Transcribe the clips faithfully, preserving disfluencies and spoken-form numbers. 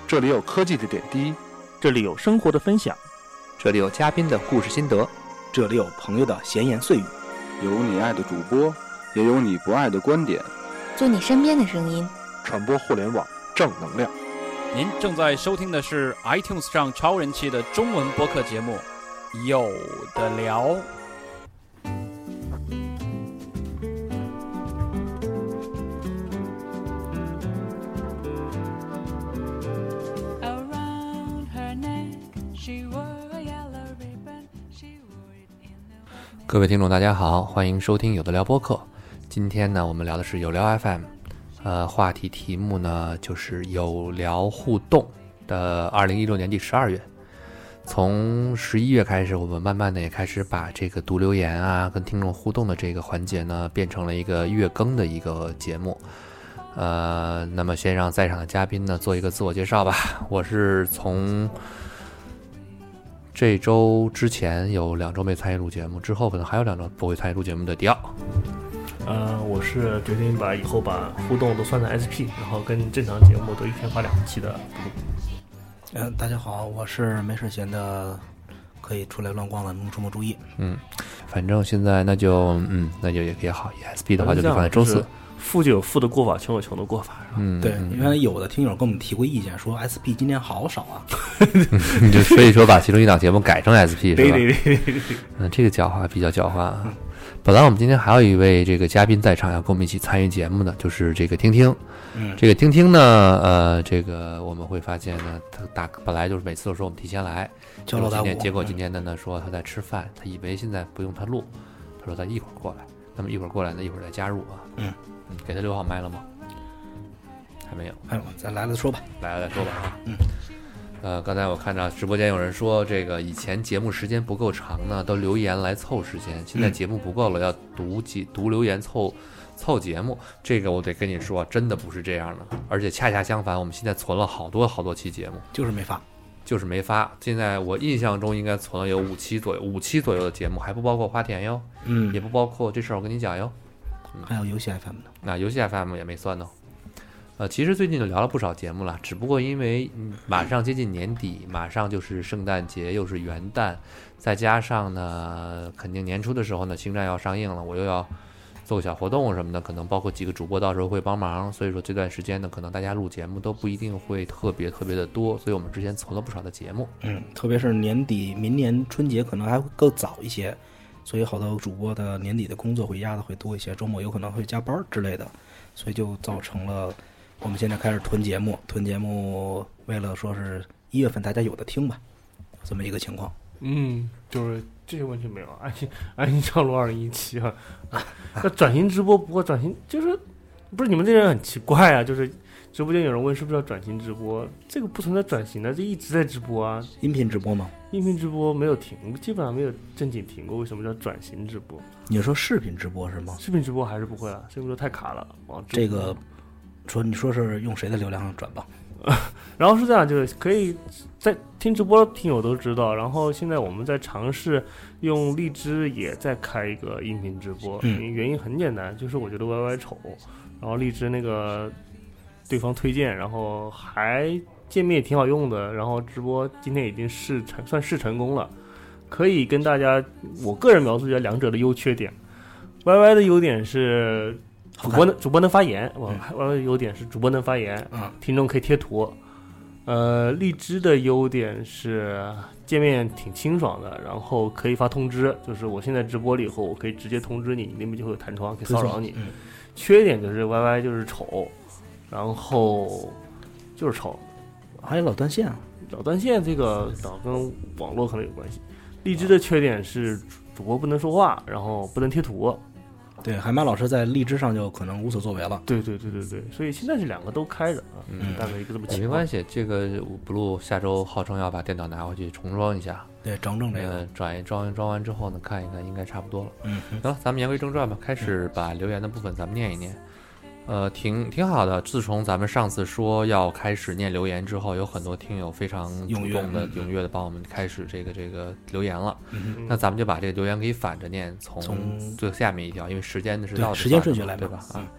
这里有科技的点滴， 这里有生活的分享， 这里有嘉宾的故事心得， 这里有朋友的闲言碎语， 有你爱的主播，也有你不爱的观点， 做你身边的声音， 传播互联网正能量。 您正在收听的是 iTunes 上超人气的中文播客节目《有的聊》。 各位听众大家好，欢迎收听有的聊播客。今天呢我们聊的是有聊 F M， 呃，话题题目呢就是有聊互动的二零一六年第十二月。从十一月开始，我们慢慢的也开始把这个读留言啊跟听众互动的这个环节呢变成了一个月更的一个节目。呃，那么先让在场的嘉宾呢做一个自我介绍吧。我是从这周之前有两周没参与录节目，之后可能还有两周不会参与录节目的迪奥。 呃，我是决定把以后把互动都算成 S P， 然后跟正常节目都一天发两期的。 嗯、呃，大家好，我是没事闲的可以出来乱逛的能出没注意。 嗯，反正现在那就嗯那就也也好 ，S P 的话就放在周四。 富就有富的过法，穷有穷的过法。 嗯， 对，因为有的听友跟我们提过意见，说 S P 今天好少啊， 你就所以说把其中一档节目改成 S P 是吧？ 对对对对对。 嗯，这个狡猾比较狡猾啊。嗯、本来我们今天还有一位这个嘉宾在场，要跟我们一起参与节目的，就是这个听听。 嗯， 这个听听呢，呃，这个我们会发现呢，他大本来就是每次都说我们提前来， 交流大今天结果今天的呢说他在吃饭，他以为现在不用他录，他说他一会儿过来，那么一会儿过来呢，一会儿再加入啊。 嗯。 嗯，给他留好麦了吗？还没有。 还有，咱来了再说吧。 来了再说吧啊。 嗯。 呃，刚才我看到直播间有人说，这个以前节目时间不够长呢，都留言来凑时间。现在节目不够了，要读节读留言凑凑节目。这个我得跟你说，真的不是这样的。而且恰恰相反，我们现在存了好多好多期节目， 就是没发， 就是没发。现在我印象中应该存了有五期左右，五期左右的节目，还不包括花田哟， 嗯， 也不包括这事儿我跟你讲哟。 嗯、还有游戏 F M 的， 那游戏 F M 也没算呢。呃，其实最近就聊了不少节目了，只不过因为马上接近年底，马上就是圣诞节，又是元旦，再加上呢，肯定年初的时候呢，星战要上映了，我又要做个小活动什么的，可能包括几个主播到时候会帮忙，所以说这段时间呢，可能大家录节目都不一定会特别特别的多，所以我们之前存了不少的节目。 嗯，特别是年底，明年春节可能还会更早一些。所以好多主播的年底的工作会压的会多一些，周末有可能会加班之类的，所以就造成了我们现在开始囤节目，囤节目为了说是一月份大家有的听吧，这么一个情况。 嗯，就是这些问题没有，安心安心上路二零一七啊，那转型直播，不过转型就是不是你们这人很奇怪啊，就是直播间有人问是不是要转型直播，这个不存在转型的，这一直在直播啊。 音频直播吗？ 音频直播没有停，基本上没有正经停过。为什么叫转型直播？ 你说视频直播是吗？ 视频直播还是不会了，视频直播太卡了。 这个说你说是用谁的流量转吧？ 然后是这样，就是可以在听直播的听友都知道。然后现在我们在尝试用荔枝也在开一个音频直播， 嗯、 原因很简单，就是我觉得 Y Y 丑，然后荔枝那个对方推荐，然后还界面也挺好用的，然后直播今天已经试成算试成功了，可以跟大家我个人描述一下两者的优缺点。Y Y 的优点是主播能主播能发言，嗯、Y Y 的优点是主播能发言， 嗯、 听众可以贴图。呃，荔枝的优点是界面挺清爽的，然后可以发通知，就是我现在直播了以后，我可以直接通知你，你那边就会有弹窗可以骚扰你。 嗯、 缺点就是 Y Y 就是丑，然后就是丑。 还有老断线啊， 老断线这个导跟网络可能有关系。荔枝的缺点是主播不能说话，然后不能贴图。 对，海马老师在荔枝上就可能无所作为了。 对对对对对，所以现在是两个都开着啊， 嗯， 大概一个这么情况。 没关系，这个不录下周号称要把电脑拿回去重装一下， 对，整整这个， 呃、转一装装完之后呢，看一看应该差不多了。 嗯， 行了，咱们言归正传吧，开始把留言的部分咱们念一念。呃，挺挺好的。自从咱们上次说要开始念留言之后，有很多听友非常主动的、踊跃的帮我们开始这个这个留言了。 嗯、 那咱们就把这个留言可以反着念，从最下面一条，因为时间的是倒着时间顺序来对吧？啊，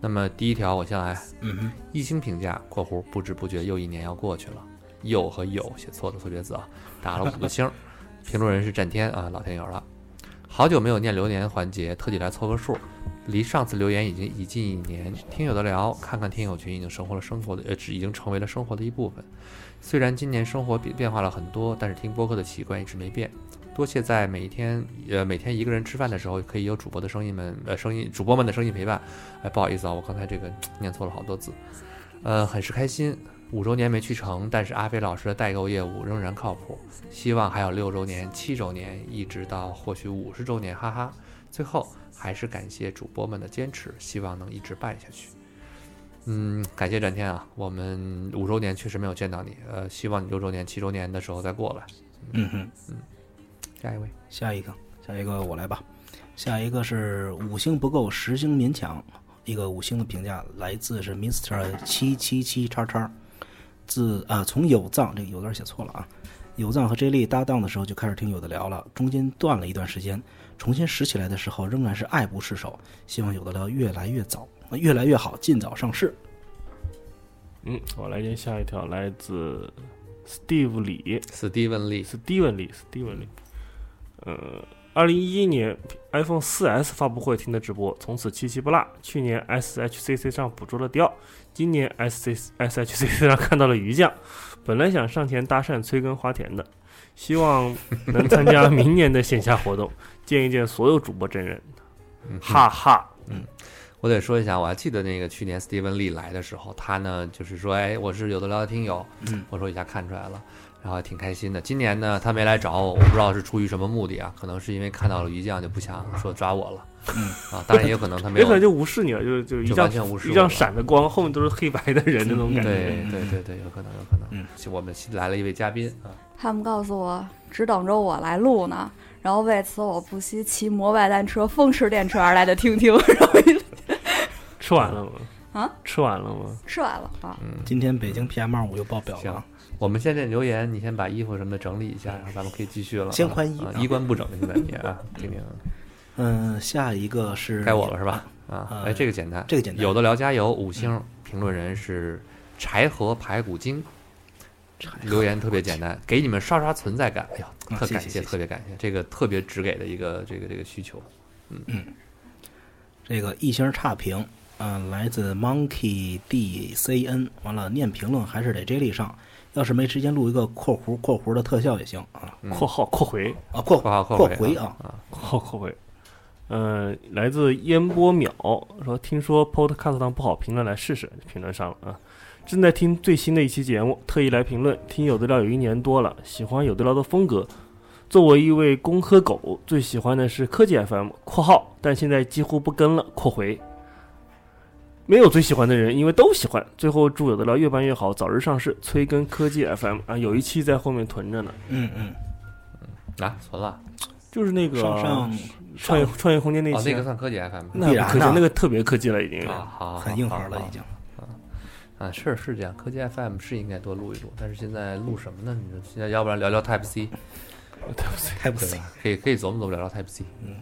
那么第一条我先来， 嗯哼， 一星评价（括弧不知不觉又一年要过去了），又和有写错的错别字啊，打了五个星。评论人是战天啊，老天友了。好久没有念留言环节，特地来凑个数。离上次留言已经已近一年，听友的聊，看看听友群已经生活了生活的呃，已经成为了生活的一部分。虽然今年生活变变化了很多，但是听播客的习惯一直没变。多谢在每天呃每天一个人吃饭的时候，可以有主播的声音们呃声音主播们的声音陪伴。哎，不好意思啊，我刚才这个念错了好多字。呃，很是开心。五周年没去成，但是阿飞老师的代购业务仍然靠谱。希望还有六周年、七周年，一直到或许五十周年，哈哈。最后还是感谢主播们的坚持，希望能一直办下去。嗯，感谢战天啊，我们五周年确实没有见到你，呃，希望你六周年、七周年的时候再过来。 嗯哼， 嗯，下一位， 下一个，下一个我来吧。下一个是五星不够，十星勉强。一个五星的评价来自是 Mister 七七七叉叉。自啊，从有藏这个有点写错了啊，有藏和 J 莉搭档的时候就开始听有的聊了，中间断了一段时间，重新拾起来的时候仍然是爱不释手，希望有的聊越来越早，越来越好，尽早上市。 嗯，我来念下一条，来自 Steve 李， 史蒂文利， 史蒂文李，史蒂文李，呃。二零一一年 iPhone 四 S 发布会听的直播，从此七七不落。去年 S H C C 上捕捉了调，今年 S H C C 上看到了鱼酱。本来想上前搭讪催更花田的，希望能参加明年的线下活动，见一见所有主播真人。哈哈， 嗯，我得说一下，我还记得那个去年 Steven Lee 来的时候，他呢就是说，哎，我是有的聊的听友， 嗯， 我说一下看出来了。然后挺开心的。今年呢，他没来找我，我不知道是出于什么目的啊，可能是因为看到了鱼酱就不想说抓我了。 嗯啊，当然也有可能他没有， 也可能就无视你了，就就一就张完全无视我一张闪的光，后面都是黑白的人的那种感觉。 对对对对，有可能有可能。 嗯， 我们来了一位嘉宾啊， 他们告诉我只等着我来录呢，然后为此我不惜骑摩拜单车风驰电掣而来的听听。 吃完了吗？ 啊， 吃完了吗？ 吃完了啊。 嗯， 今天北京 P M 二十五又爆表了。 我们现在留言，你先把衣服什么的整理一下，然后咱们可以继续了。 先换衣， 啊，衣冠不整现在你啊，听听。 嗯，下一个是该我了是吧？啊，哎，这个简单， 这个简单。 有的聊加油五星，评论人是柴禾排骨精，留言特别简单，给你们刷刷存在感。哎呦，特感谢，特别感谢，这个特别直给的一个这个这个需求。嗯嗯，这个一星差评，嗯，来自 Monkey D C N， 完了念评论还是得 J 莉上。要是没时间录一个括弧括弧的特效也行啊， 括号括回啊，括括括回啊， 括号括回。嗯、呃，来自烟波淼说，听说 Podcast 上不好评论，来试试，评论上了啊。正在听最新的一期节目，特意来评论。听有的聊有一年多了，喜欢有的聊的风格。作为一位公科狗，最喜欢的是科技 F M 括号，但现在几乎不跟了括回。没有最喜欢的人，因为都喜欢。最后祝有的聊越办越好，早日上市，催更科技 F M 啊，有一期在后面囤着呢。 嗯嗯嗯，啊，存了， 就是那个上上创业创业空间那期、啊哦，那个算科技 F M， 那不科技，那个特别科技了已经， 啊，好， 很硬核了已经。 啊啊，是是这样，科技 F M 是应该多录一录，但是现在录什么呢？你说现在要不然聊聊 Type C，Type C，Type C， 可以可以琢磨琢磨聊聊 Type C。 嗯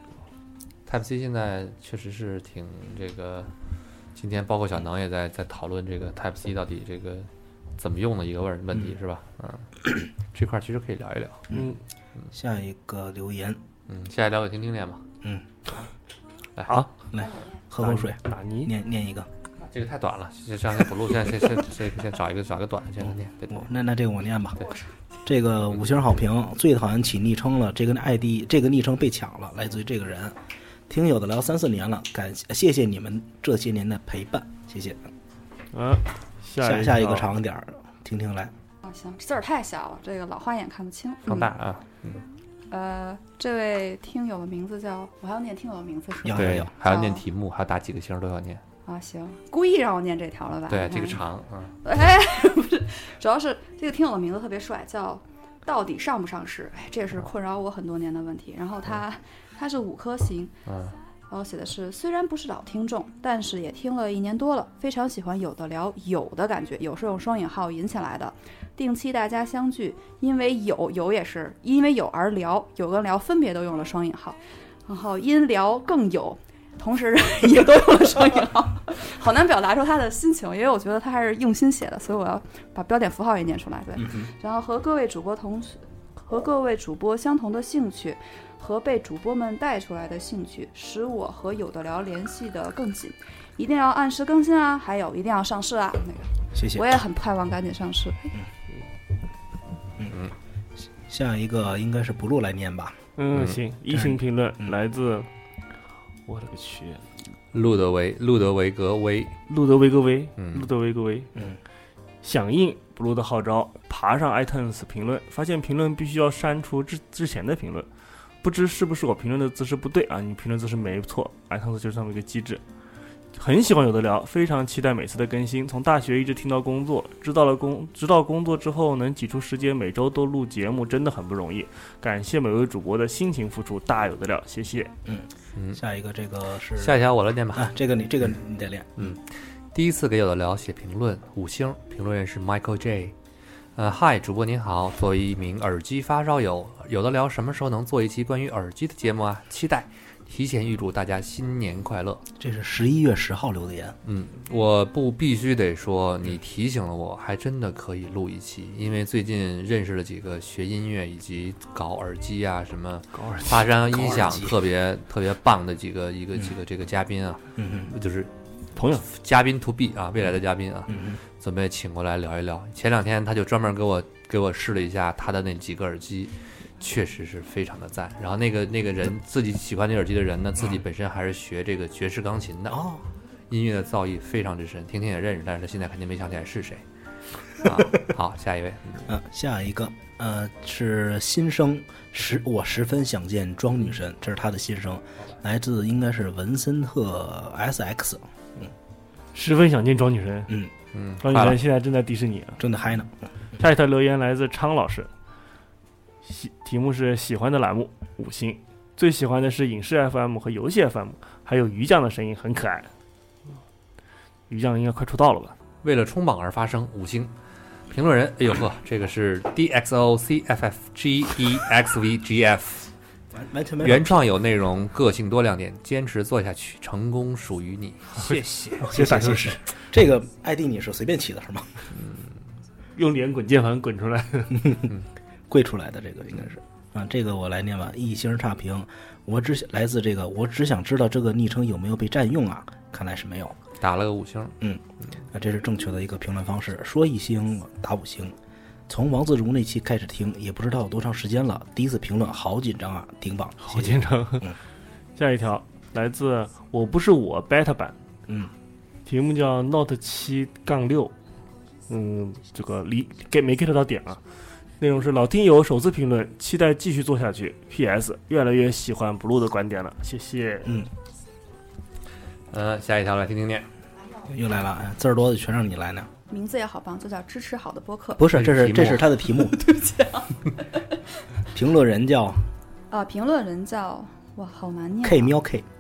，Type C 现在确实是挺这个。今天包括小能也在在讨论这个 Type C 到底这个怎么用的一个问问题、嗯、是吧？嗯，这块其实可以聊一聊。 嗯，下一个留言， 嗯，下一聊给听听念吧。 嗯， 来好， 来喝口水， 打泥念念一个。 这个太短了，先上先不录，现在先先先先找一个找一个短的先念，别多。 那那这个我念吧。这个五星好评，最讨厌起昵称了，这个 I D 这个昵称被抢了，来自于这个人。听友的聊三四年了，感谢谢谢你们这些年的陪伴，谢谢。 啊， 下下一个长点儿，听听来。 啊，行，字儿太小了，这个老花眼看不清。 放大啊。 嗯。呃，这位听友的名字叫，我还要念听友的名字是吧？ 对，还要念题目，还要打几个星都要念。 啊，行，故意让我念这条了吧？ 对，这个长啊。 哎，不是，主要是这个听友的名字特别帅，叫到底上不上市？哎，这也是困扰我很多年的问题。然后他。嗯他是五颗星， 嗯， 然后写的是虽然不是老听众，但是也听了一年多了，非常喜欢有的聊有的感觉，有是用双引号引起来的，定期大家相聚，因为有有也是因为有而聊，有跟聊分别都用了双引号，然后因聊更有， 同时也都用了双引号，好难表达出他的心情，因为我觉得他还是用心写的，所以我要把标点符号也念出来。对， 嗯、 然后和各位主播同和各位主播相同的兴趣，和被主播们带出来的兴趣，使我和有的聊联系的更紧。一定要按时更新啊，还有一定要上市啊。那个， 谢谢。 我也很盼望赶紧上市。 嗯嗯，下一个应该是不录来念吧？ 嗯，行。一星评论、 嗯、 来自，我的个去， 路德维路德维格威路德维格威， 嗯， 路德维格威， 嗯， 响应 Blue 的号召，爬上 iTunes 评论，发现评论必须要删除之之前的评论，不知是不是我评论的姿势不对啊？你评论姿势没错 ，iTunes 就是这么一个机制。很喜欢有的聊，非常期待每次的更新。从大学一直听到工作，知道了工，知道工作之后能挤出时间每周都录节目，真的很不容易。感谢每位主播的辛勤付出，大有的聊，谢谢。 嗯嗯，下一个这个是下一条我来念吧。 啊，这个你这个你得练。 嗯，第一次给有的聊写评论，五星，评论人是 Michael J。呃，嗨，主播您好，作为一名耳机发烧友，有的聊什么时候能做一期关于耳机的节目啊？期待。提前预祝大家新年快乐。 这是十一月十号留的言。 嗯，我不必须得说，你提醒了我，还真的可以录一期，因为最近认识了几个学音乐以及搞耳机啊什么发声音响特别特别棒的几个一个、嗯、几个这个嘉宾啊， 嗯嗯， 就是朋友嘉宾 to be 啊，未来的嘉宾啊， 嗯准备请过来聊一聊。前两天他就专门给我给我试了一下他的那几个耳机。确实是非常的赞，然后那个那个人自己喜欢那耳机的人呢，自己本身还是学这个爵士钢琴的， 哦， 音乐的造诣非常之深，听听也认识，但是他现在肯定没想起来是谁。啊，好，下一位， 嗯，下一个，呃，是新生，十我十分想见庄女神，这是他的新生，来自应该是文森特 S X， 嗯， 十分想见庄女神， 嗯嗯， 庄女神现在正在迪士尼啊， 正在嗨呢。 下一条留言来自昌老师。题目是喜欢的栏目五星，最喜欢的是影视 F M 和游戏 F M， 还有鱼酱的声音很可爱。鱼酱应该快出道了吧？ 为了冲榜而发声五星。评论人，哎呦呵，这个是 D X O C F F G E X V G F， 原创有内容，个性多亮点，坚持做下去，成功属于你。谢谢， 谢谢谢谢。这个 I D 你是随便起的是吗？ 嗯，用脸滚键盘滚出来。 跪出来的这个应该是啊，这个我来念吧。一星差评，我只来自这个，我只想知道这个昵称有没有被占用啊？看来是没有， 打了个五星。 嗯，啊，这是正确的一个评论方式。说一星打五星。从王自如那期开始听，也不知道有多长时间了。第一次评论，好紧张啊，顶榜， 好紧张。 嗯， 下一条来自我不是我 beta 版， 嗯， 题目叫 Note 七杠六，嗯，这个离 get 没 get 到点啊。内容是老听友首次评论，期待继续做下去。P S 越来越喜欢 Blue 的观点了，谢谢。 嗯， 呃，下一条来听听念， 又来了，字儿多的全让你来呢。 名字也好棒，就叫支持好的播客。 不是，这是这是他的题目。 对不起啊。 评论人叫啊，评论人叫哇，好难念、啊。 K 喵 K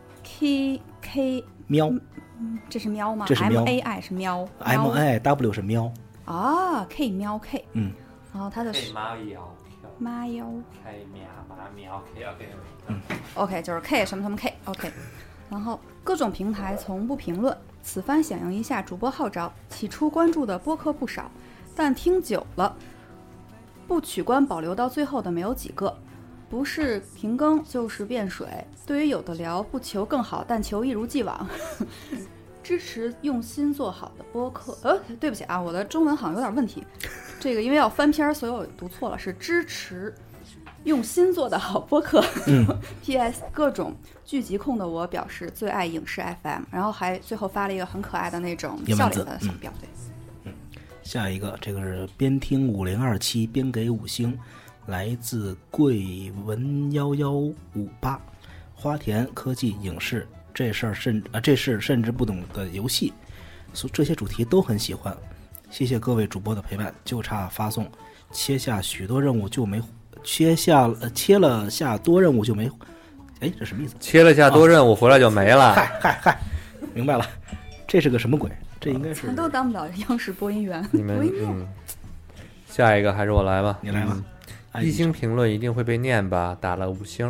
K K 喵， 这是喵吗？ 这是喵 M A I 是喵 ，M A W 是喵。 啊 ，K 喵 K， 嗯。 然后他的妈腰妈腰 K 喵妈喵 K OK 嗯 OK 就是 K 什么什么 K OK， 然后各种平台从不评论，此番响应一下主播号召，起初关注的播客不少，但听久了，不取关保留到最后的没有几个，不是停更就是变水。对于有的聊，不求更好，但求一如既往。支持用心做好的播客，呃，对不起啊，我的中文好像有点问题。这个因为要翻篇，所以我读错了，是支持用心做的好播客。 嗯、 P S 各种剧集控的我表示最爱影视 F M， 然后还最后发了一个很可爱的那种笑脸的小标。对， 嗯，下一个这个是边听五零二七边给五星，来自贵文幺幺五八，花田科技影视。这事儿甚啊，这是甚至不懂的游戏，所这些主题都很喜欢。谢谢各位主播的陪伴，就差发送。切下许多任务就没，切下呃切了下多任务就没，哎，这什么意思？ 切了下多任务、啊、回来就没了。 嗨嗨嗨，明白了，这是个什么鬼？这应该是咱都当不了央视播音员。 你们嗯，下一个还是我来吧， 你来吧。 嗯、一星评论一定会被念吧？打了五星。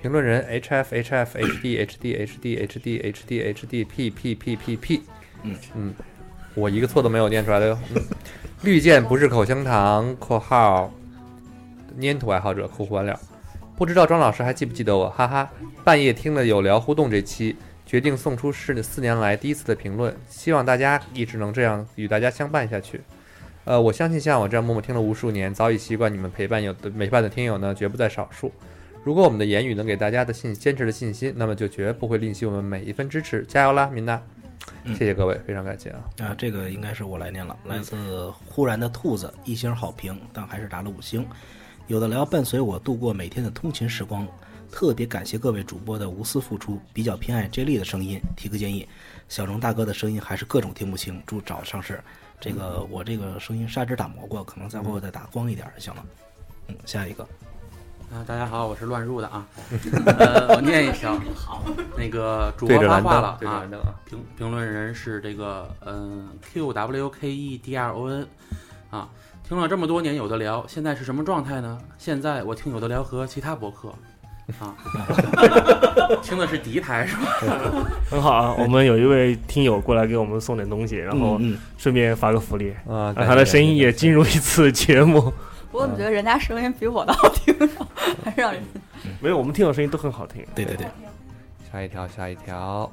评论人 H F H F H D H D H D H D H D H D P P P P P， 嗯嗯，我一个错都没有念出来的哟。嗯，绿箭不是口香糖（括号粘土爱好者）括弧完了。不知道庄老师还记不记得我？哈哈，半夜听了有聊互动这期，决定送出是四年来第一次的评论，希望大家一直能这样与大家相伴下去。呃，我相信像我这样默默听了无数年，早已习惯你们陪伴有的陪伴的听友呢，绝不在少数。如果我们的言语能给大家的信坚持的信心，那么就绝不会吝惜我们每一分支持。加油啦，民娜！谢谢各位，非常感谢啊！ 啊，这个应该是我来念了，来自忽然的兔子，一星好评，但还是打了五星。有的聊伴随我度过每天的通勤时光，特别感谢各位主播的无私付出，比较偏爱 J 莉的声音，提个建议，小荣大哥的声音还是各种听不清，祝早上市。这个我这个声音砂纸打磨过，可能再会再打光一点就行了。嗯，下一个。 啊，大家好，我是乱入的啊。呃，我念一条。好，那个主播发话了啊。评评论人是这个嗯、呃、Q W K E D R O N 啊。听了这么多年有的聊，现在是什么状态呢？现在我听有的聊和其他博客啊，听的是敌台是吧？ 很好啊，我们有一位听友过来给我们送点东西，然后嗯顺便发个福利， 啊， 让他的声音也进入一次节目。 我怎么觉得人家声音比我的好听呢？还是让人没有，我们听友声音都很好听。 对对对， 下一条，下一条，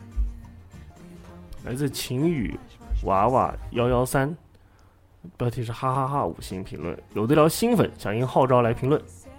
来自晴雨娃娃幺幺三，标题是哈哈哈五星评论，有的聊新粉响应号召来评论。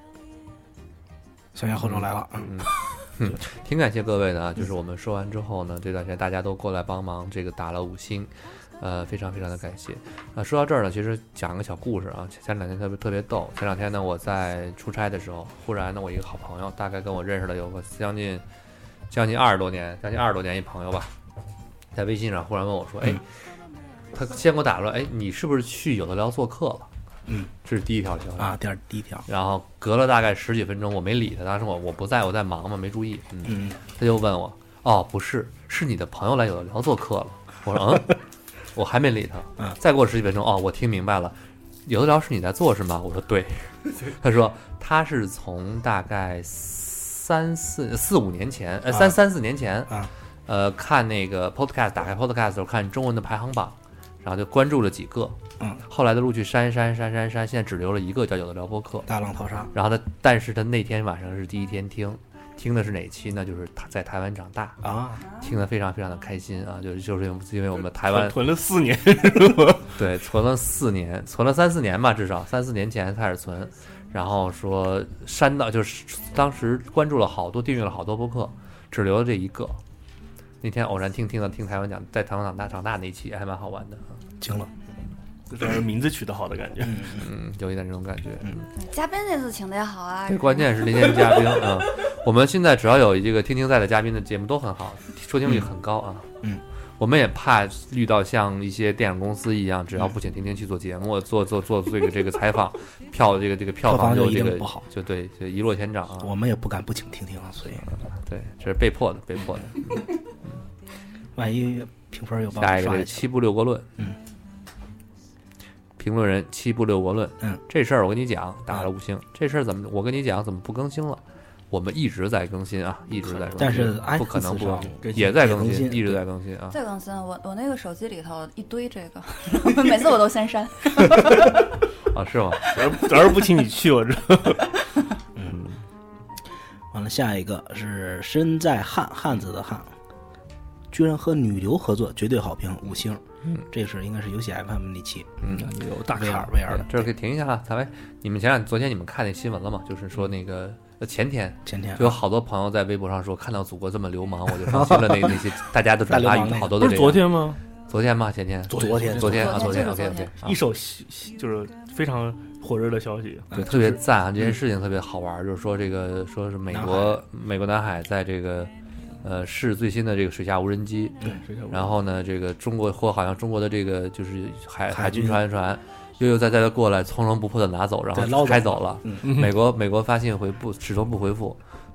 小杨后头来了， 嗯，嗯，挺感谢各位的啊！就是我们说完之后呢，这段时间大家都过来帮忙，这个打了五星，呃，非常非常的感谢。啊，说到这儿呢，其实讲个小故事啊，前两天特别特别逗。前两天呢，我在出差的时候，忽然呢，我一个好朋友，大概跟我认识了有个将近将近二十多年，将近二十多年一朋友吧，在微信上忽然问我说：“哎，他先给我打了，哎，你是不是去有的聊做客了？” 嗯， 这是第一条消息啊，第二第一条。 然后隔了大概十几分钟，我没理他，当时我我不在，我在忙嘛，没注意。嗯，嗯他就问我，哦，不是，是你的朋友来有的聊做客了。我说，嗯，我还没理他。 嗯， 再过十几分钟，哦，我听明白了，有的聊是你在做是吗？我说对。他说他是从大概三四四五年前，呃，三三四年前， 啊， 呃，看那个 podcast， 打开 podcast 的时候看中文的排行榜，然后就关注了几个。 嗯， 后来的陆续删删删删删，现在只留了一个叫有的聊播客大浪淘沙。 然后他，但是他那天晚上是第一天听，听的是哪期呢？就是他在台湾长大啊， 听得非常非常的开心啊！就是就是因为我们台湾囤了四年， 对，存了四年，存了三四年吧，至少三四年前开始存，然后说删到就是当时关注了好多，订阅了好多播客，只留了这一个。那天偶然听听到听台湾讲在台湾长大长大那一期，还蛮好玩的， 惊了。 主要是名字取得好的感觉， 嗯，有一点这种感觉。嗯， 嘉宾这次请的也好啊。 对，关键是那天嘉宾，嗯，我们现在只要有这个听听在的嘉宾的节目都很好，收听率很高啊。 嗯， 我们也怕遇到像一些电影公司一样，只要不请听听去做节目，做做做这个这个采访，票这个这个票房就这个不好， 就对，就一落千丈啊。 我们也不敢不请听听啊，所以对，这是被迫的，被迫的。嗯、 万一评分又下一个是七步六国论， 嗯。 评论人七步六国论， 嗯， 这事儿我跟你讲，打了五星。这事儿怎么我跟你讲怎么不更新了？我们一直在更新啊，一直在更新， 但是不可能不更新， 也在更新，一直在更新啊。 在更新，我我那个手机里头一堆这个，每次我都先删。 啊，是吗？ 主要是不请你去，我这。 嗯，完了，下一个是身在汉汉子的汉，居然和女流合作，绝对好评，五星。嗯，这是应该是游戏 F M 那期， 嗯， 有大 V R V R 的， 这可以停一下啊，咱们你们前两昨天你们看那新闻了吗？就是说那个呃前天前天就有好多朋友在微博上说，看到祖国这么流氓，我就放心了。那那些大家都转发语，好多都不是昨天吗？ 昨天吗？前天？ 昨天昨天啊，昨天 OK OK， 一手就是非常火热的消息， 对，特别赞啊！这件事情特别好玩，就是说这个说是美国美国南海在这个。呃，试最新的这个水下无人机， 对， 然后呢，这个中国或好像中国的这个就是海海军船船悠悠哉哉的过来，从容不迫的拿走，然后开走了。 嗯、 美国美国发信回不始终不回复，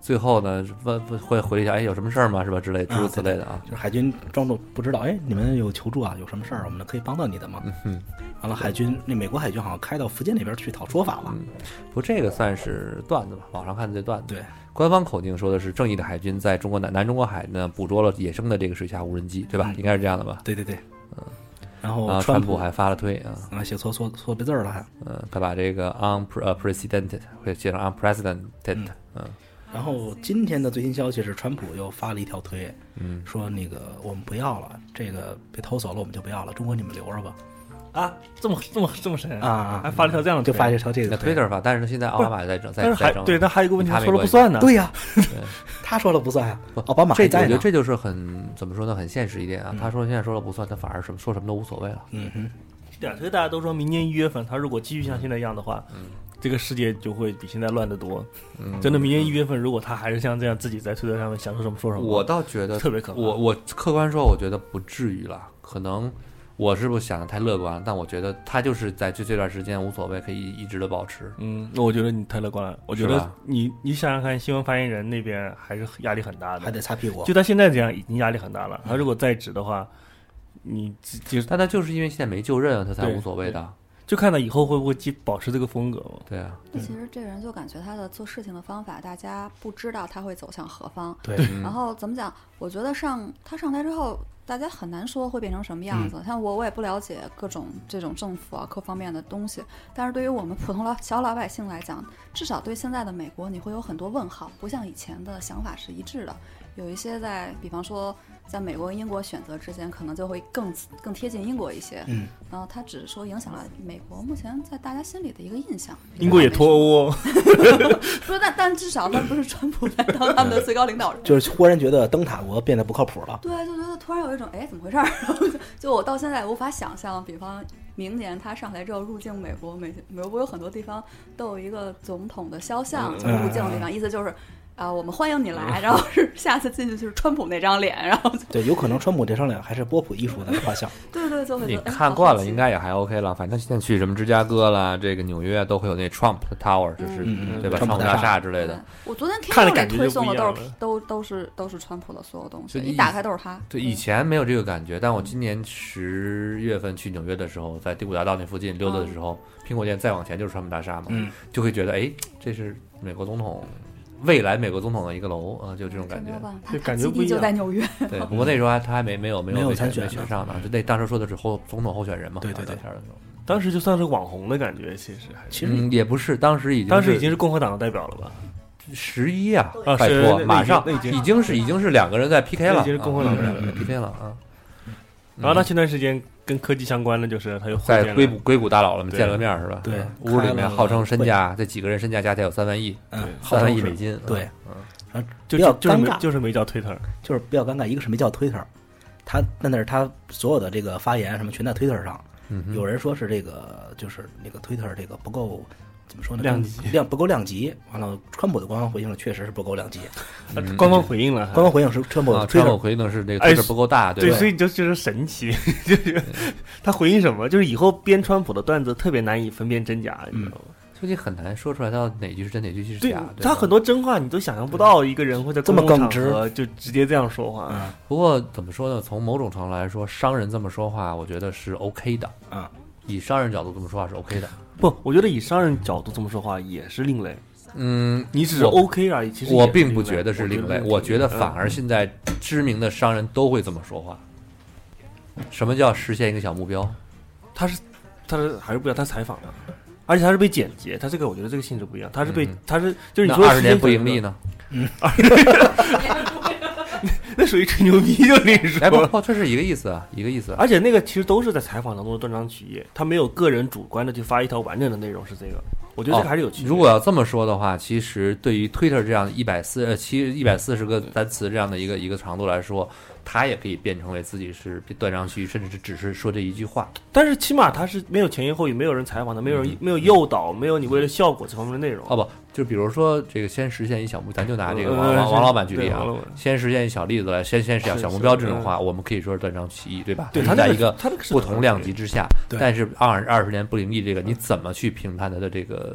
最后呢问问会回一下，哎，有什么事儿吗？是吧？之类诸如此类的啊。 就是海军装作不知道，哎，你们有求助啊？有什么事儿，我们可以帮到你的吗？ 嗯哼。 完了，海军那美国海军好像开到福建那边去讨说法了。 嗯，不过这个算是段子吧，网上看的这段子。 对， 官方口径说的是正义的海军在中国南南中国海呢捕捉了野生的这个水下无人机，对吧？ 嗯、 应该是这样的吧？ 对对对， 嗯。 然后川普还发了推啊， 啊，写错错错别字了还。 嗯，他把这个 unprecedented 会写成 unprecedented，嗯。嗯然后今天的最新消息是，川普又发了一条推， 嗯， 说那个我们不要了，这个被偷走了，我们就不要了，中国你们留着吧。 啊，这么这么这么神啊！ 还发了条这样的， 就发一条这个 Twitter 发，但是现在奥巴马在整， 在在整。对，但还有一个问题，他说了不算呢。 对呀，他说了不算呀。奥巴马这我觉得这就是很怎么说呢，很现实一点啊。 嗯、 他说现在说了不算，他反而什么说什么都无所谓了。 嗯哼。 对啊，所以大家都说明年一月份，他如果继续像现在一样的话， 嗯。 这个世界就会比现在乱得多， 嗯， 真的。明年一月份，如果他还是像这样自己在推特上面想说什么说什么， 我倒觉得特别可怕。 我我客观说，我觉得不至于了。可能我是不是想的太乐观了？但我觉得他就是在这这段时间无所谓，可以一直的保持。 嗯，那我觉得你太乐观了。我觉得你你想想看，新闻发言人那边还是压力很大的， 还得擦屁股。 就他现在这样已经压力很大了。他如果再指的话，你就但他就是因为现在没就任，他才无所谓的。 就看他以后会不会保持这个风格嘛？ 对啊， 其实这个人就感觉他的做事情的方法，大家不知道他会走向何方。 对， 然后怎么讲？我觉得上他上台之后，大家很难说会变成什么样子。嗯、像我，我也不了解各种这种政府啊各方面的东西。但是对于我们普通老小老百姓来讲，至少对现在的美国，你会有很多问号，不像以前的想法是一致的。有一些在，比方说，在美国跟英国选择之间，可能就会更更贴近英国一些。 嗯， 然后他只是说影响了美国目前在大家心里的一个印象。 英国也脱欧， 说但但至少他不是川普来当他们的最高领导人， 就是忽然觉得灯塔国变得不靠谱了。 对，就觉得突然有一种哎怎么回事儿？然后就就我到现在无法想象，比方明年他上台之后入境美国，美美国有很多地方都有一个总统的肖像，就入境的地方，意思就是。啊、呃，我们欢迎你来，然后是下次进去就是川普那张脸，然后对，有可能川普这张脸还是波普艺术的画像。 对对，就会你看惯了，应该也还 OK 了。反正现在去什么芝加哥啦，这个纽约都会有那 Trump Tower， 就是、 嗯、 对吧？ 川普大厦之类的。 我昨天看了感觉推送的都是都都是都是川普的所有东西，一打开都是他。 对，以前没有这个感觉，但我今年十月份去纽约的时候，在第五大道那附近溜达的时候，嗯、苹果店再往前就是川普大厦嘛， 嗯、 就会觉得哎，这是美国总统。未来美国总统的一个楼啊，就这种感觉， 就感觉不一样。 就在纽约。 对，不过那时候还他还没没有没有参选选上呢，就那当时说的是候总统候选人嘛。 对对对。 当时就算是网红的感觉，其实还其实、 嗯、也不是，当时已经当时已经是共和党的代表了吧？ 十一啊， 啊拜托，马上已经是已经是两个人在 P K 了， 已经是共和党人在 P K 了啊。 然后他前段时间跟科技相关的，就是他又在硅谷硅谷大佬了嘛，见了面是吧？ 对， 屋里面号称身价，这几个人身价加起来有三万亿， 嗯， 三万亿美金。 对， 嗯， 就比较尴尬， 就是没叫 Twitter， 就是比较尴尬。一个是没叫 Twitter， 他那是他所有的这个发言什么全在 Twitter 上。有人说是这个就是那个 Twitter 这个不够。怎么说呢？ 量级量不够量级。完了，川普的官方回应了，确实是不够量级。 嗯、官方回应了， 官方回应是川普， 啊、川普回应的是这个推特不够大，对对，所以就就是神奇，就是他回应什么，就是以后编川普的段子特别难以分辨真假，你知道吗？ 所以很难说出来他哪句是真哪句是假。 对，他很多真话你都想象不到，一个人会在这么耿直就直接这样说话。 嗯、 不过怎么说呢？从某种程度来说，商人这么说话，我觉得是 OK 的啊。 以商人角度这么说话是 OK 的。 不，我觉得以商人角度这么说话也是另类。 嗯， 你只是 OK 而已。其实我并不觉得是另类， 我觉得反而现在知名的商人都会这么说话。什么叫实现一个小目标？ 他是，他是还是不一样，他采访的，而且他是被剪辑，他这个我觉得这个性质不一样，他是被，嗯、他是就是你说二十年不盈利呢？ 嗯。那属于吹牛逼，就跟你说， 哎不不，这是一个意思啊，一个意思。 而且那个其实都是在采访当中的断章取义，他没有个人主观的去发一条完整的内容，是这个。我觉得这个还是有区别。 哦、如果要这么说的话，其实对于 Twitter 这样一百四呃七一百四十个单词这样的一个一个长度来说，他也可以变成为自己是断章取义，甚至是只是说这一句话。 但是起码他是没有前言后语，没有人采访的，没有人、嗯、没有诱导，没有你为了效果这方面的内容。 哦不，就比如说这个先实现一小目，咱就拿这个王、呃、王王老板举例啊，先实现一小例子来，先先实现小目标这种话，我们可以说是断章取义，对吧？ 对， 他在一个不同量级之下，但是二二十年不盈利这个，你怎么去评判它的这个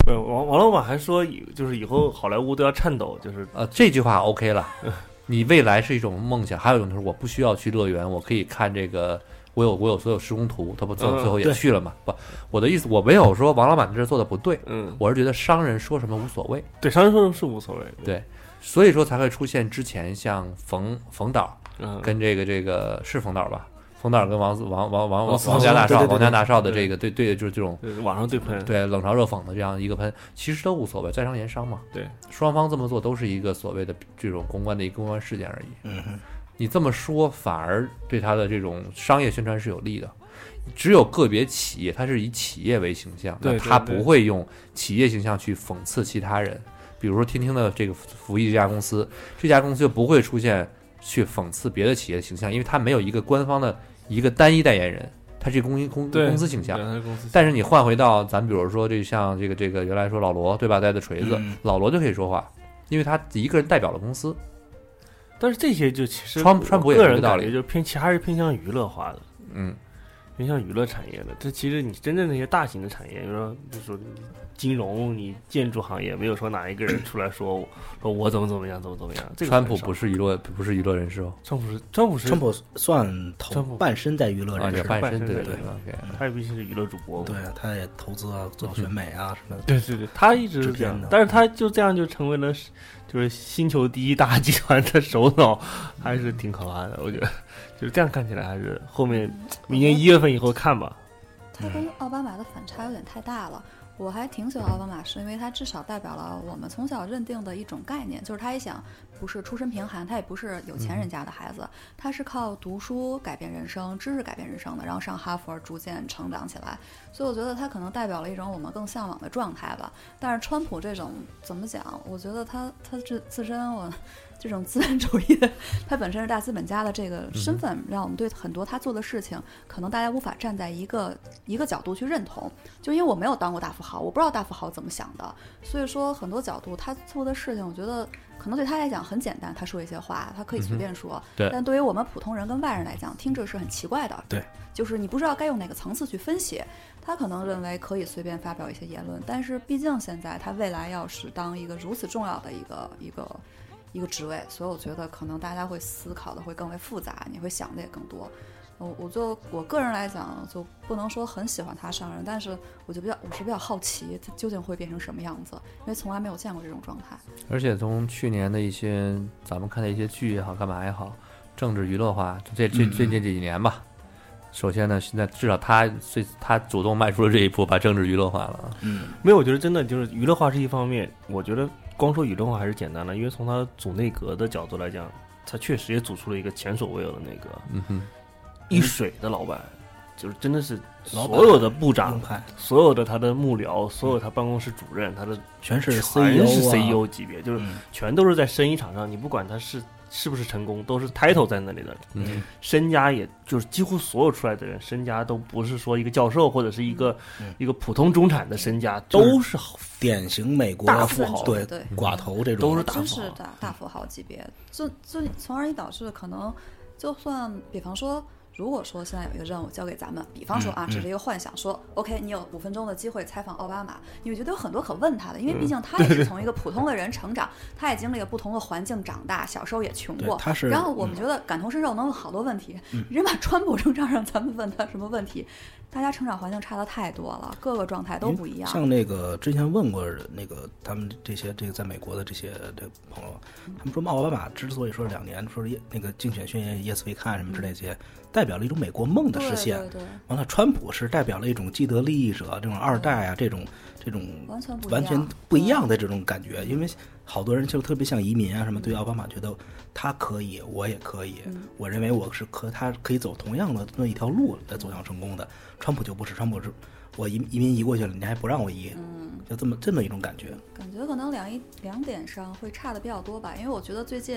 对，王王老板还说，就是以后好莱坞都要颤抖，就是呃，这句话 OK 了。你未来是一种梦想，还有一种就是我不需要去乐园，我可以看这个，我有我有所有施工图，他不最最后也去了嘛？不，我的意思我没有说王老板这做的不对， 嗯， 我是觉得商人说什么无所谓， 对，商人说是无所谓， 对，所以说才会出现之前像冯冯导， 嗯， 跟这个这个是冯导吧？冯导跟王王王王王王家大少、 对对对王家大少的这个对对，就是这种网上对喷， 对冷嘲热讽的这样一个喷，其实都无所谓，在商言商嘛。 对， 双方这么做都是一个所谓的这种公关的一个公关事件而已。 嗯哼， 你这么说反而对他的这种商业宣传是有利的。只有个别企业，它是以企业为形象， 对， 那他不会用企业形象去讽刺其他人。比如说听听的这个服役这家公司，这家公司就不会出现去讽刺别的企业的形象，因为它没有一个官方的一个单一代言人，它是公公公司形象。但是你换回到咱比如说这像这个这个原来说老罗对吧，带的锤子， 嗯、 老罗就可以说话，因为他一个人代表了公司。 但是这些就其实川川普也是这个道理， 就偏其还是偏向娱乐化的， 嗯， 偏向娱乐产业的。这其实你真正那些大型的产业，比如说就是说金融、你建筑行业，没有说哪一个人出来说说我怎么怎么样，怎么怎么样。这个、 川普不是娱乐，不是娱乐人士哦。 川普是川普是川普算头半身在娱乐人士， 啊、半身对对对， 他也毕竟是娱乐主播， 对，他也投资啊，做选美啊什么的。 对对对，他一直是这样的，但是他就这样就成为了就是星球第一大集团的首脑，还是挺可怕的。我觉得就是这样看起来，还是后面明年一月份以后看吧。 他跟奥巴马的反差有点太大了。我还挺喜欢奥巴马，是因为他至少代表了我们从小认定的一种概念，就是他也想不是出身贫寒，他也不是有钱人家的孩子，他是靠读书改变人生，知识改变人生的，然后上哈佛逐渐成长起来。所以我觉得他可能代表了一种我们更向往的状态吧。但是川普这种怎么讲？我觉得他他这自身我。这种资本主义的，他本身是大资本家的这个身份，让我们对很多他做的事情，可能大家无法站在一个一个角度去认同。就因为我没有当过大富豪，我不知道大富豪怎么想的，所以说很多角度他做的事情，我觉得可能对他来讲很简单，他说一些话，他可以随便说。 对。 但对于我们普通人跟外人来讲，听着是很奇怪的。 对。 就是你不知道该用哪个层次去分析。他可能认为可以随便发表一些言论，但是毕竟现在他未来要是当一个如此重要的一个一个。一个职位，所以我觉得可能大家会思考的会更为复杂，你会想的也更多。我我就我个人来讲，就不能说很喜欢他上任，但是我就比较我是比较好奇，他究竟会变成什么样子，因为从来没有见过这种状态。 而且从去年的一些咱们看的一些剧也好，干嘛也好，政治娱乐化，这这最近这几年吧。首先呢，现在至少他最他主动迈出了这一步，把政治娱乐化了。 嗯，没有，我觉得真的就是娱乐化是一方面，我觉得。光说娱乐化还是简单的，因为从他组内阁的角度来讲，他确实也组出了一个前所未有的那个， 嗯哼， 一水的老板，就是真的是所有的部长、所有的他的幕僚、所有他办公室主任，他的全是 C E O， 全是 C E O 级别，就是全都是在生意场上，你不管他是是不是成功，都是 title 在那里的， 嗯， 身家也就是几乎所有出来的人身家都不是说一个教授或者是一个、嗯、一个普通中产的身家，都是典型美国大富豪， 对对寡头这种都是大富豪， 真是大大富豪级别，就就从而导致可能就算比方说。如果说现在有一个任务交给咱们，比方说啊，只是一个幻想，说 OK， 你有五分钟的机会采访奥巴马，你会觉得有很多可问他的，因为毕竟他也是从一个普通的人成长，他也经历了不同的环境长大，小时候也穷过。 他是， 然后我们觉得感同身受，能问好多问题。人把川普成长让咱们问他什么问题？大家成长环境差的太多了，各个状态都不一样。 像那个之前问过那个他们这些这个在美国的这些这个朋友，他们说奥巴马之所以说两年说是那个竞选宣言 yes we can 什么之类这些。代表了一种美国梦的实现， 对对对， 完了，川普是代表了一种既得利益者这种二代啊，这种这种完全不完全不一样的这种感觉。因为好多人就特别像移民啊什么，对奥巴马觉得他可以，我也可以， 嗯、 我认为我是和他可以走同样的那一条路来走向成功的。川普就不是，川普是我移移民移过去了，你还不让我移， 嗯， 就这么这么一种感觉。 感觉可能两一两点上会差的比较多吧，因为我觉得最近。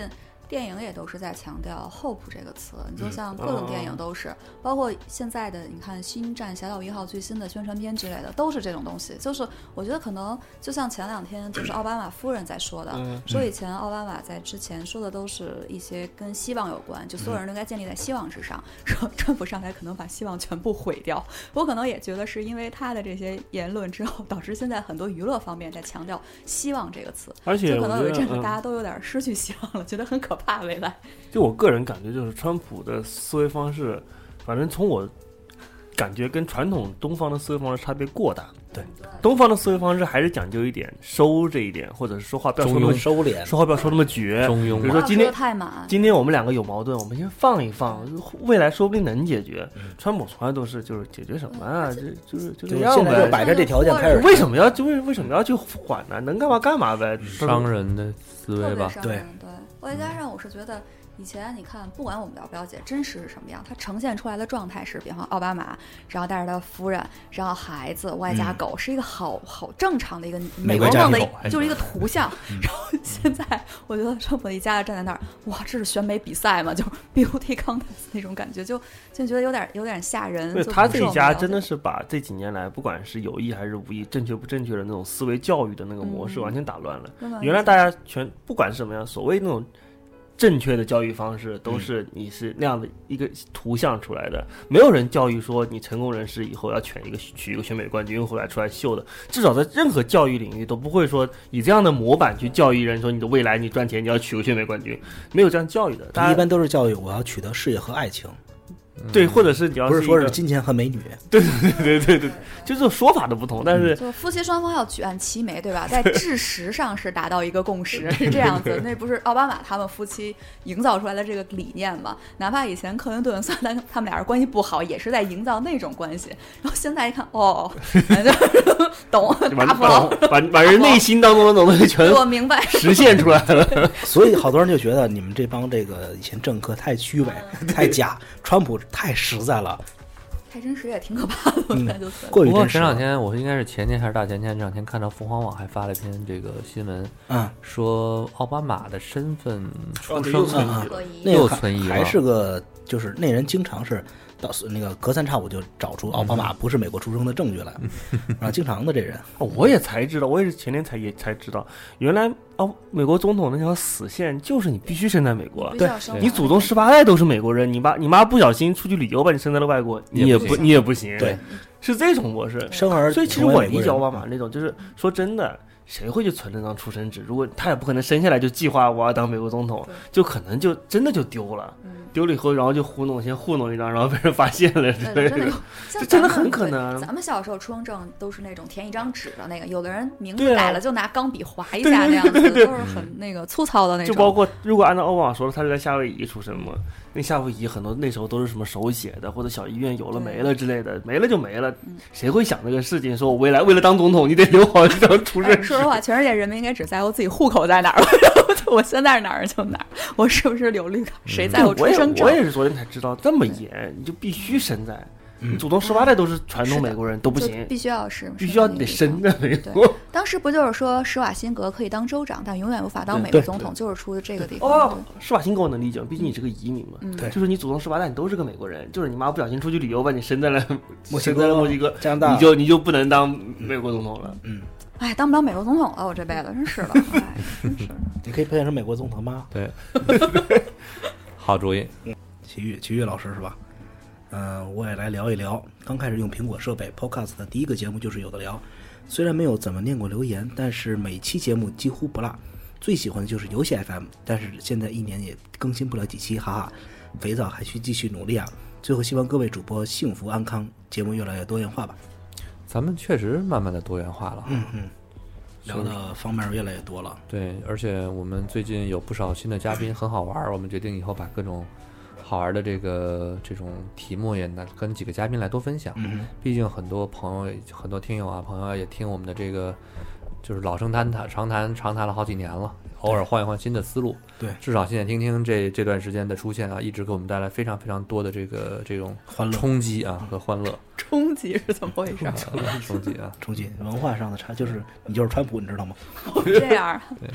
电影也都是在强调 hope 这个词，你就像各种电影都是，嗯、包括现在的你看《星战侠盗一号》最新的宣传片之类的，都是这种东西。就是我觉得可能就像前两天就是奥巴马夫人在说的，嗯、说以前奥巴马在之前说的都是一些跟希望有关，就所有人都该建立在希望之上。说川普上台可能把希望全部毁掉，我可能也觉得是因为他的这些言论之后，导致现在很多娱乐方面在强调希望这个词， 而且就可能有一阵子大家都有点失去希望了，嗯、觉得很可怕。未来， 就我个人感觉，就是川普的思维方式，反正从我感觉跟传统东方的思维方式差别过大。对，东方的思维方式还是讲究一点收这一点，或者是说话不要说那么收敛， 说话不要说那么绝。 中庸， 比如说今天太满， 今天我们两个有矛盾，我们先放一放，未来说不定能解决。嗯、川普从来都是就是解决什么啊，就就是就这样呗， 就摆着这条件开始。 为什么要就为为什么要去缓呢？能干嘛干嘛呗， 商人的思维吧。 对对，外加上我是觉得。以前你看，不管我们了不了解真实是什么样，它呈现出来的状态是，比方奥巴马，然后带着他夫人，然后孩子，外加狗，嗯、是一个好好正常的一个美国梦的，就是一个图像。嗯、然后现在我觉得川普一家站在那儿，哇，这是选美比赛嘛，就是 beauty contest 那种感觉，就就觉得有点有点吓人。 对，他这一家真的是把这几年来，不管是有意还是无意，正确不正确的那种思维教育的那个模式，完全打乱了。嗯、原来大家全不管是什么样，所谓那种。正确的教育方式都是你是那样的一个图像出来的，没有人教育说你成功人士以后要选一个取一个选美冠军回来出来秀的，至少在任何教育领域都不会说以这样的模板去教育人说你的未来你赚钱你要取个选美冠军，没有这样教育的。大家一般都是教育我要取得事业和爱情。 对，或者是你要不是说是金钱和美女， 对对对对对，就这种说法的不同，但是就夫妻双方要举案齐眉，对吧？在事实上是达到一个共识，是这样子。那不是奥巴马他们夫妻营造出来的这个理念吗？哪怕以前克林顿虽然他们俩人关系不好，也是在营造那种关系。然后现在一看，哦，懂，打不牢， 把把人内心当中的东西全我明白实现出来了。 所以好多人就觉得你们这帮这个以前政客太虚伪、太假，川普太实在了， 太真实也挺可怕的。嗯、 过于真实。前两天我应该是前天还是大前天，这两天看到凤凰网还发了一篇这个新闻，嗯，说奥巴马的身份出生又存疑了，又存疑了，还是个就是那人经常是到那个隔三差五就找出奥巴马不是美国出生的证据来，然后经常的这人， 哦，我也才知道，我也是前天才也才知道，原来哦，美国总统那条死线就是你必须生在美国，对，你祖宗十八代都是美国人，你爸你妈不小心出去旅游把你生在了外国，你也不你也不行， 对， 是这种模式， 生儿。 所以其实我理解奥巴马那种，就是说真的。谁会去存那张出生纸？如果他也不可能生下来就计划我要当美国总统，就可能就真的就丢了，嗯、丢了以后，然后就糊弄，先糊弄一张，然后被人发现了之类的，这真的很可能。 咱们小时候出生证都是那种填一张纸的那个，有的人名字改了就拿钢笔划一下那样子，都是很那个粗糙的那种。 就包括如果按照奥巴马说的，他是在夏威夷出生嘛，那夏威夷很多那时候都是什么手写的，或者小医院有了没了之类的，没了就没了，嗯、谁会想这个事情？说我未来为了当总统，你得留好这张出生纸。 说实话，全世界人民应该只在乎自己户口在哪儿了，我现在哪儿就哪儿，我是不是有绿卡？谁在乎出生证？ 我也是昨天才知道，这么严，你就必须生在。你祖宗十八代都是传统美国人，都不行， 必须要是， 必须要得生在美国。 当时不就是说施瓦辛格可以当州长，但永远无法当美国总统，就是出的这个地方。 哦，施瓦辛格我能理解，毕竟你是个移民嘛，对，就是你祖宗十八代你都是个美国人，就是你妈不小心出去旅游把你生在了墨西哥、墨西哥、加拿大，你就你就不能当美国总统了。嗯， 哎，当不了美国总统了，我这辈子真是的，哎，真是的。 你可以培养成美国总统吗？ 对，好主意。 嗯，齐豫，齐豫老师是吧？嗯、呃，我也来聊一聊。刚开始用苹果设备 Podcast 的第一个节目就是有的聊，虽然没有怎么念过留言，但是每期节目几乎不落。最喜欢的就是游戏 F M， 但是现在一年也更新不了几期，哈哈。肥皂还需继续努力啊！最后希望各位主播幸福安康，节目越来越多元化吧。 咱们确实慢慢的多元化了， 嗯嗯，聊的方面越来越多了。 对，而且我们最近有不少新的嘉宾，很好玩，我们决定以后把各种好玩的这个这种题目也拿跟几个嘉宾来多分享。嗯，毕竟很多朋友、很多听友啊，朋友也听我们的这个就是老生谈谈长谈长谈了好几年了，偶尔换一换新的思路。 对， 至少现在听听这这段时间的出现啊，一直给我们带来非常非常多的这个这种欢乐冲击啊和欢乐。 冲击是怎么回事？ 冲击啊， 冲击文化上的差，就是你就是川普，你知道吗？ 这样。 对。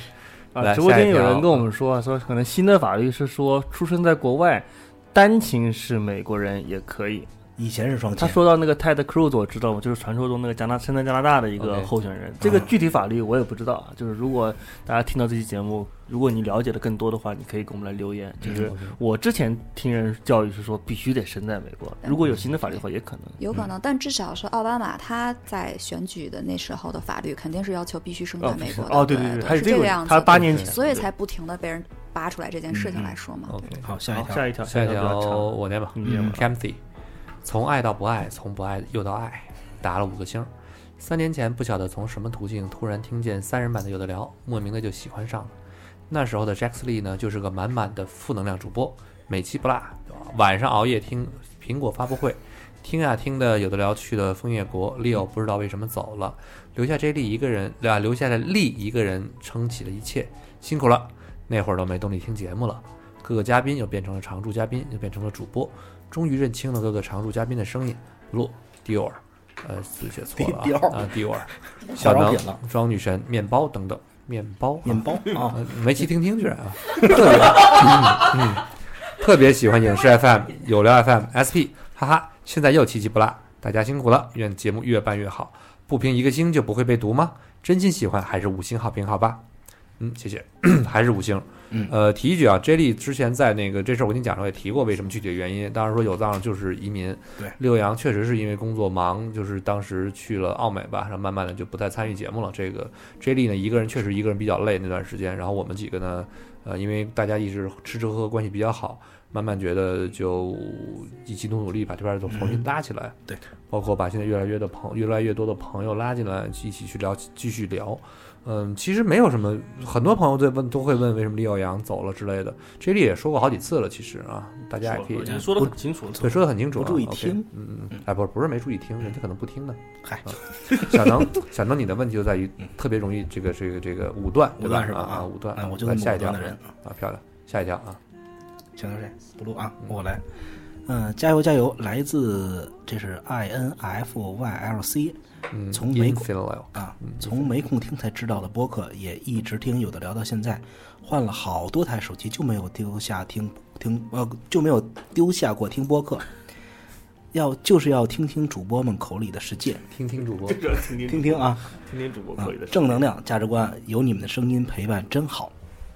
啊，直播间有人跟我们说，说可能新的法律是说，出生在国外，单亲是美国人也可以。 以前是双亲。 他说到那个 Ted Cruz， 我知道吗？就是传说中那个加拿生在加拿大的一个候选人。Okay. 这个具体法律我也不知道啊。就是如果大家听到这期节目，如果你了解的更多的话，你可以给我们来留言。就是我之前听人教育是说必须得生在美国，如果有新的法律的话，也可能有可能，但至少是奥巴马他在选举的那时候的法律肯定是要求必须生在美国的。 哦，对对对， 他是这个样子。 他八年前， 所以才不停的被人扒出来这件事情来说嘛。 嗯、OK， 好，下一条， 下一条， 下一条我念吧。 嗯 ，Camthy。从爱到不爱，从不爱又到爱，打了五个星。三年前不晓得从什么途径突然听见三人版的有的聊，莫名的就喜欢上了。那时候的 Jax Lee 呢，就是个满满的负能量主播，每期不落，晚上熬夜听苹果发布会，听啊听的有的聊去了枫叶国 ，Leo 不知道为什么走了，留下 J 莉一个人，啊，留下了莉一个人撑起了一切，辛苦了。那会儿都没动力听节目了，各个嘉宾又变成了常驻嘉宾，又变成了主播。终于认清了各个常驻嘉宾的声音 ，Blue Dior， 呃，字写错了啊，啊 Dior， 小能、庄女神、面包等等，面包， 面包啊， 呃、没去听听居然啊，特别、嗯嗯，特别喜欢影视 F M、有聊 F M、S P， 哈哈，现在又七七不落，大家辛苦了，愿节目越办越好，不评一个星就不会被读吗？真心喜欢还是五星好评好吧？嗯，谢谢，还是五星。 嗯， 呃，提一句啊 ，J 莉之前在那个这事儿我跟你讲的时候也提过，为什么具体的原因。当然说有藏就是移民， 对， 六阳确实是因为工作忙，就是当时去了奥美吧，然后慢慢的就不再参与节目了。这个 J 莉呢，一个人确实一个人比较累那段时间，然后我们几个呢，呃，因为大家一直吃吃喝喝关系比较好，慢慢觉得就一起努努力把这边都重新拉起来。 嗯、对， 包括把现在越来越的朋越来越多的朋友拉进来，一起去聊，继续聊。嗯，其实没有什么，很多朋友在问，都会问为什么李耀阳走了之类的。J 莉也说过好几次了，其实啊，大家也可以说的很清楚， 对，说的很清楚， 不注意听， okay, 嗯嗯，哎，不不是没注意听，人家可能不听呢。 嗨、 啊，小能，小能，你的问题就在于特别容易这个这个这个武断， 武断是吧？ 啊，武断， 哎，我就下一条的人啊，漂亮，下一条啊， 下条谁？不录啊，我来。嗯，加油加油！来自这是 I N F Y L C， 嗯， 从没空啊，从没空听才知道的播客，也一直听，有的聊到现在，换了好多台手机就没有丢下听听呃就没有丢下过听播客，要就是要听听主播们口里的世界， 听听主播， 听听听啊， 听听主播口里的世界、 啊、正能量价值观，有你们的声音陪伴真好。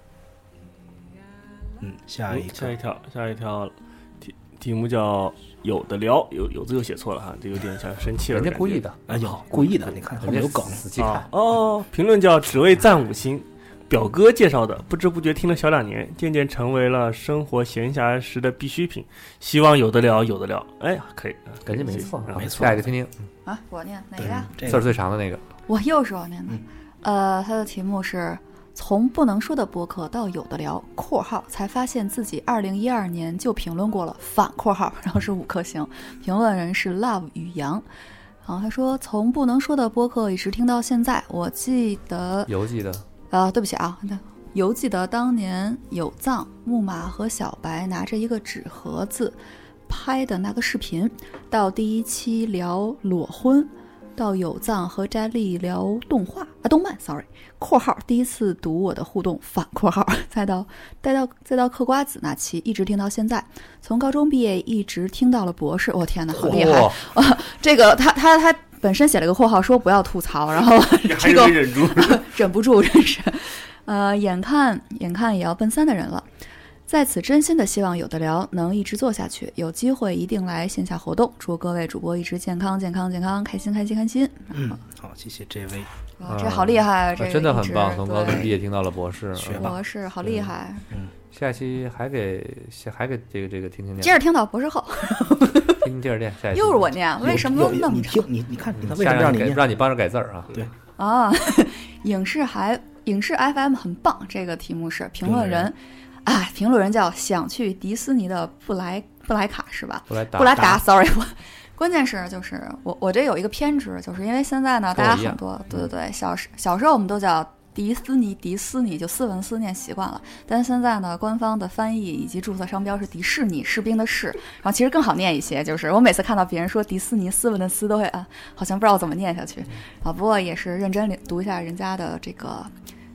嗯，下一下一条下一条。题目叫有的聊，有有字又写错了哈，这有点像生气了。 人家故意的， 哎呦，故意的，你看后面有梗， 仔细看。 哦，评论叫只为赞五星，表哥介绍的，不知不觉听了小两年，渐渐成为了生活闲暇时的必需品。希望有的聊，有的聊。哎呀，可以， 感觉没错， 没错。 下一个听听啊，我念哪个？ 字儿最长的那个。 我又是我念的。呃，它的题目是。从不能说的播客到有的聊（括号）才发现自己二零一二年就评论过了反括号，然后是五颗星，评论人是 Love 雨阳。然后他说从不能说的播客一直听到现在，我记得犹记得呃，对不起啊，犹记得当年有藏木马和小白拿着一个纸盒子拍的那个视频，到第一期聊裸婚，到有藏和摘莉聊动画啊动漫 ，sorry， 括号第一次读我的互动反括号，再到再到再到嗑瓜子那期，一直听到现在，从高中毕业一直听到了博士，我、哦、天哪，好厉害！啊、这个他他他本身写了个括号说不要吐槽，然后这个忍住忍不住真是，呃，眼看眼看也要奔三的人了。在此真心的希望有的聊能一直做下去，有机会一定来线下活动，祝各位主播一直健康健康健康，开心开心开心。 嗯，好，谢谢这位， 哇，这好厉害，啊、这个真的很棒，从高中毕业听到了博士， 博士好厉害。 嗯，下期还给还给这个这个听听念， 接着听到博士后， 听接着念，下一期又是我念，为什么那么你听你你看你看为什么让你念？ 让你帮着改字儿啊？ 对啊，影视还影视 F M 很棒，这个题目是评论人。哎，评论人叫想去迪士尼的布莱布莱卡是吧？ 布莱达， 布莱达 ，sorry， 我关键是就是我我这有一个偏执，就是因为现在呢，大家很多对对对，小时小时候我们都叫迪士尼迪士尼，就斯文斯念习惯了，但现在呢，官方的翻译以及注册商标是迪士尼，士兵的士，然后其实更好念一些，就是我每次看到别人说迪士尼斯文的斯都会啊，好像不知道怎么念下去啊，不过也是认真读一下人家的这个。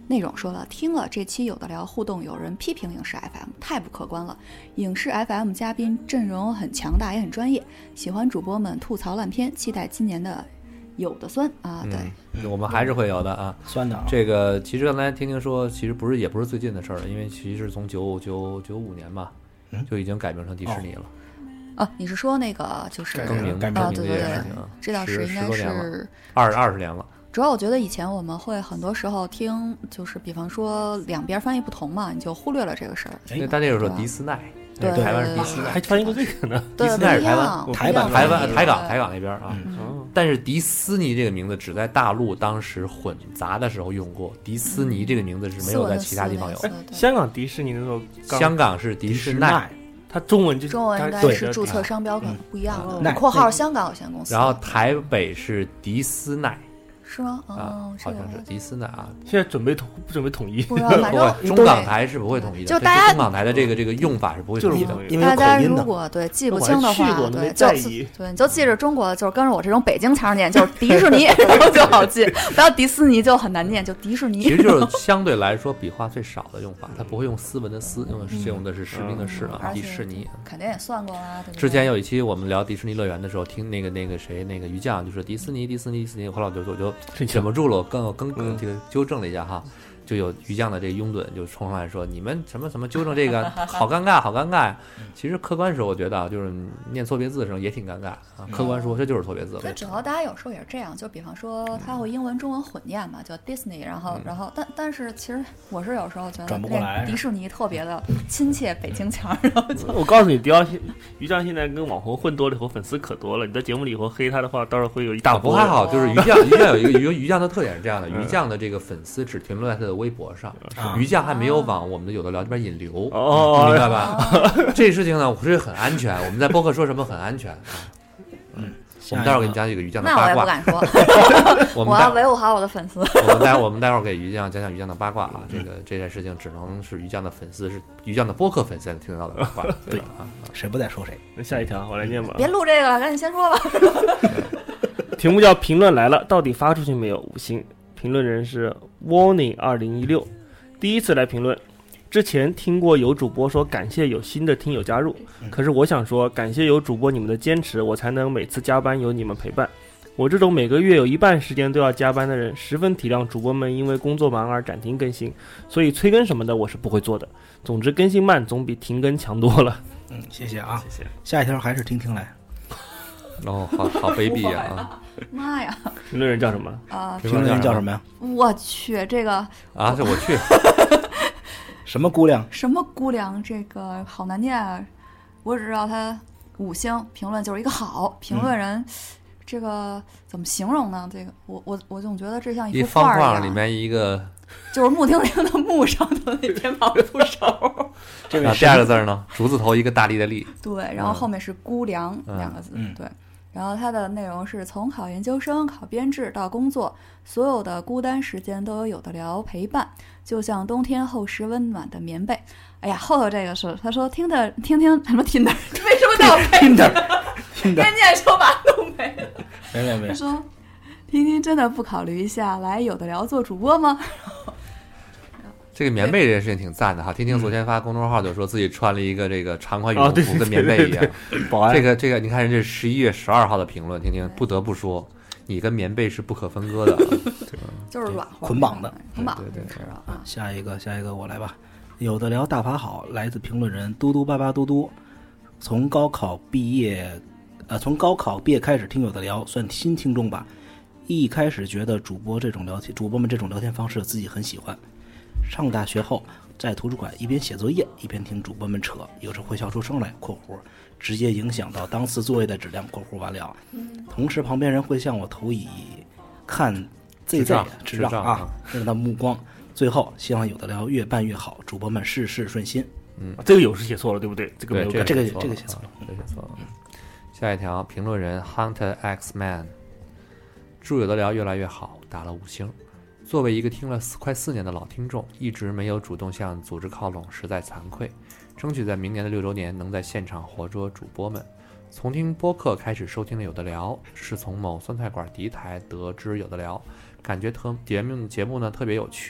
内容说了，听了这期有的聊互动，有人批评影视 F M 太不客观了。影视 F M 嘉宾阵容很强大，也很专业，喜欢主播们吐槽烂片，期待今年的有的酸啊。对、 嗯，我们还是会有的啊， 酸的、啊。 这个其实刚才听听说，其实不是也不是最近的事儿了，因为其实从九九九五年吧，就已经改名成迪士尼了。 哦，啊、你是说那个就是更名改名啊？ 对对对，这倒是应该是二二十年了。 主要我觉得以前我们会很多时候听，就是比方说两边翻译不同嘛，你就忽略了这个事儿。 因为大家有说迪斯奈， 对， 台湾是迪斯奈， 还翻译过这个呢。 迪斯奈是台湾， 台版台湾台港台港那边啊。 嗯、 但是迪斯尼这个名字只在大陆当时混杂的时候用过，迪斯尼这个名字是没有在其他地方有。 哎，香港迪士尼的时候， 香港是迪士奈。 它中文就中文应该是注册商标可能不一样的，括号香港有限公司。 然后台北是迪斯奈。 是吗？哦、 啊，好像是迪斯奈啊。 现在准备统不准备统一？ 不知道，反正中港台是不会统一的。 就大家中港台的这个这个用法是不会统一的， 因为大家如果对记不清的话，对就对你就记着中国就是跟着我这种北京腔念，就是迪士尼，然后就好记。不要迪斯尼就很难念，就迪士尼。 其实就是相对来说笔画最少的用法，它不会用斯文的斯，用的是用的是士兵的士啊。迪士尼肯定也算过啦。 之前有一期我们聊迪士尼乐园的时候，听那个那个谁那个于酱就说迪士尼迪士尼迪士尼，后来我就我就忍不住了。我更我更这个纠正了一下哈，就有于酱的这个拥趸就冲上来说：“你们什么什么纠正这个，好尴尬，好尴尬呀！”其实客观说，我觉得就是念错别字的时候也挺尴尬啊。客观说，这就是错别字。 那主要大家有时候也是这样，就比方说他会英文中文混念嘛，叫 Disney， 然后然后但但是其实我是有时候觉得转不过来， 迪士尼特别的亲切北京腔。然后就我告诉你，迪奥于酱现在跟网红混多了以后，粉丝可多了。你在节目里以后黑他的话，到时候会有一大波。 不还好，就是于酱于酱有一个于于酱的特点是这样的，于酱的这个粉丝只停留在他的微博上，于酱还没有往我们的有的聊这边引流， 哦， 明白吧？这事情呢，我是很安全。我们在播客说什么很安全啊。嗯，我们待会儿给你讲几个于酱的八卦。 那我也不敢说，我, 我要维护好我的粉丝。 我们待我们待会儿给于酱讲讲于酱的八卦啊。这个这件事情只能是于酱的粉丝，是于酱的播客粉丝才能听得到的八卦。对啊， 谁不在说谁。 那下一条我来念吧。 别录这个了，赶紧先说吧。 题目叫评论来了，到底发出去没有？五星。评论人是 Warning 二零一六，第一次来评论。之前听过有主播说感谢有新的听友加入，可是我想说感谢有主播你们的坚持，我才能每次加班有你们陪伴。我这种每个月有一半时间都要加班的人，十分体谅主播们因为工作忙而暂停更新，所以催更什么的我是不会做的。总之更新慢总比停更强多了。 嗯，谢谢啊， 谢谢。 下一条还是听听来。 哦，好好卑鄙啊！ 妈呀！ 评论人叫什么啊？ 评论人叫什么呀？ 我去，这个啊，这我去。 什么姑娘？ 什么姑娘？这个好难念啊！我只知道他五星评论就是一个好评论人。嗯，这个怎么形容呢？这个我我我总觉得这像一幅画一方框里面一个， 就是木听听的木上头那偏旁部首。 这个第二个字呢，竹字头一个大力的力。 对，然后后面是姑娘、 嗯、 两个字。 嗯， 对。然后它的内容是从考研究生、考编制到工作，所有的孤单时间都有有的聊陪伴，就像冬天厚实温暖的棉被。哎呀，后头这个是他说听的听听什么听的，为什么叫听的？听的，关键说把都没了。 没没没。 他说听听真的不考虑一下来有的聊做主播吗？ 这个棉被这件事情挺赞的哈，听听昨天发公众号就说自己穿了一个这个长款羽绒服跟棉被一样。这个这个，你看人这十一月十二号的评论，听听不得不说，你跟棉被是不可分割的， 就是软和捆绑的， 捆绑。 对对对。 啊， 下一个下一个我来吧。有的聊大法好，来自评论人嘟嘟巴巴嘟嘟。从高考毕业，呃，从高考毕业开始听有的聊，算新听众吧。一开始觉得主播这种聊天，主播们这种聊天方式自己很喜欢。上大学后，在图书馆一边写作业一边听主播们扯，有时会笑出声来（括弧），直接影响到当次作业的质量（括弧完了）。同时，旁边人会向我投以看 Z Z 智障啊这样的目光。最后，希望有的聊越办越好，主播们事事顺心。 嗯，这个有时写错了，对不对？这个没有这个这个这个写错了， 这个写错了。下一条，评论人 Hunter X Man， 祝有的聊越来越好，打了五星。作为一个听了四快四年的老听众，一直没有主动向组织靠拢，实在惭愧。争取在明年的六周年能在现场活捉主播们。从听播客开始收听了有的聊，是从某酸菜馆敌台得知有的聊，感觉特节目节目呢特别有趣，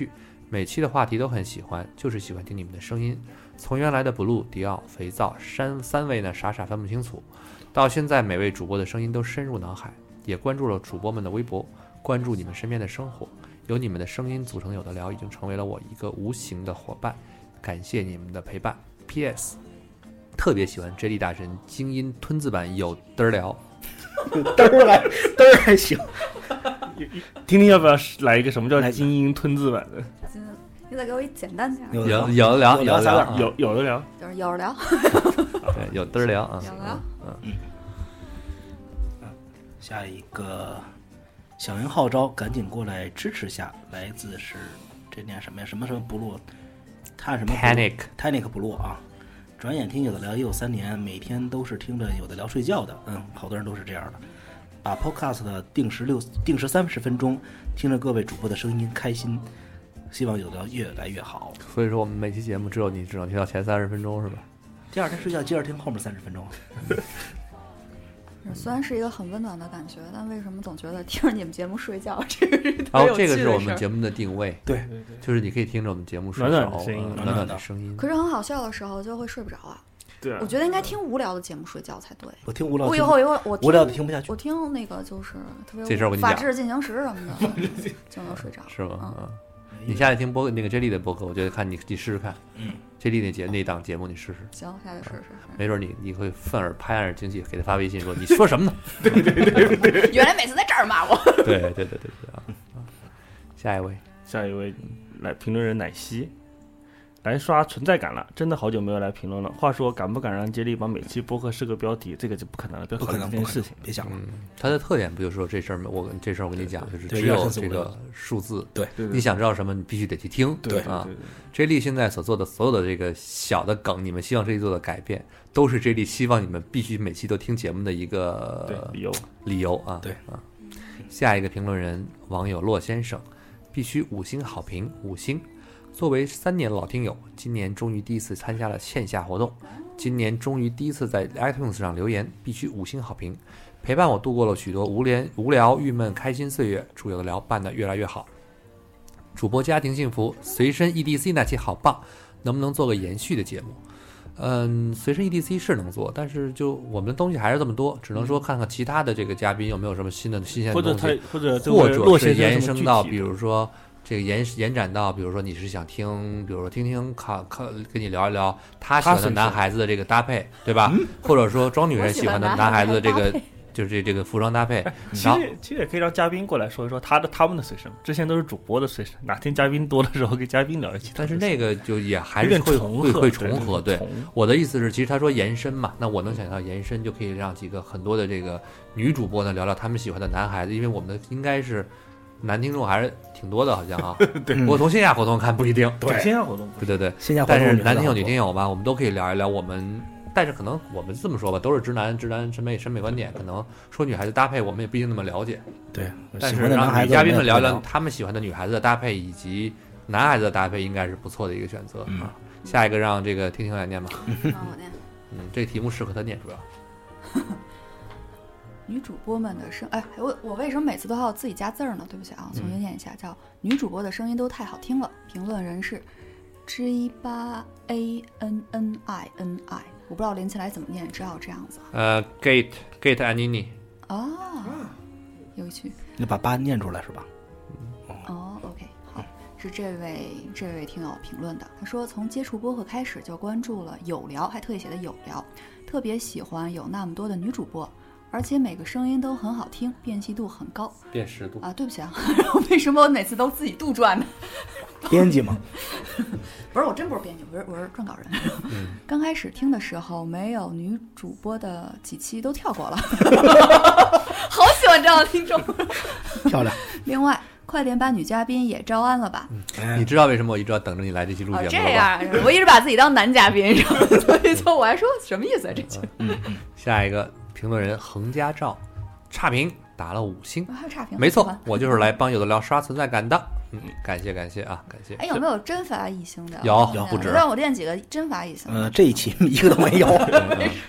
每期的话题都很喜欢，就是喜欢听你们的声音。从原来的 Blue、迪奥、肥皂、三三位呢傻傻分不清楚，到现在每位主播的声音都深入脑海，也关注了主播们的微博，关注你们身边的生活。有你们的声音组成有的聊，已经成为了我一个无形的伙伴。感谢你们的陪伴。P S 特别喜欢 J D 大神精英吞字版有嘚儿聊， 嘚儿还嘚儿还行。 听听要不要来一个什么叫精英吞字版的？ 你再给我一简单点。 有有的聊，有的聊， 有有的聊， 就是有的聊。 对，有嘚儿聊啊。 有的聊。 嗯嗯。下一个响应号召，赶紧过来支持下。来自是这念什么呀？什么什么部落？看什么 ？Panic Panic 部落啊！转眼听有的聊也有三年，每天都是听着有的聊睡觉的。嗯，好多人都是这样的。把 Podcast 的定时六定时三十分钟，听着各位主播的声音，开心。希望有的越来越好。 所以说，我们每期节目只有你只能听到前三十分钟，是吧？ 第二天睡觉接着听后面三十分钟。 虽然是一个很温暖的感觉，但为什么总觉得听着你们节目睡觉，这个是然后、哦、这个是我们节目的定位， 对， 就是你可以听着我们节目睡暖暖的声音， 暖暖的声音。 可是很好笑的时候就会睡不着啊。 对啊， 我觉得应该听无聊的节目睡觉才对。 我听无聊， 我以后以后我无聊的听不下去。 我听那个就是特别这事儿我跟你讲，法制进行时什么的，就能睡着。 是吗？ 嗯。 嗯你下次听播那个 J 莉的播客，我觉得看你你试试看， 嗯 ，J 莉那节那档节目你试试。 行，下去试试。 没准你你会愤而拍案而惊气，给他发微信说你说什么呢？ 对对对对对， 原来每次在这儿骂我。 对对对对对啊！下一位， 下一位来评论人奶昔。来刷存在感了，真的好久没有来评论了。话说，敢不敢让接力把每期播客是个标题？这个就不可能了，不要考虑这件事情， 别想了。 嗯，它的特点不就是说这事儿？我这事儿我跟你讲，就是只有这个数字。 对， 你想知道什么，你必须得去听。 对啊 ，J 莉现在所做的所有的这个小的梗，你们希望 J 莉做的改变，都是 J 莉希望你们必须每期都听节目的一个理由理由啊。 对啊，下一个评论人网友骆先生，必须五星好评，五星。作为三年老听友，今年终于第一次参加了线下活动，今年终于第一次在 iTunes 上留言，必须五星好评，陪伴我度过了许多无聊、无聊、郁闷、开心岁月。祝有的聊办得越来越好，主播家庭幸福。随身 E D C 那期好棒，能不能做个延续的节目？嗯，随身 E D C 是能做，但是就我们的东西还是这么多，只能说看看其他的这个嘉宾有没有什么新的新鲜的东西， 或者或者或者是延伸到，比如说。这个延延展到，比如说你是想听，比如说听听看看跟你聊一聊他喜欢的男孩子的这个搭配，对吧？嗯、或者说庄女人喜欢的男孩子的这个，就是这这个服装搭配。 其实其实也可以让嘉宾过来说一说他的他们的随身，之前都是主播的随身，哪天嘉宾多的时候跟嘉宾聊一起。 但是那个就也还是会会会重合。对，我的意思是，其实他说延伸嘛，那我能想到延伸就可以让几个很多的这个女主播呢聊聊他们喜欢的男孩子，因为我们的应该是。男听众还是挺多的，好像啊。 对， 不过从线下活动看不一定。 对，线下活动。 对对对， 线下活动。 但是男听友、女听友吧，我们都可以聊一聊我们。但是可能我们这么说吧，都是直男，直男审美审美观点，可能说女孩子搭配，我们也不一定那么了解。 对， 但是让女嘉宾们聊聊他们喜欢的女孩子的搭配，以及男孩子的搭配，应该是不错的一个选择、嗯、啊。下一个让这个听听来念吧。 让我念。 嗯，这个题目适合他念，主要。 女主播们的声，哎，我我为什么每次都要自己加字儿呢？对不起啊，重新念一下，叫女主播的声音都太好听了。评论人是 G 八 A N N I N I， 我不知道连起来怎么念，只好这样子。 呃 ，Gate Gate Anini。 哦，有趣。 你把八念出来是吧？ 哦 ，OK， 好，是这位这位听友评论的，他说从接触播客开始就关注了有聊，还特意写的有聊，特别喜欢有那么多的女主播。而且每个声音都很好听，辨析度很高。 辨识度啊，对不起啊，然后为什么我每次都自己杜撰呢？ 编辑吗？ 不是，我真不是编辑，我是我是撰稿人。嗯、刚开始听的时候，没有女主播的几期都跳过了，好喜欢这样的听众， 漂亮。 另外，快点把女嘉宾也招安了吧？ 嗯、你知道为什么我一直要等着你来这期录节目了吧？ 哦、这样，我一直把自己当男嘉宾，所以说我还说什么意思啊？这句。 嗯嗯。下一个。评论人横家照差评打了五星， 还有差评， 没错，我就是来帮有的聊刷存在感的。嗯，感谢感谢啊，感谢。 哎，有没有真罚一星的？ 有有不止， 让我练几个真罚一星。 呃，这一期一个都没有。 为什么？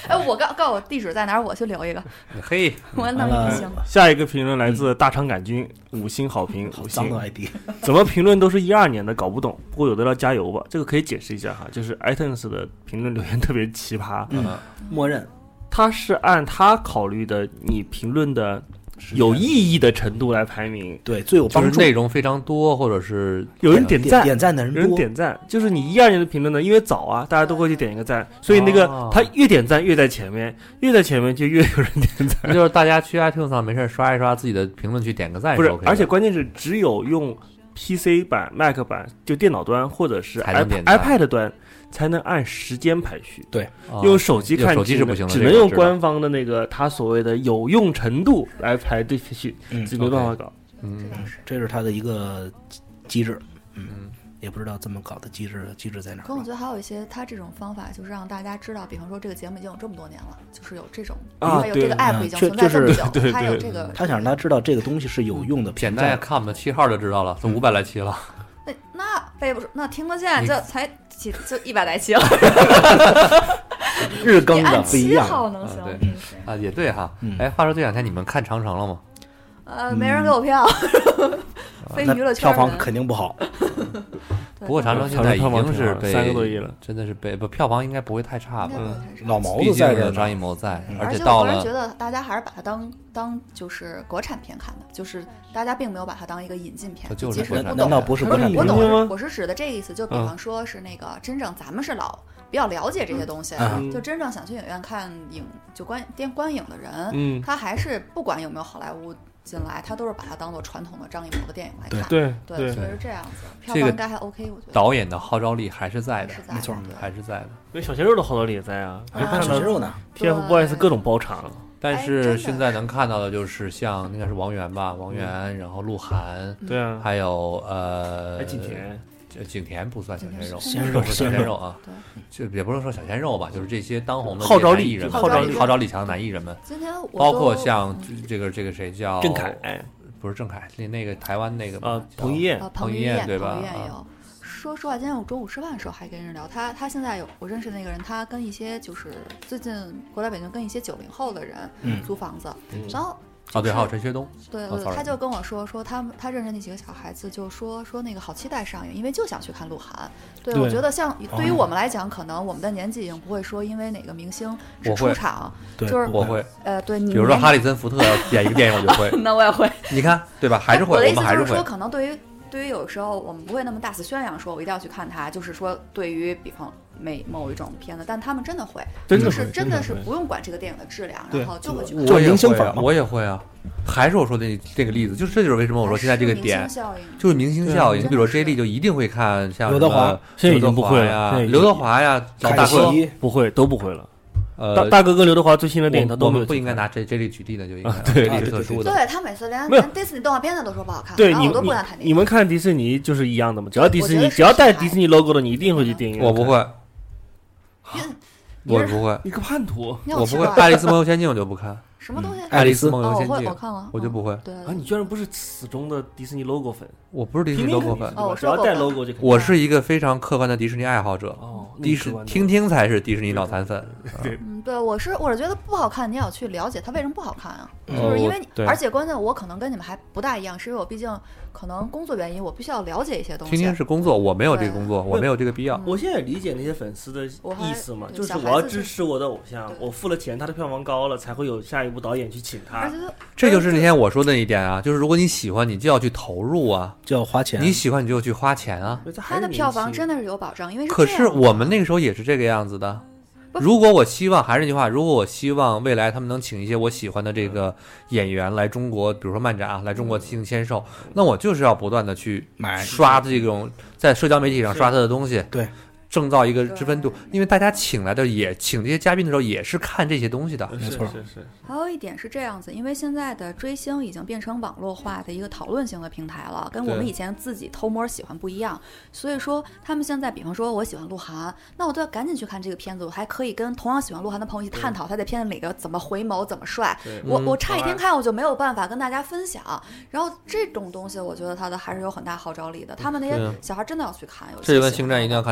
哎，我告告诉我地址在哪儿，我去留一个。 嘿， 我弄一行。 下一个评论来自大肠杆菌，五星好评，五星。 脏的 I D， 怎么评论都是一二年的，搞不懂。不过有的要加油吧，这个可以解释一下哈，就是 iTunes 的评论留言特别奇葩， 嗯，默认他是按他考虑的你评论的有意义的程度来排名， 对，最有帮助， 就是内容非常多，或者是有人点赞， 点赞的人多， 有人点赞，就是你一二年的评论呢，因为早啊，大家都会去点一个赞，所以那个、哦、他越点赞越在前面，越在前面就越有人点赞， 就是大家去 iTunes 上没事刷一刷自己的评论去点个赞， 不是， OK， 而且关键是只有用 P C 版、Mac 版，就电脑端或者是 iPad 端。才能按时间排序， 对， 用手机看手机是不行的， 只能用官方的那个他所谓的有用程度来排队序， 嗯， 这没办法搞， 嗯， 这是他的一个机制，嗯，也不知道这么搞的机制机制在哪儿。 可我觉得还有一些他这种方法，就是让大家知道，比方说这个节目已经有这么多年了，就是有这种， 啊， 还有这个 app 已经存在这么久，他有这个， 他想让他知道这个东西是有用的， 简单看我们七号就知道了，都五百来期了。 那那背不住，那听得见，这才几就一百来期了。 日更的不一样， 号能行、 啊、对啊，也对哈。哎、嗯，话说这两天你们看长城了吗？ 呃，没人给我票，嗯、非娱乐圈票房肯定不好。 不过长城现在已经是被三个多亿了， 真的是被不票房应该不会太差吧？ 嗯、 老毛子在这， 张艺谋在， 嗯、 而且到了， 我个人觉得大家还是把它当当就是国产片看的，就是大家并没有把它当一个引进片。 就是国产， 难道不是国产片？ 我懂吗？我是指的这个意思，就比方说是那个真正咱们是老比较了解这些东西， 嗯、 就真正想去影院看影就观电观影的人， 嗯， 他还是不管有没有好莱坞进来，他都是把它当做传统的张艺谋的电影来看， 对对对， 所以是这样子，票房应该还 OK， 我觉得导演的号召力还是在的， 没错， 还是在的。 因为小鲜肉的号召力也在啊， 啊小鲜肉呢 ，T F Boys 各种包场。 但是现在能看到的就是像应该是王源吧，王源， 嗯、 然后鹿晗， 对啊， 还有呃景甜。 景甜不算小鲜肉， 鲜肉小鲜肉啊，就也不是说小鲜肉吧，就是这些当红的号召力艺人， 号召力号召力强的男艺人们， 今天包括像这个这个谁叫郑恺， 不是郑恺，那那个台湾那个呃彭于晏， 彭于晏对吧？ 说实话，今天我中午吃饭的时候还跟人聊，他他现在有我认识那个人，他跟一些就是最近回来北京跟一些九零后的人租房子， 嗯、 然后。 哦，对，还有陈学冬， 对对，他就跟我说说他们他认识那几个小孩子，就说说那个好期待上映，因为就想去看鹿晗。对， 对我觉得像对于我们来讲，可能我们的年纪已经不会说因为哪个明星只出场，就是我会， 呃，对你， 比如说哈里森福特演一个电影，我就会， 那我也会。 你看，对吧？还是会， 我的意思还是会。 就是说，可能对于对于有时候我们不会那么大肆宣扬说我一定要去看它，就是说对于比方。每某一种片子，但他们真的会， 真的就是真的是不用管这个电影的质量，然后就会去看。 我也会啊，我也会啊。还是我说的这个例子，就是这就是为什么我说现在这个点就是明星效应。你比如说 J 莉就一定会看像刘德华， 现在已经不会呀，刘德华呀，老大哥不会都不会了。 呃， 大大哥跟刘德华最新的电影他都没有。 不应该拿 J J 莉举例的，就应该对这是特殊的。 对他每次连连迪士尼动画片他都说不好看， 对你我都不敢谈。 你们看迪士尼就是一样的嘛？只要迪士尼只要带迪士尼 logo 的，你一定会去电影院。 我不会。我不会， 你个叛徒！ 我不会，《爱丽丝梦游仙境》我就不看。 什么东西？ 爱丽丝梦游仙境， 我看了， 我就不会。 对啊，你居然不是死忠的迪士尼 logo 粉？ 我不是迪士尼 logo 粉， 哦， 只要带 logo 就可以。 我是一个非常客观的迪士尼爱好者。 哦， 迪士听听才是迪士尼脑残粉。 对， 嗯，对，我是我是觉得不好看，你也要去了解它为什么不好看啊。就是因为你，而且关键我可能跟你们还不大一样，是因为我毕竟可能工作原因，我必须要了解一些东西。 听听是工作，我没有这个工作，我没有这个必要。 我现在理解那些粉丝的意思嘛，就是我要支持我的偶像，我付了钱，他的票房高了，才会有下一部导演去请他。 这就是那天我说的一点啊，就是如果你喜欢，你就要去投入啊， 就要花钱。 你喜欢你就去花钱啊。 他的票房真的是有保障，因为可是我们那个时候也是这个样子的。如果我希望，还是那句话，如果我希望未来他们能请一些我喜欢的这个演员来中国，比如说漫展啊，来中国进行签售，那我就是要不断的去买刷这种在社交媒体上刷他的东西， 对， 挣造一个知名度。因为大家请来的也请这些嘉宾的时候，也是看这些东西的， 没错。 是是。 还有一点是这样子，因为现在的追星已经变成网络化的一个讨论型的平台了，跟我们以前自己偷摸喜欢不一样。所以说，他们现在，比方说我喜欢鹿晗，那我都要赶紧去看这个片子，我还可以跟同样喜欢鹿晗的朋友一起探讨他在片子里个怎么回眸、怎么帅。我我差一天看，我就没有办法跟大家分享。然后这种东西，我觉得它的还是有很大号召力的。他们那些小孩真的要去看。有这就跟星战一定要看的应该首映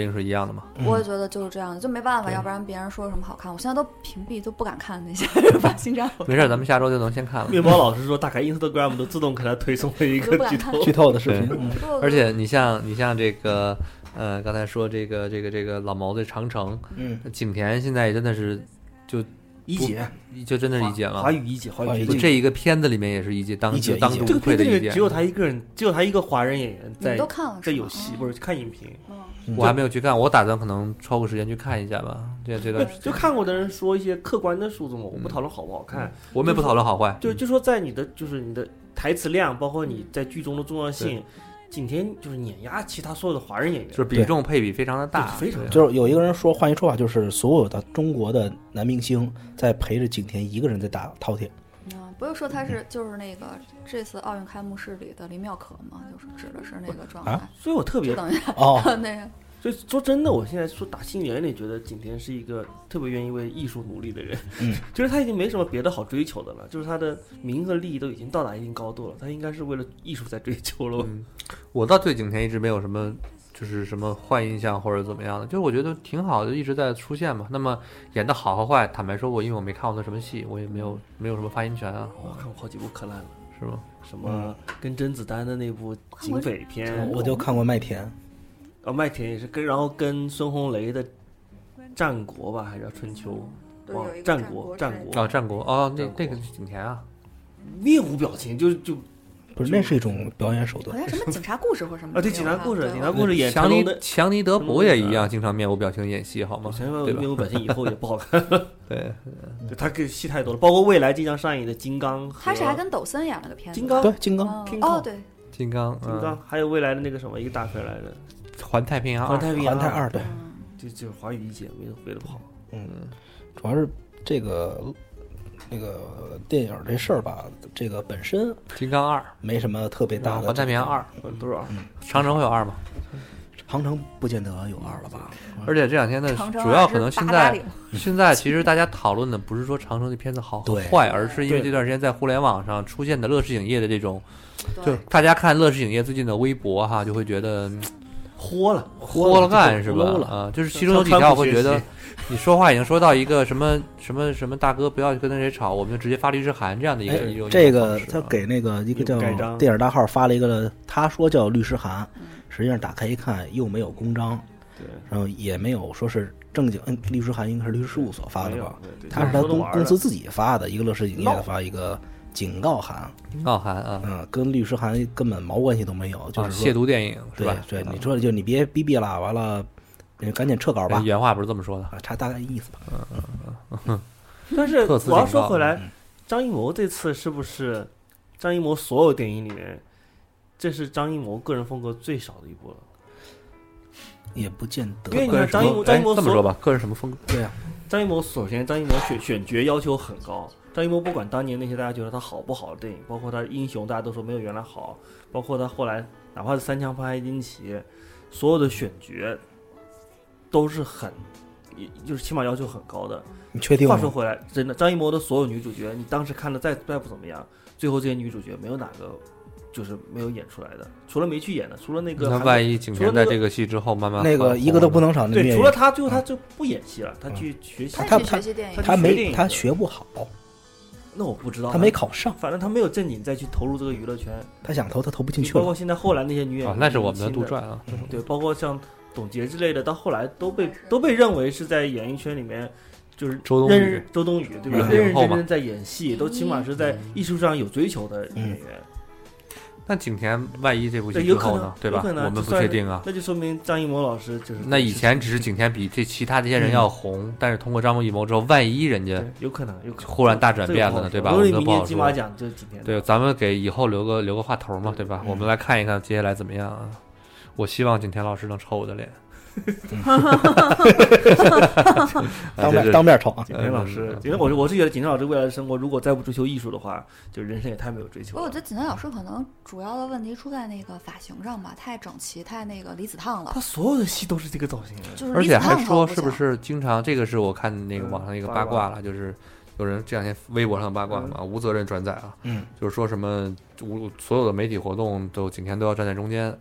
令是一样的吗？ 我也觉得就是这样的，就没办法，要不然别人说什么好看，我现在都屏蔽，都不敢看那些把星战。 没事，咱们下周就能先看了。 面包老师说，打开 Instagram 都自动给他推送了一个剧透剧透的视频。 嗯、而且你像你像这个呃，刚才说这个这个这个老毛的长城， 嗯， 景甜现在也真的是就一姐， 就真的是一姐了。 华语一姐，华语一姐，这一个片子里面也是一姐，当姐当之无愧的一姐。 只有他一个人，只有他一个华人演员在。 你都看了？ 在有戏，不是看影评。 我还没有去看，我打算可能抽个时间去看一下吧。这这段就看过的人说一些客观的数字嘛，我不讨论好不好看， 我们也不讨论好坏。 就就说在你的就是你的台词量，包括你在剧中的重要性。景甜就是碾压其他所有的华人演员， 就是比重配比非常的大， 非常就是有一个人说，换一说法就是所有的中国的男明星在陪着景甜一个人在打饕餮。 啊，不是说他是就是那个这次奥运开幕式里的林妙可吗？就是指的是那个状态。 啊、所以我特别等一下哦， 那个。 所以说真的，我现在说打心眼里觉得景甜是一个特别愿意为艺术努力的人， 嗯， 就是他已经没什么别的好追求的了，就是他的名和利都已经到达一定高度了，他应该是为了艺术在追求了。 嗯，我倒对景甜一直没有什么就是什么坏印象或者怎么样的，就是我觉得挺好的，一直在出现嘛。那么演的好和坏，坦白说过，因为我没看过他什么戏，我也没有没有什么发言权啊。 我看过好几部可烂了， 是吗？ 什么跟甄子丹的那部警匪片， 我就看过麦田。 哦，麦田也是跟，然后跟孙红雷的战国吧，还是叫春秋？ 哇， 战国，战国啊，战国哦，那那个是景甜啊， 面无表情，就就不是，那是一种表演手段。 好像什么警察故事或什么啊？对，警察故事，警察故事演强尼强尼德伯也一样，经常面无表情演戏，好吗？ 对吧？面无表情以后也不好看了。 对， 对他给戏太多了，包括未来即将上映的《金刚》， 他是还跟抖森演了个片子， 金刚对金刚哦对， 金刚金刚，还有未来的那个什么一个大片来着。 环太平洋， 环太平洋， 环太二，对， 就就是华语一姐，没有别的不好。 嗯，主要是这个那个电影这事儿吧，这个本身金刚二没什么特别大的。 环太平洋二多少？ 嗯， 长城会有二吗？ 长城不见得有二了吧？ 而且这两天的主要可能现在现在其实大家讨论的不是说长城这片子好和坏，而是因为这段时间在互联网上出现的乐视影业的这种，就大家看乐视影业最近的微博哈，就会觉得。 豁了， 豁了干是吧？啊，就是其中有几条，我会觉得你说话已经说到一个什么什么什么大哥不要跟谁吵，我们就直接发律师函这样的一个一种。 这个他给那个一个叫电影大号发了一个，他说叫律师函，实际上打开一看又没有公章， 对， 然后也没有说是正经，嗯，律师函应该是律师事务所发的吧？他是他公公司自己发的，一个乐视影业发一个。警告函， 警告函啊， 嗯，跟律师函根本毛关系都没有，就是亵渎电影是吧？ 对，你说就你别逼逼了，完了，赶紧撤稿吧。 原话不是这么说的， 啊，差大概意思吧。 嗯嗯嗯。 但是我要说回来，张艺谋这次是不是张艺谋所有电影里面，这是张艺谋个人风格最少的一部了？ 也不见得， 因为你看张艺谋，张艺谋这么说吧，个人什么风格？ 对呀， 张艺谋首先，张艺谋选选角要求很高。张艺谋不管当年那些大家觉得他好不好的电影，包括他英雄，大家都说没有原来好，包括他后来哪怕是三枪拍爱丁奇，所有的选角都是很，就是起码要求很高的。 你确定吗？ 话说回来，真的，张艺谋的所有女主角，你当时看的再再不怎么样，最后这些女主角没有哪个就是没有演出来的，除了没去演的，除了那个。 那万一景甜在这个戏之后慢慢那个一个都不能少， 对，除了他，最后他就不演戏了，他去学习， 他学习电影， 他没他学不好。 那我不知道， 他没考上， 反正他没有正经再去投入这个娱乐圈。 他想投，他投不进去了。包括现在后来那些女演员， 啊，那是我们的杜撰啊。 对，包括像董洁之类的，到后来都被都被认为是在演艺圈里面，就是周冬雨， 周冬雨对吧？认认真真在演戏，都起码是在艺术上有追求的演员。 那景甜万一这部戏之后呢？对吧？我们不确定啊。 那就说明张艺谋老师就是。 那以前只是景甜比这其他这些人要红，但是通过张艺谋之后，万一人家有可能有忽然大转变了呢，对吧？我们都不好说。 金马奖就是景甜。 对，咱们给以后留个留个话头嘛，对吧？我们来看一看接下来怎么样啊！我希望景甜老师能抽我的脸。 当面当面瞅啊！ 景甜老师，因为我是我是觉得景甜老师未来的生活，如果再不追求艺术的话，就人生也太没有追求了。 我觉得景甜老师可能主要的问题出在那个发型上吧，太整齐，太那个离子烫了。 他所有的戏都是这个造型， 就是而且还说是不是经常这个是我看那个网上一个八卦了，就是有人这两天微博上的八卦嘛，无责任转载啊， 嗯， 就是说什么无所有的媒体活动都景甜都要站在中间。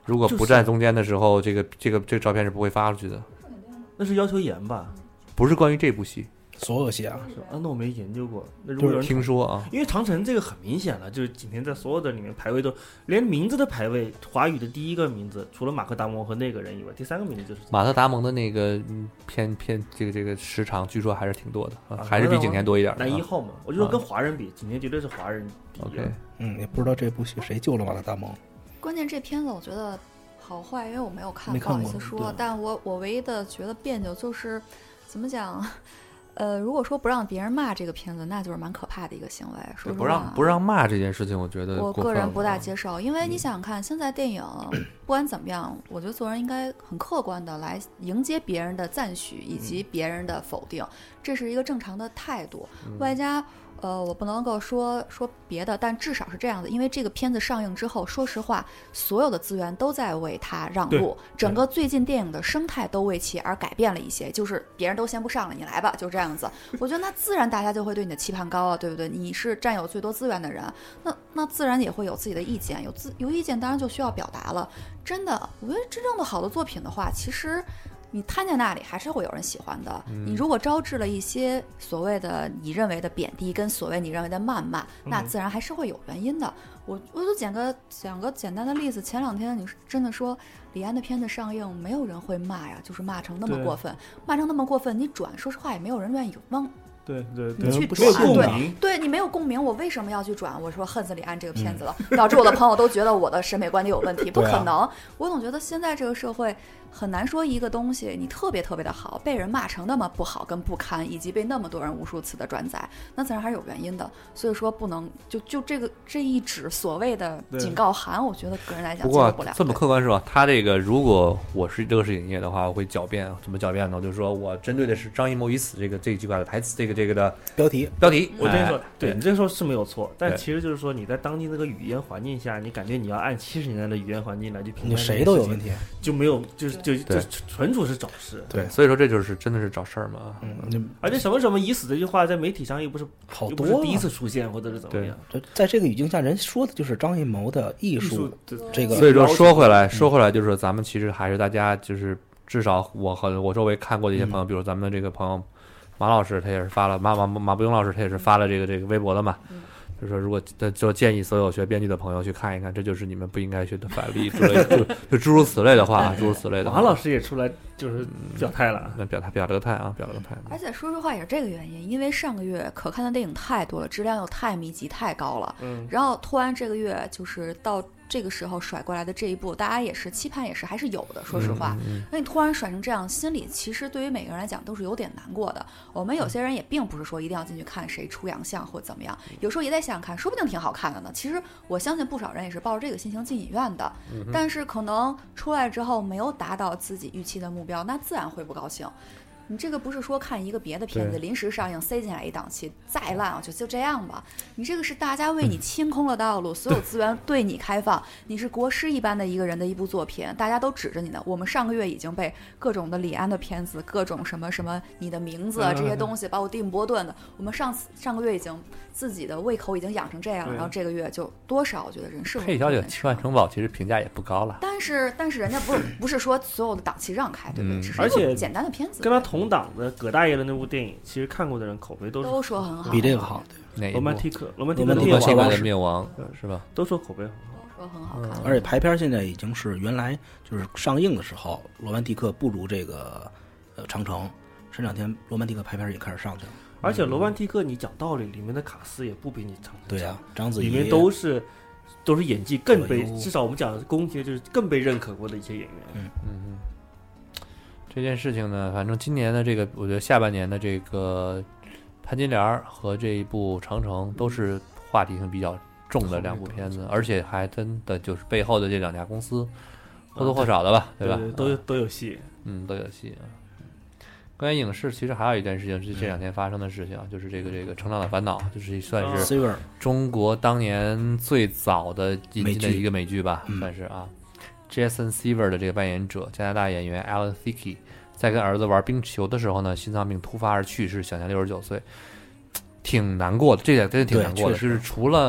如果不站中间的时候，这个这个这个照片是不会发出去的。 那是要求严吧？ 不是关于这部戏。 所有戏啊， 啊，那我没研究过。那如果有人听说啊， 因为长城这个很明显了，就是景天在所有的里面排位都连名字的排位，华语的第一个名字除了马克达蒙和那个人以外，第三个名字就是马特达蒙的那个偏偏这个这个时长，据说还是挺多的，啊、还是比景天多一点。 男一号嘛，我就说跟华人比，景天绝对是华人第一。 OK， 嗯，也不知道这部戏谁救了马特达蒙。 关键这片子我觉得好坏，因为我没有看， 没看过不好意思说。但我我唯一的觉得别扭就是，怎么讲？呃，如果说不让别人骂这个片子，那就是蛮可怕的一个行为。说不让不让骂这件事情，我觉得我个人不大接受，因为你想想看，现在电影不管怎么样，我觉得做人应该很客观的来迎接别人的赞许以及别人的否定，这是一个正常的态度。外加呃，我不能够说说别的，但至少是这样的，因为这个片子上映之后，说实话，所有的资源都在为它让路，整个最近电影的生态都为其而改变了一些，就是别人都先不上了，你来吧，就这样子。我觉得那自然大家就会对你的期盼高啊，对不对？你是占有最多资源的人，那那自然也会有自己的意见，有自有意见当然就需要表达了。真的，我觉得真正的好的作品的话，其实你摊在那里还是会有人喜欢的。你如果招致了一些所谓的你认为的贬低跟所谓你认为的谩骂，那自然还是会有原因的。我我就讲个讲个简单的例子，前两天你真的说李安的片子上映，没有人会骂呀，就是骂成那么过分，骂成那么过分，你转，说实话也没有人愿意往。 对对对， 你去转， 对对，你没有共鸣，我为什么要去转？我说恨死李安这个片子了，嗯、导致我的朋友都觉得我的审美观点有问题，不可能。啊、我总觉得现在这个社会很难说一个东西你特别特别的好，被人骂成那么不好跟不堪，以及被那么多人无数次的转载，那自然还是有原因的。所以说不能就就这个这一纸所谓的警告函，我觉得个人来讲接受不了。 这么客观是吧？他这个如果我是乐视影业的话，我会狡辩，怎么狡辩呢？就是说我针对的是张艺谋已死这个这句话的台词，这个这个的标题。 标题， 我这说，对你这说是没有错，但其实就是说你在当今这个语言环境下，你感觉你要按七十年代的语言环境来去评价， 你谁都有问题， 就没有，就是就就纯属是找事。 对，所以说这就是真的是找事儿嘛。 嗯，而且什么什么已死这句话在媒体上又不是好多， 又不是第一次出现，或者是怎么样。 在这个语境下，人说的就是张艺谋的艺术，这个。 所以说说回来，说回来就是咱们其实还是大家就是至少我和我周围看过的一些朋友，比如咱们的这个朋友。马老师他也是发了，马马马步勇老师他也是发了这个这个微博的嘛，嗯、就说如果就建议所有学编剧的朋友去看一看，这就是你们不应该学的法律之类的，就就诸如此类的话，诸如此类的。 马老师也出来就是表态了， 那、嗯、表态表了个态啊，表了个态。 而且说实话也是这个原因，因为上个月可看的电影太多了，质量又太密集太高了，嗯，然后突然这个月就是到。这个时候甩过来的这一步，大家也是期盼，也是还是有的。说实话，那、嗯嗯、你突然甩成这样，心里其实对于每个人来讲都是有点难过的。我们有些人也并不是说一定要进去看谁出洋相或怎么样，有时候也在想想看，说不定挺好看的呢。其实我相信不少人也是抱着这个心情进影院的，嗯、但是可能出来之后没有达到自己预期的目标，那自然会不高兴。你这个不是说看一个别的片子临时上映塞进来一档期再烂啊就就这样吧，你这个是大家为你清空了道路，所有资源对你开放，你是国师一般的一个人的一部作品，大家都指着你的。我们上个月已经被各种的李安的片子，各种什么什么你的名字这些东西，包括蒂姆波顿的，我们上次上个月已经自己的胃口已经养成这样，然后这个月就多少我觉得人是配小姐七万城堡其实评价也不高了， 但是但是人家不是不是说所有的档期让开，对不对？ 嗯、 只是一个简单的片子， 跟他同档的葛大爷的那部电影，其实看过的人口碑都是都说很好， 比这个好。 对，罗曼蒂克，罗曼蒂克灭亡的灭亡是吧？ 都说口碑很好， 都说很好看。 而且排片现在已经是原来就是上映的时候，罗曼蒂克不如这个呃长城。这两天罗曼蒂克排片也开始上去了。 而且罗曼蒂克，你讲道理，里面的卡斯也不比你长城对啊，章子怡里面都是都是演技更被，至少我们讲的宫廷就是更被认可过的一些演员。 嗯嗯。这件事情呢，反正今年的这个，我觉得下半年的这个潘金莲和这一部长城都是话题性比较重的两部片子，而且还真的就是背后的这两家公司或多或少的吧， 对吧？ 都有都有戏， 嗯，都有戏啊。关于影视，其实还有一件事情是这两天发生的事情，就是这个这个《成长的烦恼》，就是算是中国当年最早的引进的一个美剧吧，算是啊。Jason Seaver 的这个扮演者，加拿大演员 Alan Thicke， 在跟儿子玩冰球的时候呢，心脏病突发而去世，享年六十九岁，挺难过的。这点真的挺难过的，就是除了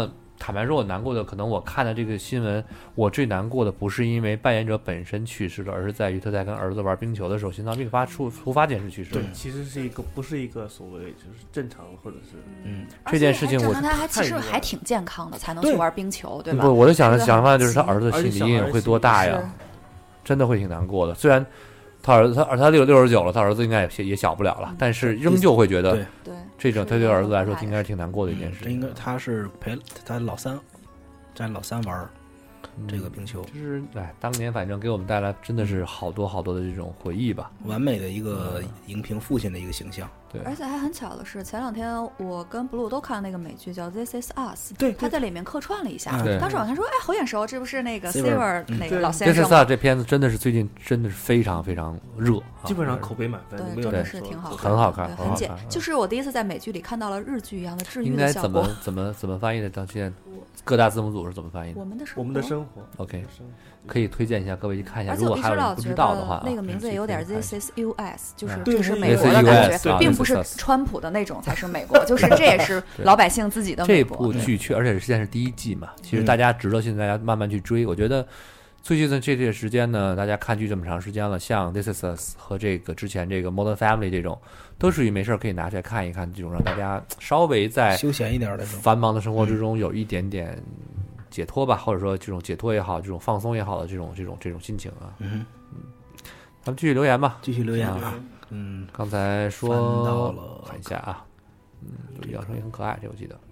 坦白说，我难过的可能我看的这个新闻，我最难过的不是因为扮演者本身去世了，而是在于他在跟儿子玩冰球的时候心脏病发出突发间去世。 对，其实是一个不是一个所谓就是正常或者是嗯这件事情我， 正常他还其实还挺健康的，才能去玩冰球，对吧？ 不，我就想想法就是他儿子心理阴影会多大呀？真的会挺难过的。虽然他儿子他他六六十九了，他儿子应该也也小不了了，但是仍旧会觉得对这种他对儿子来说应该是挺难过的一件事。 这应该他是陪他老三，带老三玩这个冰球， 就是哎，当年反正给我们带来真的是好多好多的这种回忆吧， 完美的一个荧屏父亲的一个形象。 对， 而且还很巧的是，前两天我跟 Blue 都看那个美剧叫《This Is Us》， 对， 他在里面客串了一下。 对当时我看说，哎，好眼熟，这不是那个 Silver Silver 那个老先 This 生 Is 吗？ Us 这片子真的是最近真的是非常非常热， 基本上口碑满分， 对，真的是挺好看， 很好看， 很简。就是我第一次在美剧里看到了日剧一样的治愈应的效果。 该怎么怎么怎么翻译的？到现在各大字幕组是怎么翻译的？ 我们的生活， 我们的生活。 OK， 可以推荐一下各位去看一下。 而且如果还有我一直老人不知道的话， 那个名字也有点 This Is U S， 就是这是美国的感觉，并不是川普的那种才是美国，就是这也是老百姓自己的美国。 这部剧确，而且现在是第一季嘛，其实大家值得现在大家慢慢去追。我觉得最近的这段时间呢，大家看剧这么长时间了，像 This Is Us 和这个之前这个 Modern Family 这种，都属于没事可以拿出来看一看，这种让大家稍微在休闲一点的繁忙的生活之中有一点点解脱吧，或者说这种解脱也好，这种放松也好的这种这种这种心情啊。 嗯嗯，咱们继续留言吧， 继续留言啊。 嗯， 刚才说到了， 看一下啊，嗯，有养生也很可爱，这我记得。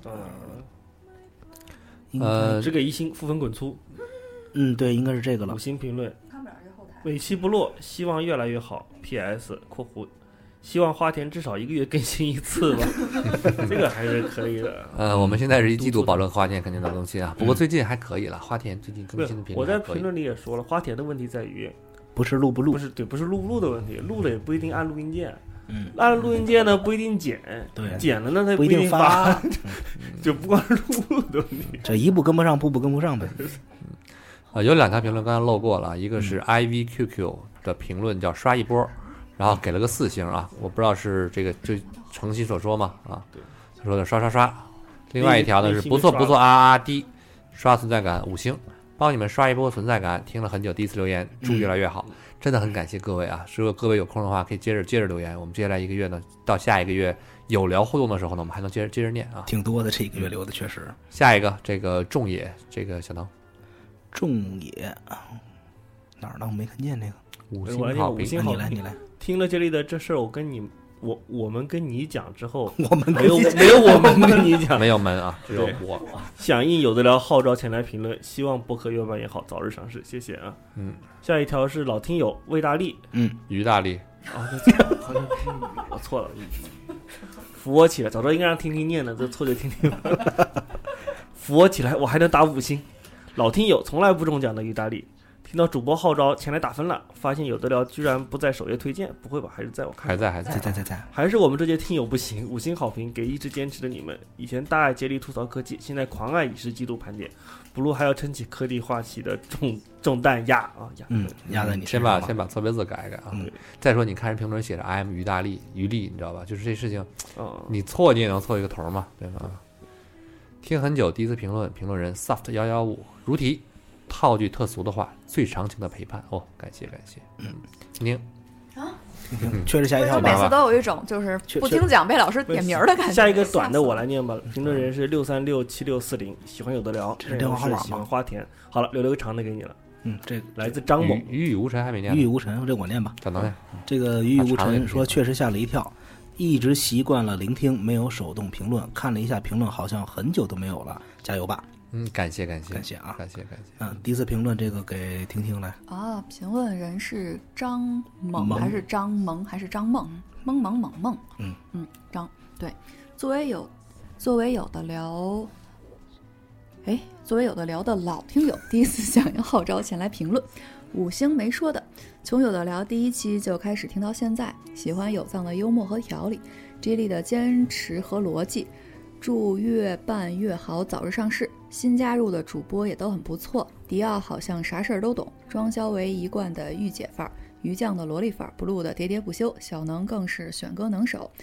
嗯， 呃， 只给一星，负分滚粗。 嗯，对，应该是这个了。 五星评论，每期不落，希望越来越好。P S 括弧，希望花田至少一个月更新一次吧，这个还是可以的。 呃，我们现在是一季度保证花田肯定能更新啊，不过最近还可以了，花田最近更新的频率。 我在评论里也说了，花田的问题在于， 不是录不录， 不是对，不是录不录的问题，录了也不一定按录音键。 嗯， 按录音键呢不一定剪， 对， 剪了呢它不一定发， 就不光是录的问题。 这一步跟不上，步步跟不上呗。 啊，有两条评论刚才漏过了，一个是 I V Q Q 的评论叫刷一波，然后给了个四星啊，我不知道是这个就诚心所说嘛啊，他说的刷刷刷。另外一条呢是不错不错啊啊滴，刷存在感五星，帮你们刷一波存在感，听了很久第一次留言，祝越来越好。真的很感谢各位啊！如果各位有空的话，可以接着接着留言。我们接下来一个月呢，到下一个月有聊互动的时候呢，我们还能接着接着念啊。 挺多的，这一个月留的确实。 下一个，这个仲野，这个小能， 仲野哪儿呢？我没看见这个。 五星好评， 你来，你来。 听了这里的这事儿，我跟你，我我们跟你讲之后， 我们没有没有我们跟你讲， 没有门啊，只有我。 响应有的聊号召前来评论，希望播客越办越好，早日上市，谢谢啊。 嗯。 下一条是老听友魏大力， 嗯， 于大力啊，我错了，扶我起来，早知道应该让听听念的，这错就听听。扶我起来，我还能打五星。老听友从来不中奖的于大力，听到主播号召前来打分了，发现有的聊居然不在首页推荐，不会吧？还是在我看还在还在在在在， 还是我们这届听友不行，五星好评给一直坚持的你们。以前大爱接力吐槽科技，现在狂爱影视季度盘点。不录还要撑起科技话题的重重担压啊压， 嗯，压在你先把先把错别字改改啊。 嗯、 再说你看人评论写着 I am 于大力于力，你知道吧？就是这事情， 哦、 你错你也能错一个头嘛，对吧？听很久，第一次评论，评论人 soft 幺幺五如题，套句特俗的话，最长情的陪伴哦，感谢感谢，嗯，听听啊。 嗯，确实吓一跳吧。 每次都有一种就是不听讲被老师点名的感觉。 下一个短的我来念吧。评论人是六三六七六四零，喜欢有的聊， 这是电话号码吗？ 喜欢花田。好了，留了个长的给你了。 嗯，这来自张某。 鱼与无尘还没念。 鱼与无尘，这我念吧。 小能念。 这个鱼与无尘说确实吓了一跳，一直习惯了聆听，没有手动评论，看了一下评论，好像很久都没有了，加油吧。 嗯，感谢感谢感谢啊， 感谢感谢。 嗯，第一次评论这个给婷婷来啊，评论人是张萌还是张萌还是张梦萌萌萌萌？ 嗯嗯，张对。作为有作为有的聊，哎，作为有的聊的老听友，第一次想要号召前来评论，五星没说的。从有的聊第一期就开始听到现在，喜欢有藏的幽默和条理 ，J 莉的坚持和逻辑。祝越办越好，早日上市。新加入的主播也都很不错。迪奥好像啥事儿都懂，庄肖维一贯的御姐范儿，于酱的萝莉范儿，blue的喋喋不休，小能更是选歌能手。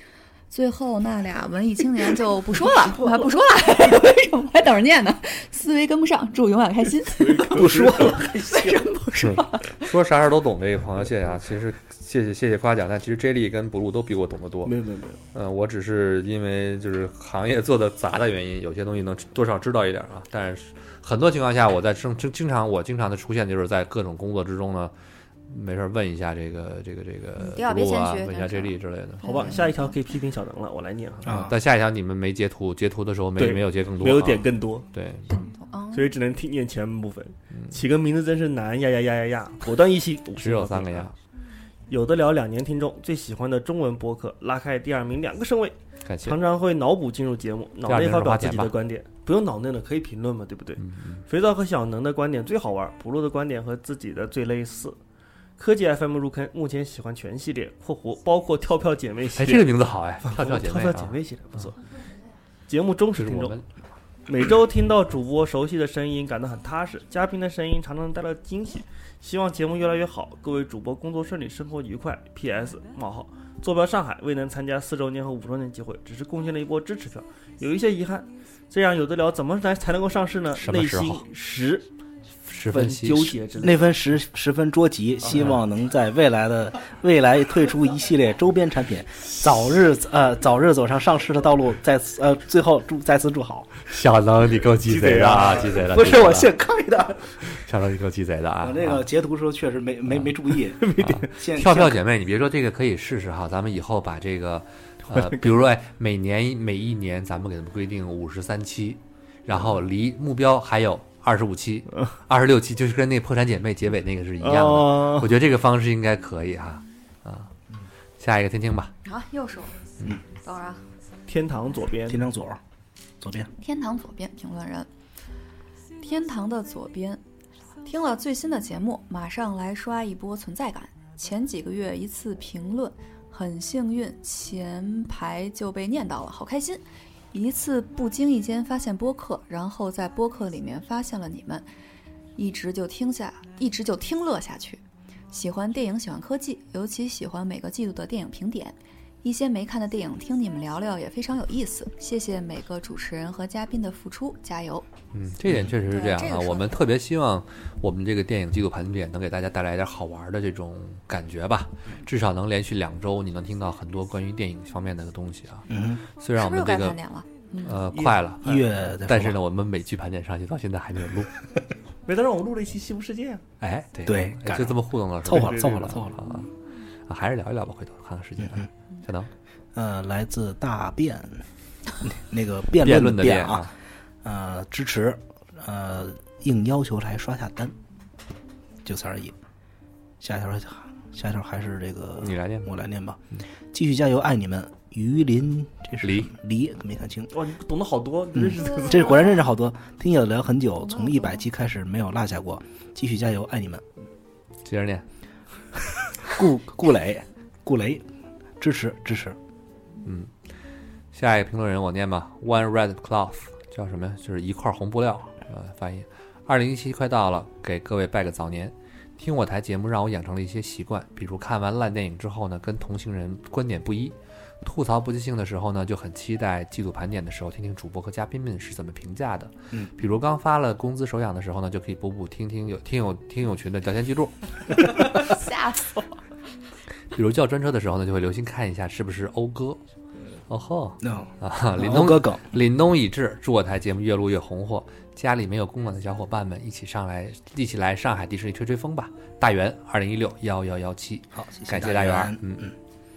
最后那俩文艺青年就不说了，我还不说了，为什么还等着念呢？思维跟不上，祝永远开心。 不说了， 为什么不说了？ 说啥事都懂这个朋友，谢谢啊！其实谢谢谢谢夸奖，但其实 J 莉跟 Blue 都比我懂得多。 没有没有没有， 嗯，我只是因为就是行业做的杂的原因，有些东西能多少知道一点啊。但是很多情况下，我在经经经常我经常的出现就是在各种工作之中呢。没事问一下这个这个这个不要别谦虚， 问一下 J 莉之类的。 好吧，下一条可以批评小能了，我来念啊。但下一条你们没截图，截图的时候没没有截更多， 没有点更多， 对， 所以只能听念前半部分。起个名字真是难呀呀呀呀呀！果断一气， 只有三个呀。 有的聊两年听众最喜欢的中文播客，拉开第二名两个身位。 感谢。 常常会脑补进入节目，脑内发表自己的观点，不用脑内的可以评论嘛，对不对？ 嗯嗯、 肥皂和小能的观点最好玩，不露的观点和自己的最类似。科技 F M 入坑，目前喜欢全系列（括弧包括跳票姐妹系列）。 哎，这个名字好哎，跳票姐妹、啊， 跳票姐妹系列不错。节目忠实听众，每周听到主播熟悉的声音，感到很踏实；嘉宾的声音常常带来惊喜。希望节目越来越好，各位主播工作顺利，生活愉快。P S 冒号坐标上海，未能参加四周年和五周年机会，只是贡献了一波支持票，有一些遗憾。这样有的聊怎么才才能够上市呢？内心十。 十分纠结之类， 那分十十分捉急，希望能在未来的未来推出一系列周边产品，早日呃早日走上上市的道路。再次呃最后祝再次祝好。 小能你够鸡贼的啊，鸡贼的！ 不是我现开的， 小能你够鸡贼的啊！ 我那个截图时候确实没没没注意，没点。 跳票姐妹，你别说这个可以试试哈，咱们以后把这个呃，比如说哎，每年每一年咱们给他们规定五十三期，然后离目标还有。二十五期、二十六期，就是跟那破产姐妹结尾那个是一样的。哦、我觉得这个方式应该可以哈。啊，下一个听听吧。 啊，又说，嗯，等会儿啊。 天堂左边， 天堂左，左边。 天堂左边，评论人。天堂的左边，听了最新的节目，马上来刷一波存在感。前几个月一次评论，很幸运，前排就被念到了，好开心。一次不经意间发现播客，然后在播客里面发现了你们，一直就听下，一直就听乐下去。喜欢电影，喜欢科技，尤其喜欢每个季度的电影评点。一些没看的电影，听你们聊聊也非常有意思。谢谢每个主持人和嘉宾的付出，加油！ 嗯，这点确实是这样啊。我们特别希望我们这个电影季度盘点能给大家带来一点好玩的这种感觉吧，至少能连续两周你能听到很多关于电影方面的东西啊。 嗯， 虽然我们这个呃快了一月， 但是呢，我们美剧盘点上去到现在还没有录。 没得让我们录了一期《西部世界》啊！ 哎，对对， 就这么糊弄了， 凑合了，凑合了，凑合了啊！啊，还是聊一聊吧，回头看看时间。 嗯， 小能， 呃，来自大辩，那个辩论的辩啊，呃，支持，呃，硬要求来刷下单，就此而已。下一条，下一条还是这个， 你来念， 我来念吧。继续加油，爱你们。于林，这是黎黎，没看清。 哇，你懂得好多， 嗯、 认识这个， 这果然认识好多。听友聊很久，从一百期开始没有落下过。继续加油，爱你们。 接着念。 顾顾磊，顾雷，支持支持。 嗯，下一个评论人我念吧。One red cloth 叫什么呀？就是一块红布料。呃，翻译。二零一七快到了，给各位拜个早年。听我台节目让我养成了一些习惯，比如看完烂电影之后呢，跟同行人观点不一。吐槽不尽兴的时候呢，就很期待季度盘点的时候听听主播和嘉宾们是怎么评价的。 嗯， 比如刚发了工资手痒的时候呢，就可以补补听听有听友听友群的聊天记录。 吓死我！ 比如叫专车的时候呢，就会留心看一下是不是讴歌。哦吼 ，no 啊，凛冬哥梗， 凛冬已至，祝我台节目越录越红火。家里没有供暖的小伙伴们，一起上来，一起来上海迪士尼吹吹风吧。大元二零一六幺幺幺七， 好，谢谢感谢大元。 嗯嗯。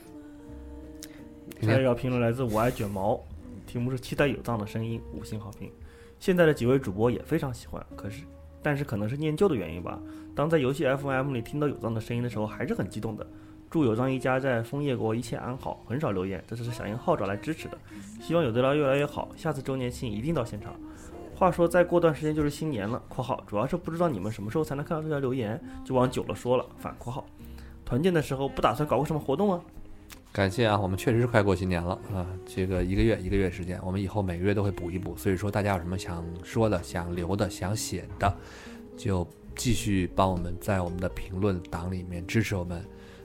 下一条评论来自我爱卷毛，题目是期待有藏的声音，五星好评。现在的几位主播也非常喜欢，可是但是可能是念旧的原因吧，当在游戏 F M 里听到有藏的声音的时候还是很激动的。祝有藏一家在枫叶国一切安好，很少留言，这是响应号召来支持的，希望有的聊越来越好，下次周年庆一定到现场。话说再过段时间就是新年了，括号主要是不知道你们什么时候才能看到这条留言，就往久了说了，反括号团建的时候不打算搞个什么活动啊？ 感谢啊，我们确实是快过新年了啊，这个一个月一个月时间，我们以后每个月都会补一补，所以说大家有什么想说的、想留的、想写的，就继续帮我们在我们的评论档里面支持我们，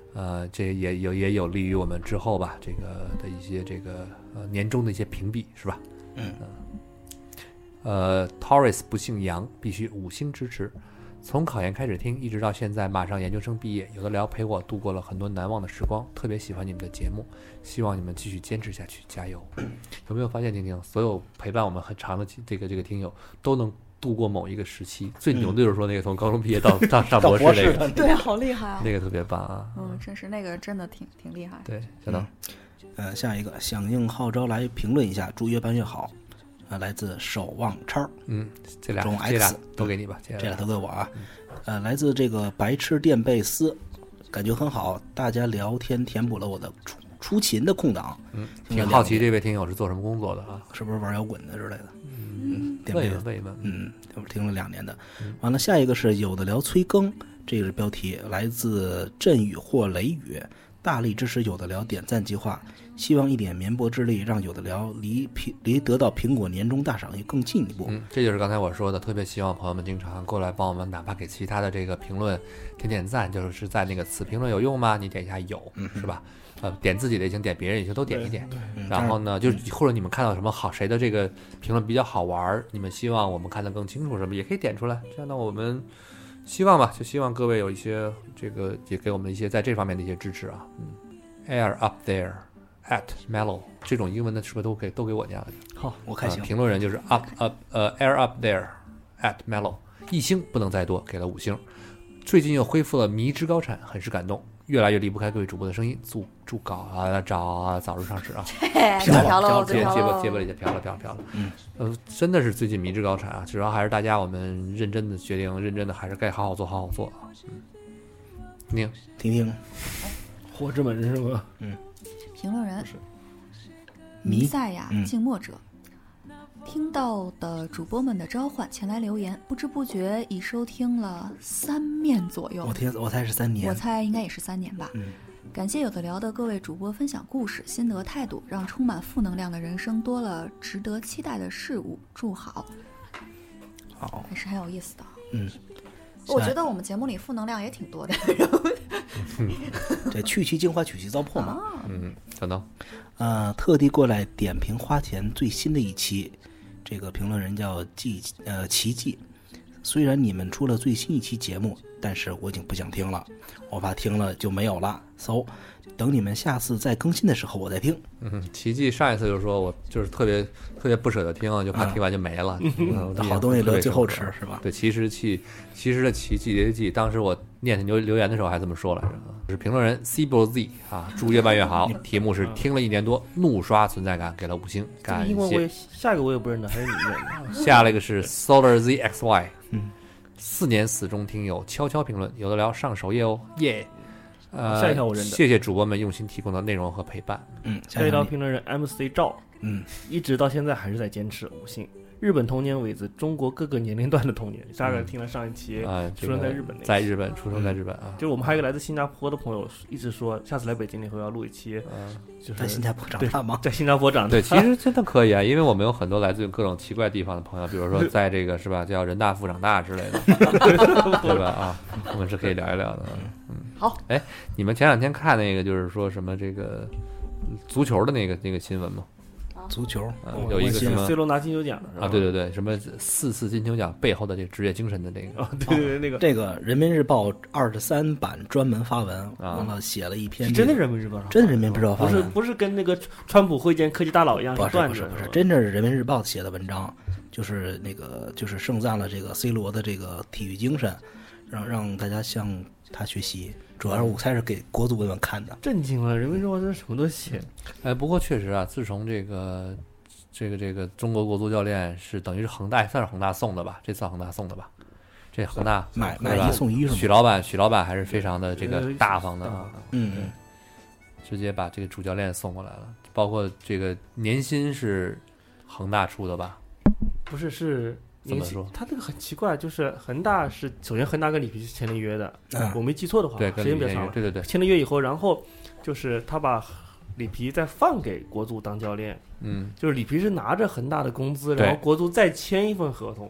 呃，这也有也有利于我们之后吧，这个的一些这个呃年终的一些评比，是吧？ 嗯。 呃 ，Taurus 不姓杨，必须五星支持。从考研开始听，一直到现在，马上研究生毕业，有的聊陪我度过了很多难忘的时光，特别喜欢你们的节目，希望你们继续坚持下去，加油！有没有发现，听听所有陪伴我们很长的这个这个听友都能度过某一个时期？最牛的就是说那个从高中毕业到到上博士那个， 对，好厉害啊！ 那个特别棒啊！ 嗯，真是那个真的挺挺厉害。 对，小刀， 呃，下一个响应号召来评论一下，祝越办越好。啊，来自守望超， 嗯，这俩中 X 这俩都给你吧， 这俩都给我啊。呃，来自这个白痴垫贝斯，感觉很好，大家聊天填补了我的出出勤的空档。 嗯，挺好奇这位听友是做什么工作的啊？ 是不是玩摇滚的之类的？ 嗯，问一问问一问。 嗯，听了两年的。完了，下一个是有的聊催更，这个是标题，来自阵雨或雷雨，大力支持有的聊点赞计划。希望一点绵薄之力，让有的聊离苹离得到苹果年终大赏也更进一步。 嗯，这就是刚才我说的，特别希望朋友们经常过来帮我们，哪怕给其他的这个评论点点赞，就是在那个此评论有用吗？你点一下有，嗯、是吧？呃，点自己的也行，点别人也行，都点一点。然后呢，就是或者你们看到什么好谁的这个评论比较好玩，你们希望我们看得更清楚什么，也可以点出来。这样呢，我们希望吧，就希望各位有一些这个也给我们一些在这方面的一些支持啊。嗯 ，Air up there。at mellow 这种英文的是不是都给都给我念了？ 好，我开心、 呃。评论人就是 up up 呃 air up there at mellow 一星不能再多，给了五星。最近又恢复了迷之高产，很是感动，越来越离不开各位主播的声音。祝祝稿啊早啊早日上市啊！ 飘了， 接接不接不了就飘了飘了飘了。嗯，呃，真的是最近迷之高产啊！主要还是大家我们认真的决定，认真的还是该好好做好好做啊。嗯，听听听， 活之门是吗？ 嗯。 评论人弥赛亚静默者、嗯、听到的主播们的召唤前来留言，不知不觉已收听了三面左右。 我听我猜是三年， 我猜应该也是三年吧。 嗯， 感谢有的聊的各位主播分享故事、心得、态度，让充满负能量的人生多了值得期待的事物。祝好， 好， 还是很有意思的。 嗯。 我觉得我们节目里负能量也挺多的， 这去其精华，去其糟粕嘛。 嗯，等等， 呃，特地过来点评花田最新的一期，这个评论人叫季呃奇迹。虽然你们出了最新一期节目，但是我已经不想听了，我怕听了就没有了。so 等你们下次再更新的时候我再听。 嗯，奇迹上一次就说我就是特别特别不舍得听，就怕听完就没了。 嗯嗯、好东西留最后吃是吧？ 对，其实奇其实的奇迹节记，当时我念留留言的时候还这么说来着。是评论人 C B Z 啊，祝越办越好。题目是听了一年多，怒刷存在感，给了五星，感谢。 我也下一个我也不认得，还是你认的。下了一个是 Solar Z X Y， 嗯， 四年死忠听友悄悄评论，有的聊上首页哦，耶、yeah 呃， 下一条我认得， 谢谢主播们用心提供的内容和陪伴。 嗯， 下一条评论人 M C 赵， 嗯， 一直到现在还是在坚持五星。日本童年尾子，中国各个年龄段的童年。大概听了上一期， 啊， 出生在日本那个， 在日本出生在日本啊。 就是我们还有一个来自新加坡的朋友，一直说下次来北京以后要录一期， 嗯， 就是在新加坡长大吗？ 在新加坡长大。 对，其实真的可以啊，因为我们有很多来自于各种奇怪地方的朋友，比如说在这个是吧，叫人大附长大之类的，对吧？啊，我们是可以聊一聊的。嗯， 好。 哎，你们前两天看那个就是说什么这个足球的那个那个新闻吗？ 足球、 呃、有一个什么 C 罗拿金球奖的啊，对对对，什么四次金球奖背后的这个职业精神的这个， 哦、对对对，那个这个人民日报二十三版专门发文，完了写了一篇、 这个，真的人民日报上， 真的人民日报发文， 不是不是跟那个川普会见科技大佬一样， 不是不是不是，真正是人民日报写的文章，就是那个就是盛赞了这个 C 罗的这个体育精神，让让大家向他学习。主要是我猜是给国足们看的， 震惊了！人民日报这什么都写。 哎，不过确实啊，自从这个这个这个中国国足教练是等于是恒大，算是恒大送的吧？这算恒大送的吧？这恒大买买一送一是吗？ 许老板，许老板还是非常的这个大方的啊， 嗯嗯， 直接把这个主教练送过来了，包括这个年薪是恒大出的吧？ 不是，是。 怎么说？ 他这个很奇怪，就是恒大是首先恒大跟里皮是签了约的， 嗯、 我没记错的话， 对， 时间比较长了， 对对对， 签了约以后，然后就是他把里皮再放给国足当教练， 嗯， 就是里皮是拿着恒大的工资，然后国足再签一份合同，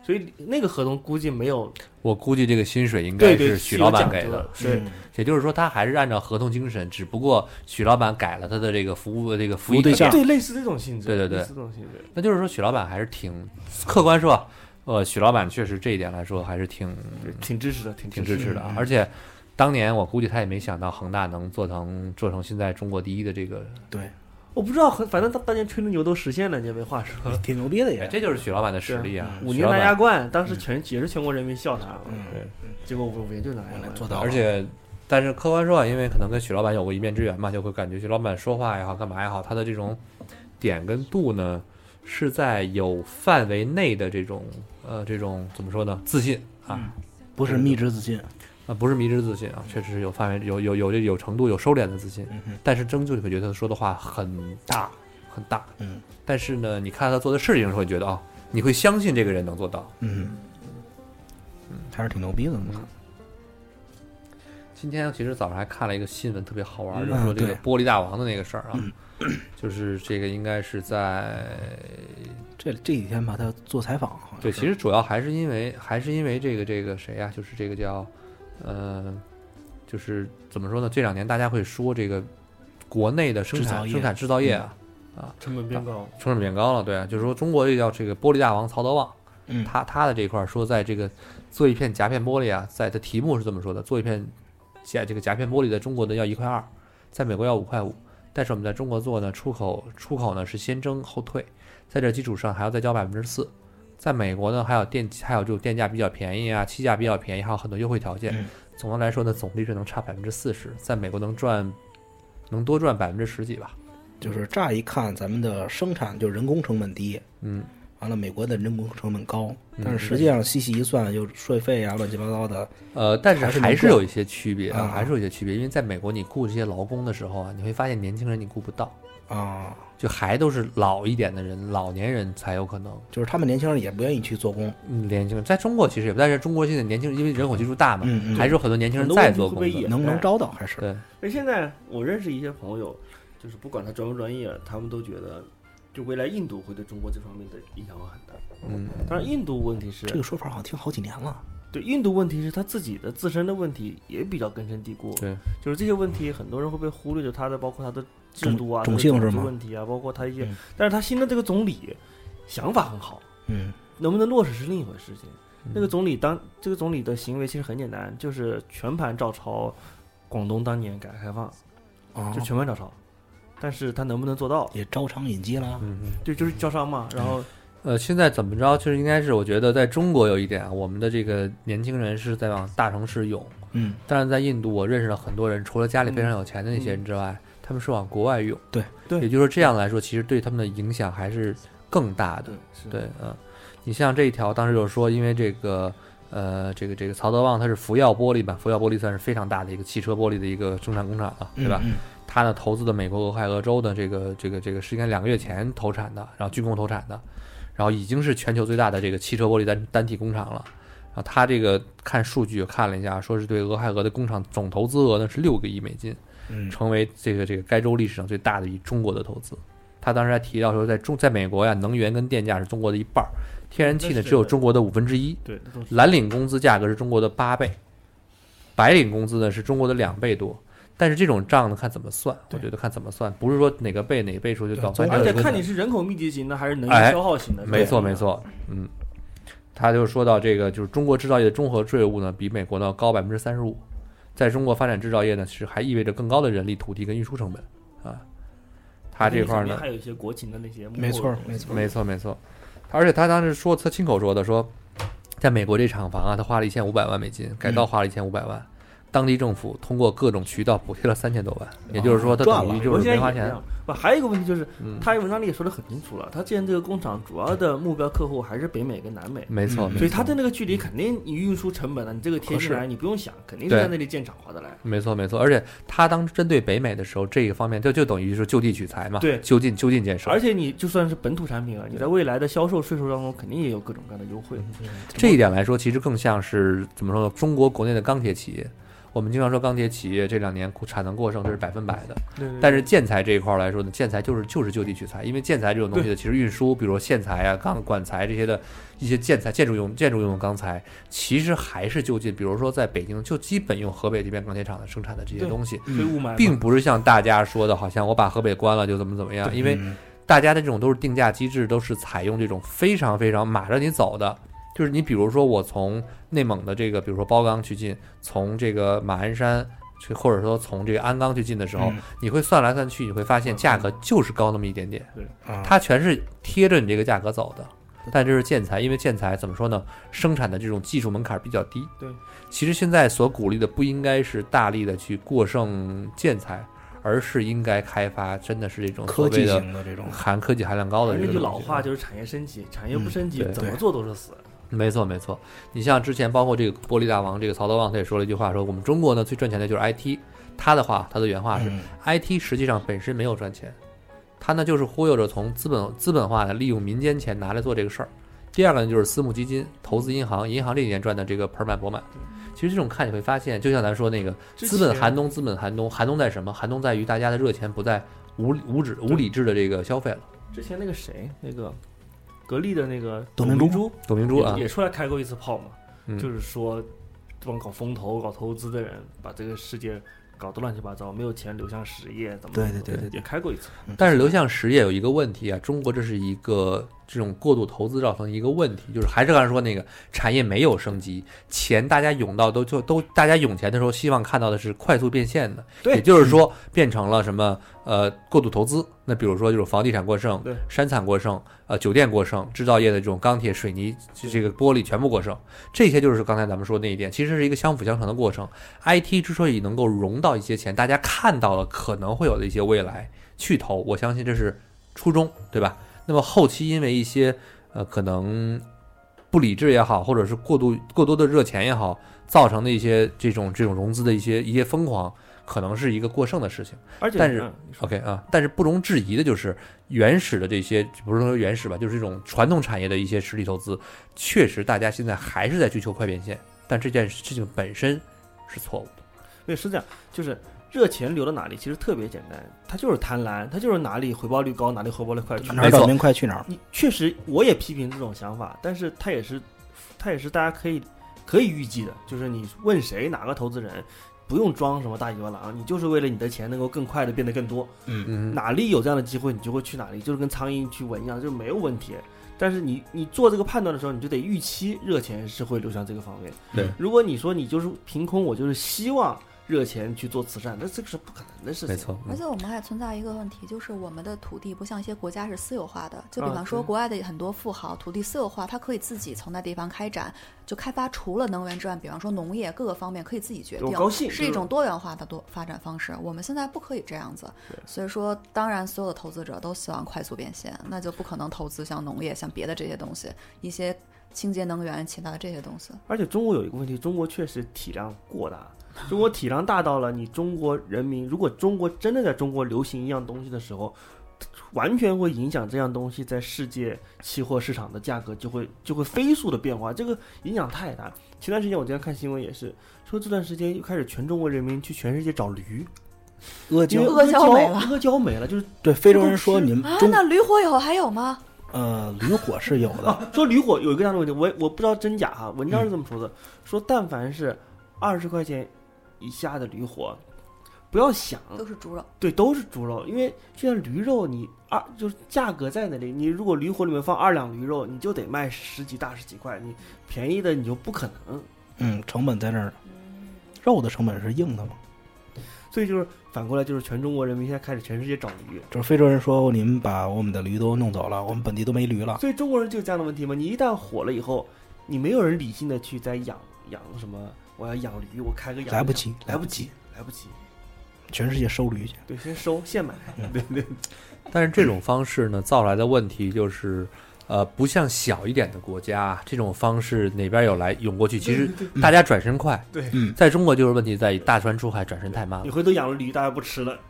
所以那个合同估计没有。 我估计这个薪水应该是许老板给的， 对， 也就是说他还是按照合同精神，只不过许老板改了他的这个服务这个服务对象， 对，类似这种性质， 对对对， 类似这种性质。 那就是说许老板还是挺客观说，呃，许老板确实这一点来说还是挺挺支持的，挺挺支持的，而且当年我估计他也没想到恒大能做成做成现在中国第一的这个， 对。 我不知道，反正他当年吹的牛都实现了，你也没话说， 挺牛逼的也。 这就是许老板的实力啊！ 五年拿亚冠，当时全也是全国人民笑他， 嗯， 对，结果五年就拿亚冠做到了。 而且，但是客观说啊，因为可能跟许老板有过一面之缘嘛，就会感觉许老板说话也好，干嘛也好，他的这种点跟度呢，是在有范围内的这种呃这种怎么说呢？自信啊， 嗯、不是迷之自信。 啊，不是迷之自信啊，确实有范围，有有有这有程度、有收敛的自信， 嗯、 但是终究你会觉得他说的话很大很大， 嗯， 但是呢，你看他做的事情，会觉得啊、哦，你会相信这个人能做到， 嗯，嗯，还是挺牛逼的嘛。 嗯、今天其实早上还看了一个新闻，特别好玩， 嗯、 就是说这个玻璃大王的那个事儿啊， 嗯、 就是这个应该是在这这几天吧，他做采访， 对，其实主要还是因为还是因为这个这个谁呀、啊，就是这个叫。呃，就是怎么说呢？这两年大家会说这个国内的生产生产制造业啊， 嗯、啊，成本变高， 成本变高了。对、啊，就是说中国这叫这个玻璃大王曹德旺， 嗯， 他他的这一块说，在这个做一片夹片玻璃啊，在它题目是这么说的：做一片夹这个夹片玻璃在中国的要一块二，在美国要五块五，但是我们在中国做呢，出口出口呢是先征后退，在这基础上还要再交百分之四。在美国呢，还有电还有这种电价比较便宜啊，期价比较便宜，还有很多优惠条件。 嗯、 总的来说呢，总利润能差百分之四十，在美国能赚，能多赚百分之十几吧。 就是乍一看，咱们的生产就人工成本低， 嗯， 完了美国的人工成本高，但是实际上细细一算，就税费啊，乱七八糟的。 呃，但是还是有一些区别啊， 还是有一些区别，因为在美国你雇这些劳工的时候啊，你会发现年轻人你雇不到。 啊， 就还都是老一点的人，老年人才有可能， 就是他们年轻人也不愿意去做工。 嗯，年轻人在中国其实也不，但是中国现在年轻人因为人口基数大嘛， 嗯嗯、 还是有很多年轻人在做工的， 能能招到还是对。 而现在我认识一些朋友，就是不管他专不专业，他们都觉得，就未来印度会对中国这方面的影响会很大。 嗯， 当然印度问题是这个说法好像听好几年了。 对，印度问题是他自己的自身的问题也比较根深蒂固。 对， 就是这些问题很多人会被忽略，就他的包括他的制度啊、 种姓是吗？ 问题啊，包括他一些， 嗯、 但是他新的这个总理想法很好， 嗯， 能不能落实是另一回事情。 嗯、 那个总理当这个总理的行为其实很简单，就是全盘照抄广东当年改革开放， 哦、 就全盘照抄，但是他能不能做到？ 也招商引资了， 嗯， 对，就是招商嘛，然后。 嗯呃，现在怎么着？就是应该是，我觉得在中国有一点啊，我们的这个年轻人是在往大城市涌， 嗯， 但是在印度，我认识了很多人，除了家里非常有钱的那些人之外，嗯、他们是往国外涌， 对对， 也就是说这样来说，其实对他们的影响还是更大的，对，嗯、呃，你像这一条，当时就是说，因为这个，呃，这个这个曹德旺他是福耀玻璃吧，福耀玻璃算是非常大的一个汽车玻璃的一个生产工厂了，对吧？ 嗯嗯他呢投资的美国俄亥俄州的这个这个这个是应该两个月前投产的，然后竣工投产的。然后已经是全球最大的这个汽车玻璃单单体工厂了，然后他这个看数据看了一下，说是对俄亥俄的工厂总投资额呢是六个亿美金， 嗯， 成为这个这个该州历史上最大的以中国的投资。他当时还提到说，在中在美国呀，能源跟电价是中国的一半，天然气呢只有中国的五分之一， 对， 蓝领工资价格是中国的八倍，白领工资呢是中国的两倍多。但是这种账呢，看怎么算，我觉得看怎么算，不是说哪个倍哪个倍数就倒算。 而且看你是人口密集型的还是能源消耗型的。 哎、没错没错，嗯，他就说到这个，就是中国制造业的综合税务呢，比美国呢高百分之三十五，在中国发展制造业呢，其实还意味着更高的人力、土地跟运输成本啊。他这块呢， 还有一些国情的那些， 没错没错没错没错，而且他当时说，他亲口说的，说在美国这厂房啊，他花了一千五百万美金，改造花了一千五百万。嗯，当地政府通过各种渠道补贴了三千多万，也就是说，它等于就是没花钱。 不，还有一个问题就是，嗯、他文章里也说得很清楚了，他建这个工厂主要的目标客户还是北美跟南美。 没错， 所以他的那个距离肯定，你运输成本呢，你这个贴进来，你不用想，肯定是在那里建厂划得来。 没错，没错。而且他当针对北美的时候，这个方面就就等于是就地取材嘛， 对， 就近就近建设。 而且你就算是本土产品啊，你在未来的销售税收当中，肯定也有各种各样的优惠。 这一点来说，其实更像是怎么说呢？中国国内的钢铁企业。 我们经常说钢铁企业这两年产能过剩，这是百分百的。 对对对， 但是建材这一块来说呢，建材就是就是就地取材，因为建材这种东西的其实运输，比如说线材啊、钢管材这些的一些建材、建筑用建筑用的钢材，其实还是就近，比如说在北京就基本用河北这边钢铁厂的生产的这些东西，并不是像大家说的，好像我把河北关了就怎么怎么样，因为大家的这种都是定价机制，都是采用这种非常非常码着你走的。就是你比如说我从内蒙的这个比如说包钢去进，从这个马鞍山去，或者说从这个鞍钢去进的时候，嗯、你会算来算去，你会发现价格就是高那么一点点，对，它全是贴着你这个价格走的。但这是建材，因为建材怎么说呢，生产的这种技术门槛比较低。对，其实现在所鼓励的不应该是大力的去过剩建材，而是应该开发真的是这种所谓的这种含科技含量高的这个。老话就是产业升级，产业不升级、嗯、怎么做都是死。 没错没错，你像之前包括这个玻璃大王这个曹德旺，他也说了一句话，说我们中国呢最赚钱的就是 I T。他的话，他的原话是、嗯、I T 实际上本身没有赚钱，他呢就是忽悠着从资本资本化的利用民间钱拿来做这个事儿。第二个呢就是私募基金、投资银行，银行这几年赚的这个盆满钵满。其实这种看你会发现，就像咱说那个资本寒冬，资本寒冬，寒冬在什么？寒冬在于大家的热钱不再无无止无理智的这个消费了。 之前那个谁，那个格力的那个董明珠， 董明珠啊， 也出来开过一次炮嘛，嗯、就是说帮搞风投、搞投资的人把这个世界搞得乱七八糟，没有钱流向实业，怎么？ 对对对对， 也开过一次。 但是流向实业有一个问题啊，中国这是一个这种过度投资造成一个问题，就是还是刚才说那个产业没有升级，钱大家涌到都就都大家涌钱的时候，希望看到的是快速变现的，也就是说变成了什么呃过度投资。那比如说就是房地产过剩、山产过剩、呃酒店过剩、制造业的这种钢铁、水泥、这个玻璃全部过剩，这些就是刚才咱们说的那一点，其实是一个相辅相成的过程。I T 之所以能够融到一些钱，大家看到了可能会有的一些未来去投，我相信这是初衷，对吧？那么后期因为一些呃可能不理智也好，或者是过度过多的热钱也好，造成的一些这种这种融资的一些一些疯狂，可能是一个过剩的事情。 而且但是 OK 啊，但是不容置疑的就是原始的这些，不是说原始吧，就是这种传统产业的一些实体投资，确实大家现在还是在追求快变现，但这件事情本身是错误的。 对，是这样，就是热钱流到哪里其实特别简单，它就是贪婪，它就是哪里回报率高哪里回报率快， 哪儿倒霉快去哪儿。 你确实我也批评这种想法，但是它也是它也是大家可以可以预计的，就是你问谁哪个投资人不用装什么大尾巴狼，你就是为了你的钱能够更快的变得更多，嗯嗯，哪里有这样的机会你就会去哪里，就是跟苍蝇去闻一样，就是没有问题。但是你你做这个判断的时候，你就得预期热钱是会流向这个方面。 对， 如果你说你就是凭空，我就是希望热钱去做慈善，那这个是不可能的事情。 没错， 而且我们还存在一个问题，就是我们的土地不像一些国家是私有化的，就比方说国外的很多富豪，土地私有化，他可以自己从那地方开展，就开发除了能源之外，比方说农业各个方面可以自己决定， 高兴是一种多元化的多发展方式。我们现在不可以这样子，所以说，当然所有的投资者都希望快速变现，那就不可能投资像农业、像别的这些东西，一些清洁能源、其他的这些东西。 而且中国有一个问题，中国确实体量过大。中国体量大到了，你中国人民如果中国真的在中国流行一样东西的时候，完全会影响这样东西在世界期货市场的价格就会就会飞速的变化，这个影响太大。前段时间我今天看新闻也是说，这段时间又开始全中国人民去全世界找驴， 阿胶阿胶没了， 阿胶没了，就是对非洲人说你们啊，那驴火以后还有吗？ 呃，驴火是有的。 啊、说驴火有一个这样的问题，我我不知道真假哈，文章是这么说的，嗯、说但凡是二十块钱以下的驴火，不要想都是猪肉， 对，都是猪肉，因为现在驴肉你二就是价格在那里，你如果驴火里面放二两驴肉，你就得卖十几大十几块，你便宜的你就不可能。 嗯，成本在那儿，肉的成本是硬的嘛， 所以就是反过来，就是全中国人民现在开始全世界找驴， 就是非洲人说你们把我们的驴都弄走了，我们本地都没驴了。 所以中国人就有这样的问题嘛，你一旦火了以后，你没有人理性的去再养养什么。我要养驴，我开个养来不及， 来不及，来不及， 全世界收驴去。 对，先收，现买。对对。 但是这种方式呢，造来的问题就是，呃，不像小一点的国家，这种方式哪边有来涌过去，其实大家转身快。 对， 嗯，在中国就是问题在于大船出海，转身太慢了。 你回头养了驴，大家不吃了，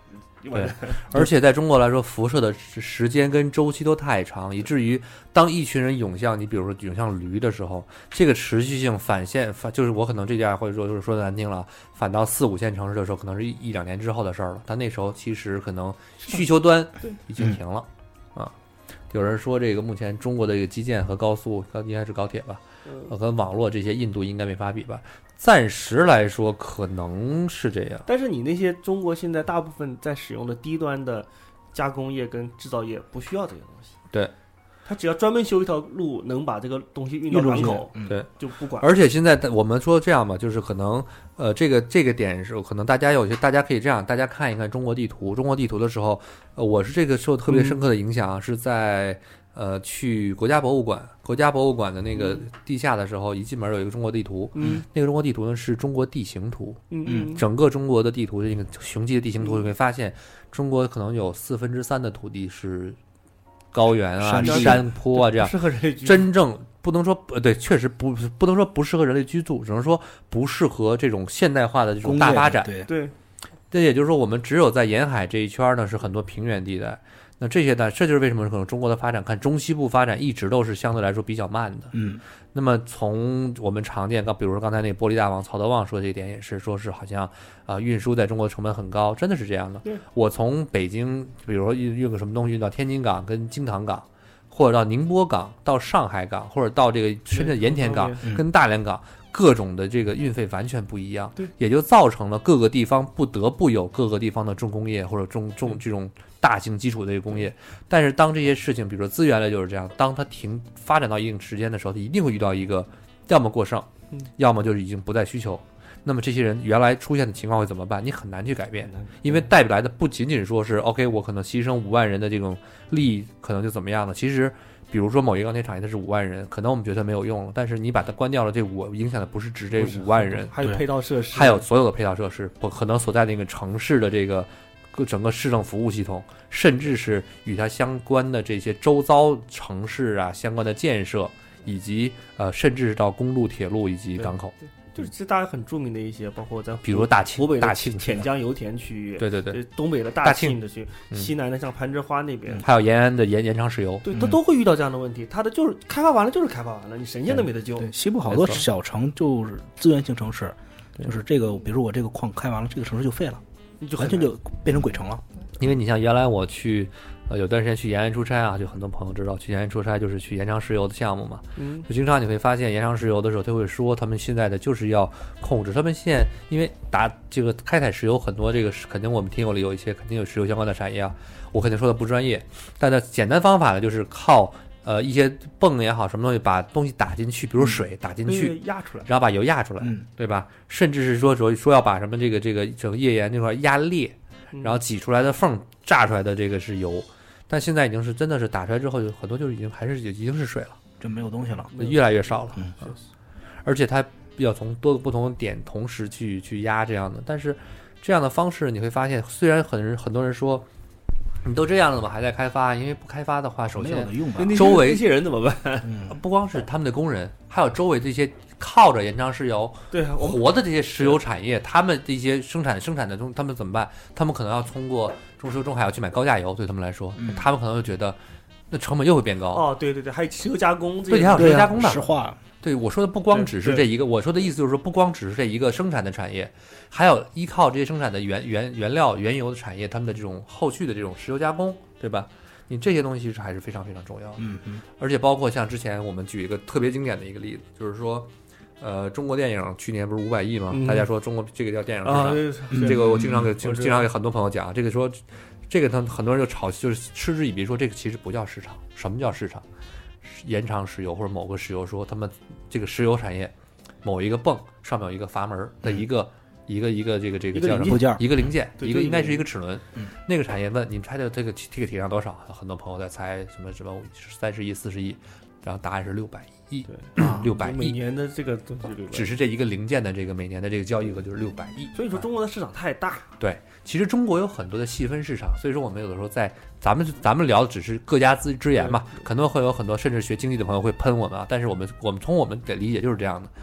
对，而且在中国来说，辐射的时间跟周期都太长，以至于当一群人涌向你，比如说涌向驴的时候，这个持续性反现反就是我可能这家或者说就是说的难听了，反到四五线城市的时候，可能是一一两年之后的事儿了。但那时候其实可能需求端已经停了、嗯、啊。有人说这个目前中国的这个基建和高速应该是高铁吧，呃，和网络这些印度应该没法比吧。暂时来说可能是这样， 但是你那些中国现在大部分在使用的低端的加工业跟制造业不需要这个东西， 对， 他只要专门修一条路能把这个东西运到港口， 对， 就不管。 而且现在我们说这样吧，就是可能呃，这个这个点是可能大家有些大家可以这样，大家看一看中国地图，中国地图的时候，呃，我是这个受特别深刻的影响，嗯、是在。呃，去国家博物馆，国家博物馆的那个地下的时候，一进门有一个中国地图， 嗯， 那个中国地图呢是中国地形图， 嗯嗯， 整个中国的地图这个雄鸡的地形图，你会发现，中国可能有四分之三的土地是高原啊、山坡啊这样， 适合人类居住。 真正不能说呃对，确实不不能说不适合人类居住，只能说不适合这种现代化的这种大发展。 对对， 这也就是说，我们只有在沿海这一圈呢是很多平原地带。那这些呢，这就是为什么可能中国的发展，看中西部发展一直都是相对来说比较慢的。 嗯， 那么从我们常见，比如说刚才那个玻璃大王曹德旺说这一点，也是说是好像啊、呃、运输在中国成本很高，真的是这样的。我从北京，比如说运运个什么东西运到天津港跟京塘港，或者到宁波港、到上海港，或者到这个深圳盐田港跟大连港。各种的这个运费完全不一样， 对， 也就造成了各个地方不得不有各个地方的重工业或者重重这种大型基础的这个工业。但是当这些事情，比如说资源类就是这样，当它停发展到一定时间的时候，它一定会遇到一个要么过剩，要么就是已经不再需求。那么这些人原来出现的情况会怎么办？你很难去改变，因为带来的不仅仅说是 OK， 我可能牺牲五万人的这种利益，可能就怎么样呢？其实。比如说某一个钢铁产业它是五万人，可能我们觉得没有用了，但是你把它关掉了，这五影响的不是只这五万人， 还有配套设施， 还有所有的配套设施，不可能所在那个城市的这个整个市政服务系统，甚至是与它相关的这些周遭城市啊相关的建设，以及呃甚至是到公路、铁路以及港口。 就是这大家很著名的一些，包括在比如大庆、 湖北大庆潜江油田区域， 对对对， 东北的大庆的区， 嗯、 西南的像攀枝花那边， 还有延安的延延长石油， 对，它都会遇到这样的问题。它的就是开发完了就是开发完了，你神仙都没得救。 对，西部好多小城就是资源性城市，就是这个，比如说我这个矿开完了，这个城市就废了，就完全就变成鬼城了。 因为你像原来我去。呃，有段时间去延安出差啊，就很多朋友知道，去延安出差就是去延长石油的项目嘛。 嗯， 就经常你会发现延长石油的时候，他会说他们现在的就是要控制，他们现在因为打这个开采石油很多，这个肯定我们听友里有一些肯定有石油相关的产业啊，我肯定说的不专业，但呢简单方法呢就是靠呃一些泵也好什么东西把东西打进去，比如水打进去， 压出来， 然后把油压出来， 嗯， 对吧？甚至是说说说要把什么这个这个整个页岩这块压裂，然后挤出来的缝炸出来的这个是油。但现在已经是真的是打出来之后，有很多就是已经还是已经是水了， 就没有东西了， 越来越少了。 嗯， 嗯而且它要从多个不同的点同时去去压这样的，但是这样的方式你会发现，虽然很人很多人说你都这样了嘛，还在开发，因为不开发的话，首先周围这些人怎么办？ 嗯，不光是他们的工人，还有周围这些靠着延长石油对活的这些石油产业，他们的一些生产生产的中，他们怎么办？他们可能要通过中石油、中海要去买高价油，对他们来说， 嗯、 他们可能会觉得那成本又会变高。 哦，对对对，还有石油加工， 对，还有石油加工的石化。 对，我说的不光只是这一个，我说的意思就是说，不光只是这一个生产的产业，还有依靠这些生产的原原原料、原油的产业，他们的这种后续的这种石油加工，对吧？你这些东西是还是非常非常重要的。 嗯嗯。 而且包括像之前我们举一个特别经典的一个例子，就是说，呃，中国电影去年不是五百亿吗？ 嗯、 大家说中国这个叫电影市场， 啊、 这个我经常给经经常给很多朋友讲，这个说，这个他很多人就吵，就是嗤之以鼻，说这个其实不叫市场。什么叫市场？延长石油或者某个石油说他们这个石油产业某一个泵上面有一个阀门的一个、嗯、一个一个这个这个叫什么一个零件，一个应该是一个齿轮、 嗯、 那个产业问你们猜的这个这个体量多少？很多朋友在猜什么什么三十亿四十亿，然后答案是六百亿， 对， 六百亿每年的这个东西只是这一个零件的这个每年的这个交易额就是六百亿。 所以说中国的市场太大。 对，其实中国有很多的细分市场，所以说我们有的时候在咱们咱们聊的只是各家之之言嘛，可能会有很多甚至学经济的朋友会喷我们啊，但是我们我们从我们的理解就是这样的。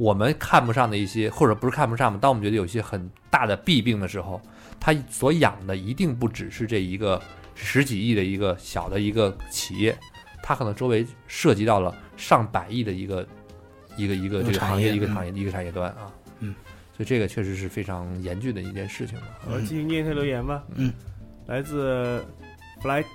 我们看不上的一些，或者不是看不上嘛，当我们觉得有一些很大的弊病的时候，它所养的一定不只是这一个十几亿的一个小的一个企业，它可能周围涉及到了上百亿的一个一个一个这个行业一个行业一个产业端啊。 嗯， 所以这个确实是非常严峻的一件事情了。 我继续念一条留言吧。 嗯， 来自 Fly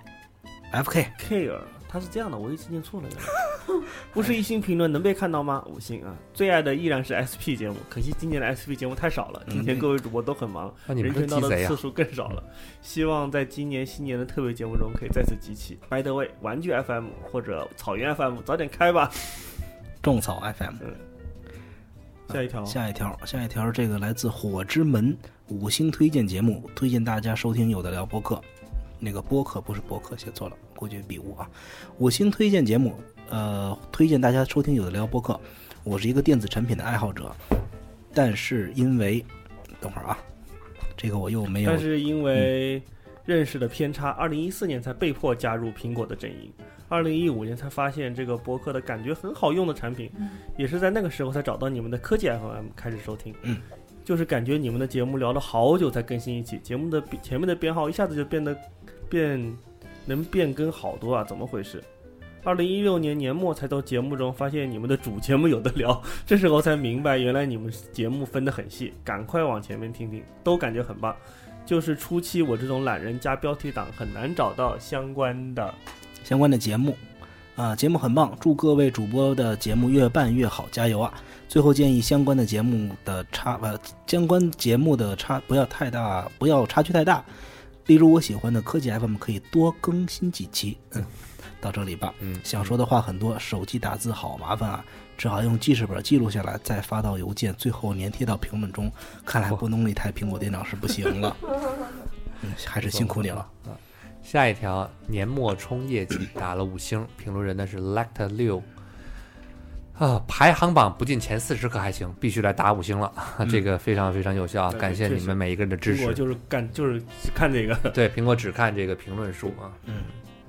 F K Care， 他是这样的，我一直念错了。不是一星评论能被看到吗？五星啊！最爱的依然是 S P 节目，可惜今年的 S P 节目太少了。今年各位主播都很忙， 嗯、 人群到的次数更少了。希望在今年新年的特别节目中可以再次集齐。By the way， 玩具 F M 或者草原 F M 早点开吧。 种草 F M。 嗯。下一条， 下一条，下一条，这个来自火之门五星推荐节目，推荐大家收听有的聊播客。那个播客不是播客，写错了，估计笔误啊。五星推荐节目，呃，推荐大家收听有的聊播客。我是一个电子产品的爱好者，但是因为，等会儿啊，这个我又没有。 但是因为认识的偏差，二零一四年才被迫加入苹果的阵营。二零一五年才发现这个播客的感觉很好用的产品， 嗯、 也是在那个时候才找到你们的科技 F M 开始收听。 嗯。 就是感觉你们的节目聊了好久才更新一期，节目的前面的编号一下子就变得变能变更好多啊，怎么回事？二零一六年年末才到节目中发现你们的主节目有的聊，这时候才明白原来你们节目分得很细，赶快往前面听听，都感觉很棒。就是初期我这种懒人加标题党很难找到相关的相关的节目啊，节目很棒，祝各位主播的节目越办越好，加油啊！最后建议相关的节目的差呃，相关节目的差不要太大，不要差距太大。例如我喜欢的科技 F M 可以多更新几期。嗯，到这里吧。 嗯， 想说的话很多，手机打字好麻烦啊，只好用记事本记录下来，再发到邮件，最后粘贴到评论中。看来不弄了一台苹果电脑是不行了。嗯，还是辛苦你了。 下一条，年末冲业绩打了五星，评论人的是 Lect 六。啊，排行榜不进前四十可还行，必须来打五星了，嗯、这个非常非常有效，感谢你们每一个人的支持。 苹果就是干就是看这个， 对，苹果只看这个评论数啊。 嗯。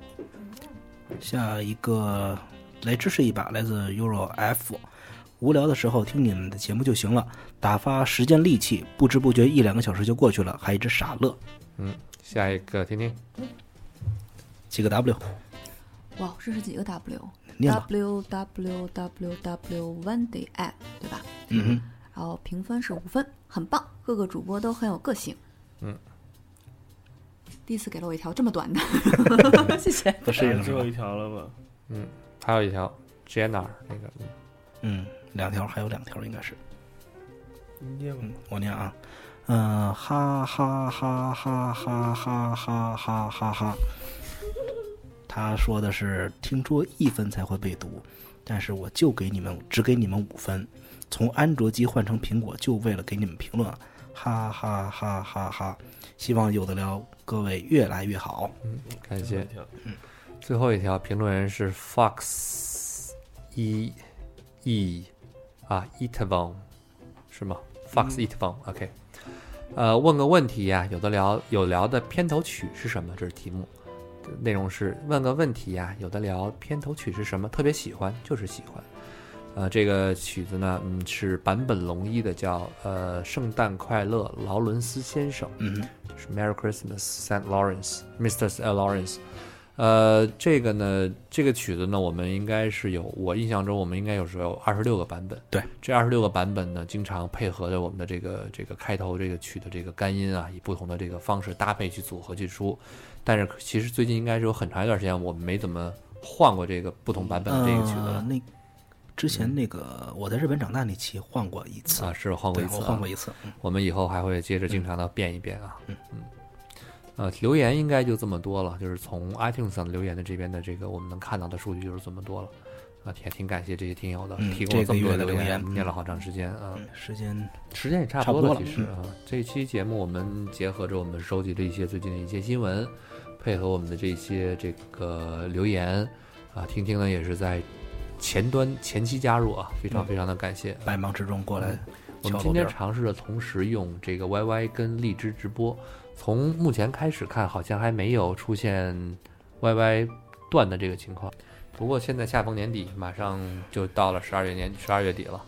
下一个来支持一把，来自 Euro F。无聊的时候听你们的节目就行了，打发时间力气，不知不觉一两个小时就过去了，还一直傻乐。 嗯，下一个听听， 几个 W？ 哇，这是几个 W？ 念吧 W W W W Wendy App 对吧？ 嗯哼。 然后评分是五分，很棒，各个主播都很有个性。 嗯。 第一次给了我一条这么短的，谢谢。 不适应， 最后一条了吧？ 嗯，还有一条 Jenna 那个， 嗯，两条，还有两条应该是。 你念吧， 我念啊，嗯、呃，哈哈哈哈哈哈哈哈哈哈。他说的是听说一分才会被读，但是我就给你们只给你们五分，从安卓机换成苹果就为了给你们评论，哈哈哈哈哈！希望有的聊各位越来越好。 嗯，感谢。 嗯， 最后一条评论人是 Fox E E 啊 Eatvon 是吗 ？Fox Eatvon OK。呃，问个问题呀、啊，有的聊有聊的片头曲是什么？这是题目。内容是问个问题呀、啊，有的聊片头曲是什么？特别喜欢，就是喜欢。呃，这个曲子呢，嗯，是坂本龙一的，叫呃《圣诞快乐，劳伦斯先生》， 嗯， 是 Merry Christmas Saint Lawrence，Mister Lawrence。呃，这个呢，这个曲子呢，我们应该是有，我印象中我们应该有时候有二十六个版本。 对， 这二十六个版本呢，经常配合着我们的这个这个开头这个曲的这个干音啊，以不同的这个方式搭配去组合去出。但是其实最近应该是有很长一段时间，我们没怎么换过这个不同版本的这个曲子了。 呃、那之前那个、嗯、我在日本长大那期换过一次啊，是换过一次、啊， 我换过一次、嗯。 我们以后还会接着经常的变一变啊。 嗯嗯。呃，留言应该就这么多了，就是从 iTunes 上留言的这边的这个我们能看到的数据就是这么多了。啊，也挺感谢这些听友的， 嗯、 提供了这么多的留言， 言念了好长时间啊、 嗯。时间时间也差不多了，其实啊，这一期节目我们结合着我们收集了一些最近的一些新闻。配合我们的这些这个留言啊，听听呢也是在前端前期加入啊，非常非常的感谢。 百忙之中过来、嗯， 我们今天尝试着同时用这个 Y Y 跟荔枝直播，从目前开始看好像还没有出现 Y Y 断的这个情况。不过现在恰逢年底，马上就到了十二月年十二月底了，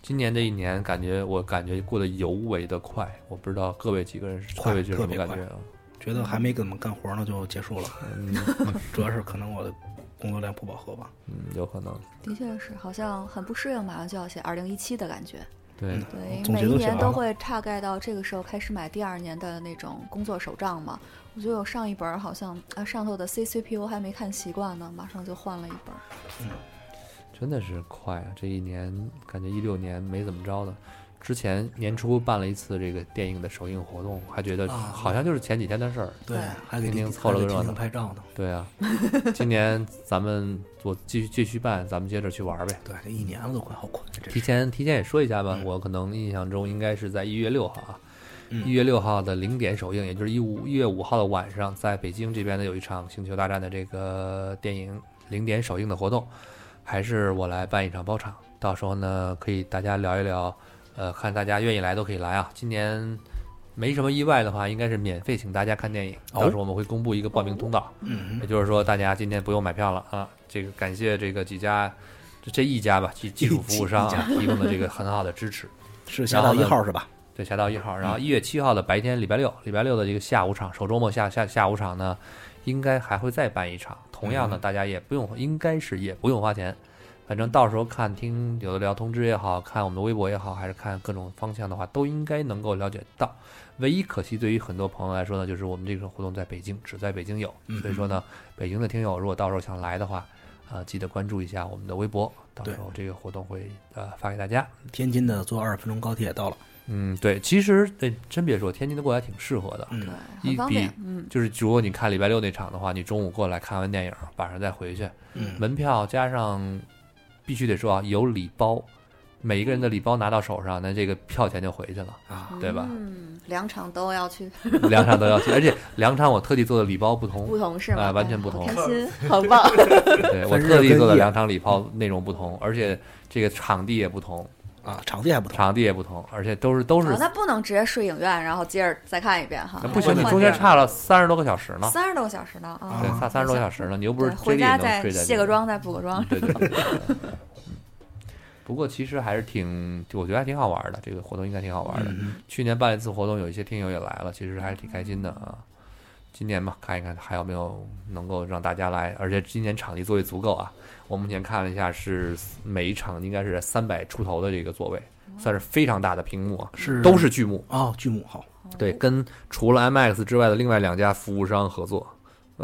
今年这一年，感觉我感觉过得尤为的快，我不知道各位几个人快各位是什么特别快感觉啊？ 觉得还没怎么干活呢就结束了， 嗯， 主要是可能我的工作量不饱和吧。 嗯，有可能。 的确是，好像很不适应，马上就要写二零一七的感觉。 对， 对， 总每一年结都写完了都会大概到这个时候开始买第二年的那种工作手账嘛。我觉得有上一本好像啊，上头的 C C P U 还没看习惯呢，马上就换了一本。 真的是快啊！这一年感觉一六年没怎么着的。之前年初办了一次这个电影的首映活动，还觉得啊好像就是前几天的事儿。 对，还给天天弟凑了个热闹还给弟弟拍照呢。 对啊，今年咱们我继续继续办，咱们接着去玩呗。 对，这一年了都快，好快。这提是前提前也说一下吧， 嗯我可能印象中应该是在一月六号啊， 嗯一月六号的零点首映，也就是一五一月五号的晚上，在北京这边呢有一场《星球大战》的这个电影零点首映的活动，还是我来办一场包场，到时候呢可以大家聊一聊，呃，看大家愿意来都可以来啊。今年没什么意外的话，应该是免费请大家看电影， 哦到时候我们会公布一个报名通道， 嗯也就是说大家今天不用买票了啊。这个感谢这个几家。这一家吧，技技术服务商啊，提供的这个很好的支持。 是侠盗一号是吧？ 对，侠盗一号。然后一月七号的白天，礼拜六，礼拜六的这个下午场，首周末下下下午场呢，应该还会再办一场。同样的，大家也不用，应该是也不用花钱。反正到时候看听有的聊通知也好看我们的微博也好，还是看各种方向的话，都应该能够了解到。唯一可惜对于很多朋友来说呢，就是我们这个活动在北京，只在北京有。所以说呢，北京的听友如果到时候想来的话，呃，记得关注一下我们的微博，到时候这个活动会呃发给大家。 天津的坐二十分钟高铁到了。 嗯，对，其实对，真别说，天津的过来挺适合的。 嗯， 对， 一很方便比。 嗯， 就是如果你看礼拜六那场的话，你中午过来看完电影，晚上再回去， 嗯， 门票加上必须得说啊，有礼包，每一个人的礼包拿到手上，那这个票钱就回去了啊， 对吧？ 嗯，两场都要去， 两场都要去，而且两场我特地做的礼包不同， 不同是吗？ 啊完全不同哎好开心，好棒。 对我特地做的两场礼包内容不同，而且这个场地也不同。 啊，场地还不同， 场地也不同，而且都是都是。 哦、那不能直接睡影院，然后接着再看一遍哈。 不行，你中间差了三十多个小时呢。 三十多个小时呢，啊、 对，差三十多个小时呢，你又不是回家再卸个妆，再补个妆。 对对对。对不过其实还是挺，我觉得还挺好玩的，这个活动应该挺好玩的。 嗯、 去年办一次活动，有一些听友也来了，其实还是挺开心的啊。今年吧，看一看还有没有能够让大家来，而且今年场地座位足够啊。我目前看了一下，是每一场应该是三百出头的这个座位。算是非常大的屏幕啊， 是都是巨幕哦，巨幕好。 对，跟除了 M X 之外的另外两家服务商合作。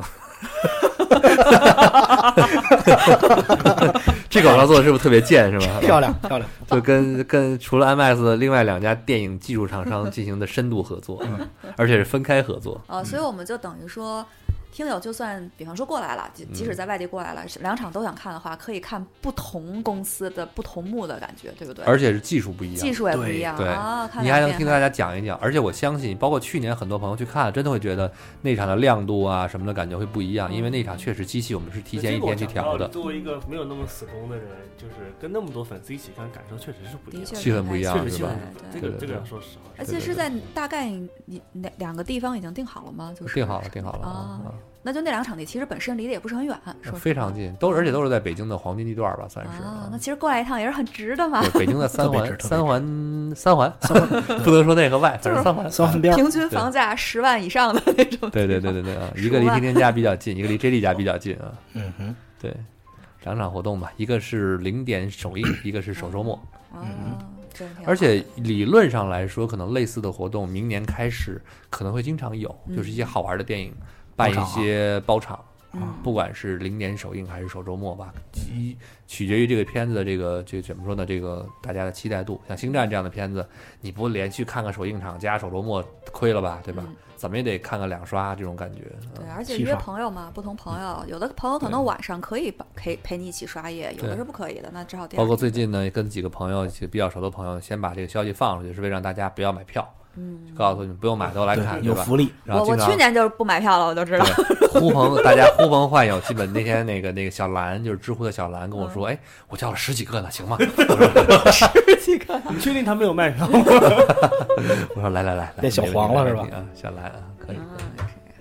这广告做的是不是特别贱是吧？ 漂亮漂亮， 就跟跟除了 M X 的另外两家电影技术厂商进行的深度合作，而且是分开合作。 哦，所以我们就等于说。听友就算比方说过来了，即即使在外地过来了，两场都想看的话，可以看不同公司的不同幕的感觉，对不对？ 而且是技术不一样， 技术也不一样， 对， 啊、 你还能听大家讲一讲。而且我相信，包括去年很多朋友去看，真的会觉得那场的亮度啊什么的感觉会不一样，因为那场确实机器我们是提前一天去调的。 作为一个没有那么死忠的人，就是跟那么多粉丝一起看，感受确实是不一样， 气氛不一样，是吧？ 这个这个要说实话。 而且是在大概你两两个地方已经定好了吗？就是定好了，定好了啊。那就那两场地其实本身离得也不是很远， 非常近，都而且都是在北京的黄金地段吧，算是。 啊，那其实过来一趟也是很值的嘛。 北京的三环，三环，三环，不能说内和外，反正三环， 三环边， 平均房价十万以上的那种。 对对对对对啊，一个离天天家比较近，一个离 J D 家比较近啊。 嗯哼， 对，两场活动吧，一个是零点首映，一个是首周末。 嗯。 而且理论上来说，可能类似的活动明年开始可能会经常有，就是一些好玩的电影。办一些包场， 嗯、 不管是零点首映还是首周末吧，取取决于这个片子的这个这个怎么说呢？这个大家的期待度。像《星战》这样的片子，你不连续看个首映场加首周末，亏了吧，对吧？ 嗯、 怎么也得看个两刷这种感觉。 对，而且约朋友嘛，不同朋友，有的朋友可能晚上可以陪陪你一起刷夜，有的是不可以的，那只好第二天。 包括最近呢，跟几个朋友比较熟的朋友，先把这个消息放出去，是为了让大家不要买票。 嗯， 告诉你不用买都来看， 有福利。 然后我我去年就是不买票了，我就知道。 呼朋大家呼朋唤友，基本那天那个那个小兰就是知乎的小兰跟我说，哎、嗯，我叫了十几个呢，行吗？ 十几个， 你确定他没有卖票吗？ 我说来来来， 变小黄了是吧？ 啊，小兰啊，可以。 嗯，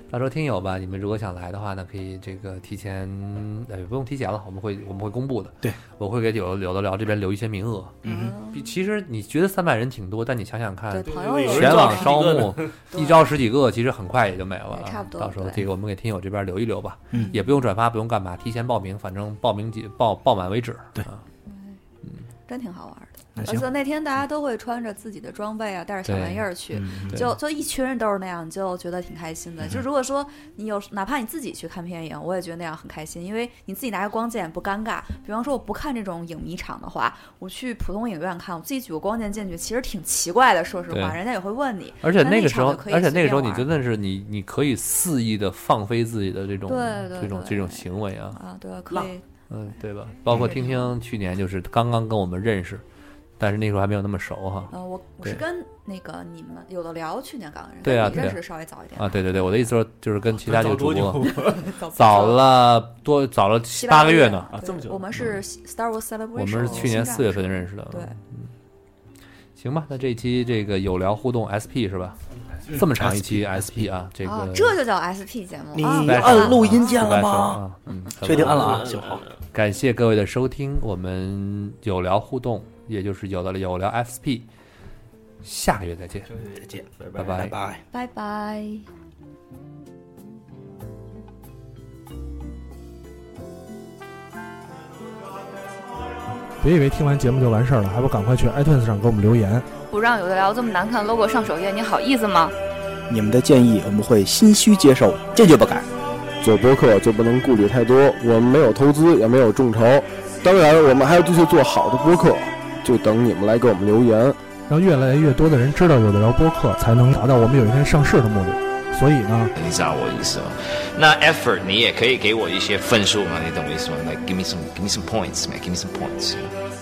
到时候听友吧，你们如果想来的话呢，可以这个提前，呃，不用提前了，我们会我们会公布的。 对， 我会给有有的聊这边留一些名额。 嗯， 其实你觉得三百人挺多，但你想想看， 对，朋友也全网招募一招十几个，其实很快也就没了。 差不多。 到时候这个我们给听友这边留一留吧， 嗯， 也不用转发，不用干嘛，提前报名，反正报名几报报满为止。 对， 啊， 嗯，真挺好玩的。 而且那天大家都会穿着自己的装备啊，带着小玩意儿去， 嗯、 就就一群人都是那样，就觉得挺开心的。嗯、就如果说你有，哪怕你自己去看片影，我也觉得那样很开心，因为你自己拿个光剑不尴尬。比方说我不看这种影迷场的话，我去普通影院看，我自己举个光剑进去，其实挺奇怪的。说实话，人家也会问你。 而且那个时候，而且那个时候你真的是你，你可以肆意的放飞自己的这种对对对这种这种行为啊啊，对，可以， 嗯，对吧？包括听听去年就是刚刚跟我们认识。但是那时候还没有那么熟哈。 呃，我我是跟那个你们有的聊，去年刚认识， 对啊， 你认识稍微早一点啊。对对对，我的意思说就是跟其他这个主播早了多早了七八个月呢啊，这么久。 我们是 Star Wars Celebration， 我们是去年四月份认识的。 对， 嗯，行吧，那这一期这个有聊互动 S P 是吧？这么长一期 S P 啊，这个这就叫 S P 节目。 你按录音键了吗？ 嗯， 确定按了啊，就好。 感谢各位的收听，我们有聊互动。也就是有的有聊 S P， 下个月再见， 再见， 拜拜拜拜拜拜。 别以为听完节目就完事儿了，还不赶快去 iTunes 上给我们留言。 不让有的聊这么难看 logo 上首页，你好意思吗？ 你们的建议我们会心虚接受，坚决不改。 做播客就不能顾虑太多，我们没有投资，也没有众筹，当然我们还要继续做好的播客。就等你们来给我们留言， 让越来越多的人知道有的聊播客，才能达到我们有一天上市的目的。所以呢， 你知道我意思吗？那 effort 你也可以给我一些分数嘛，你懂我意思吗？ Like give me some, give me some points, man, give me some points.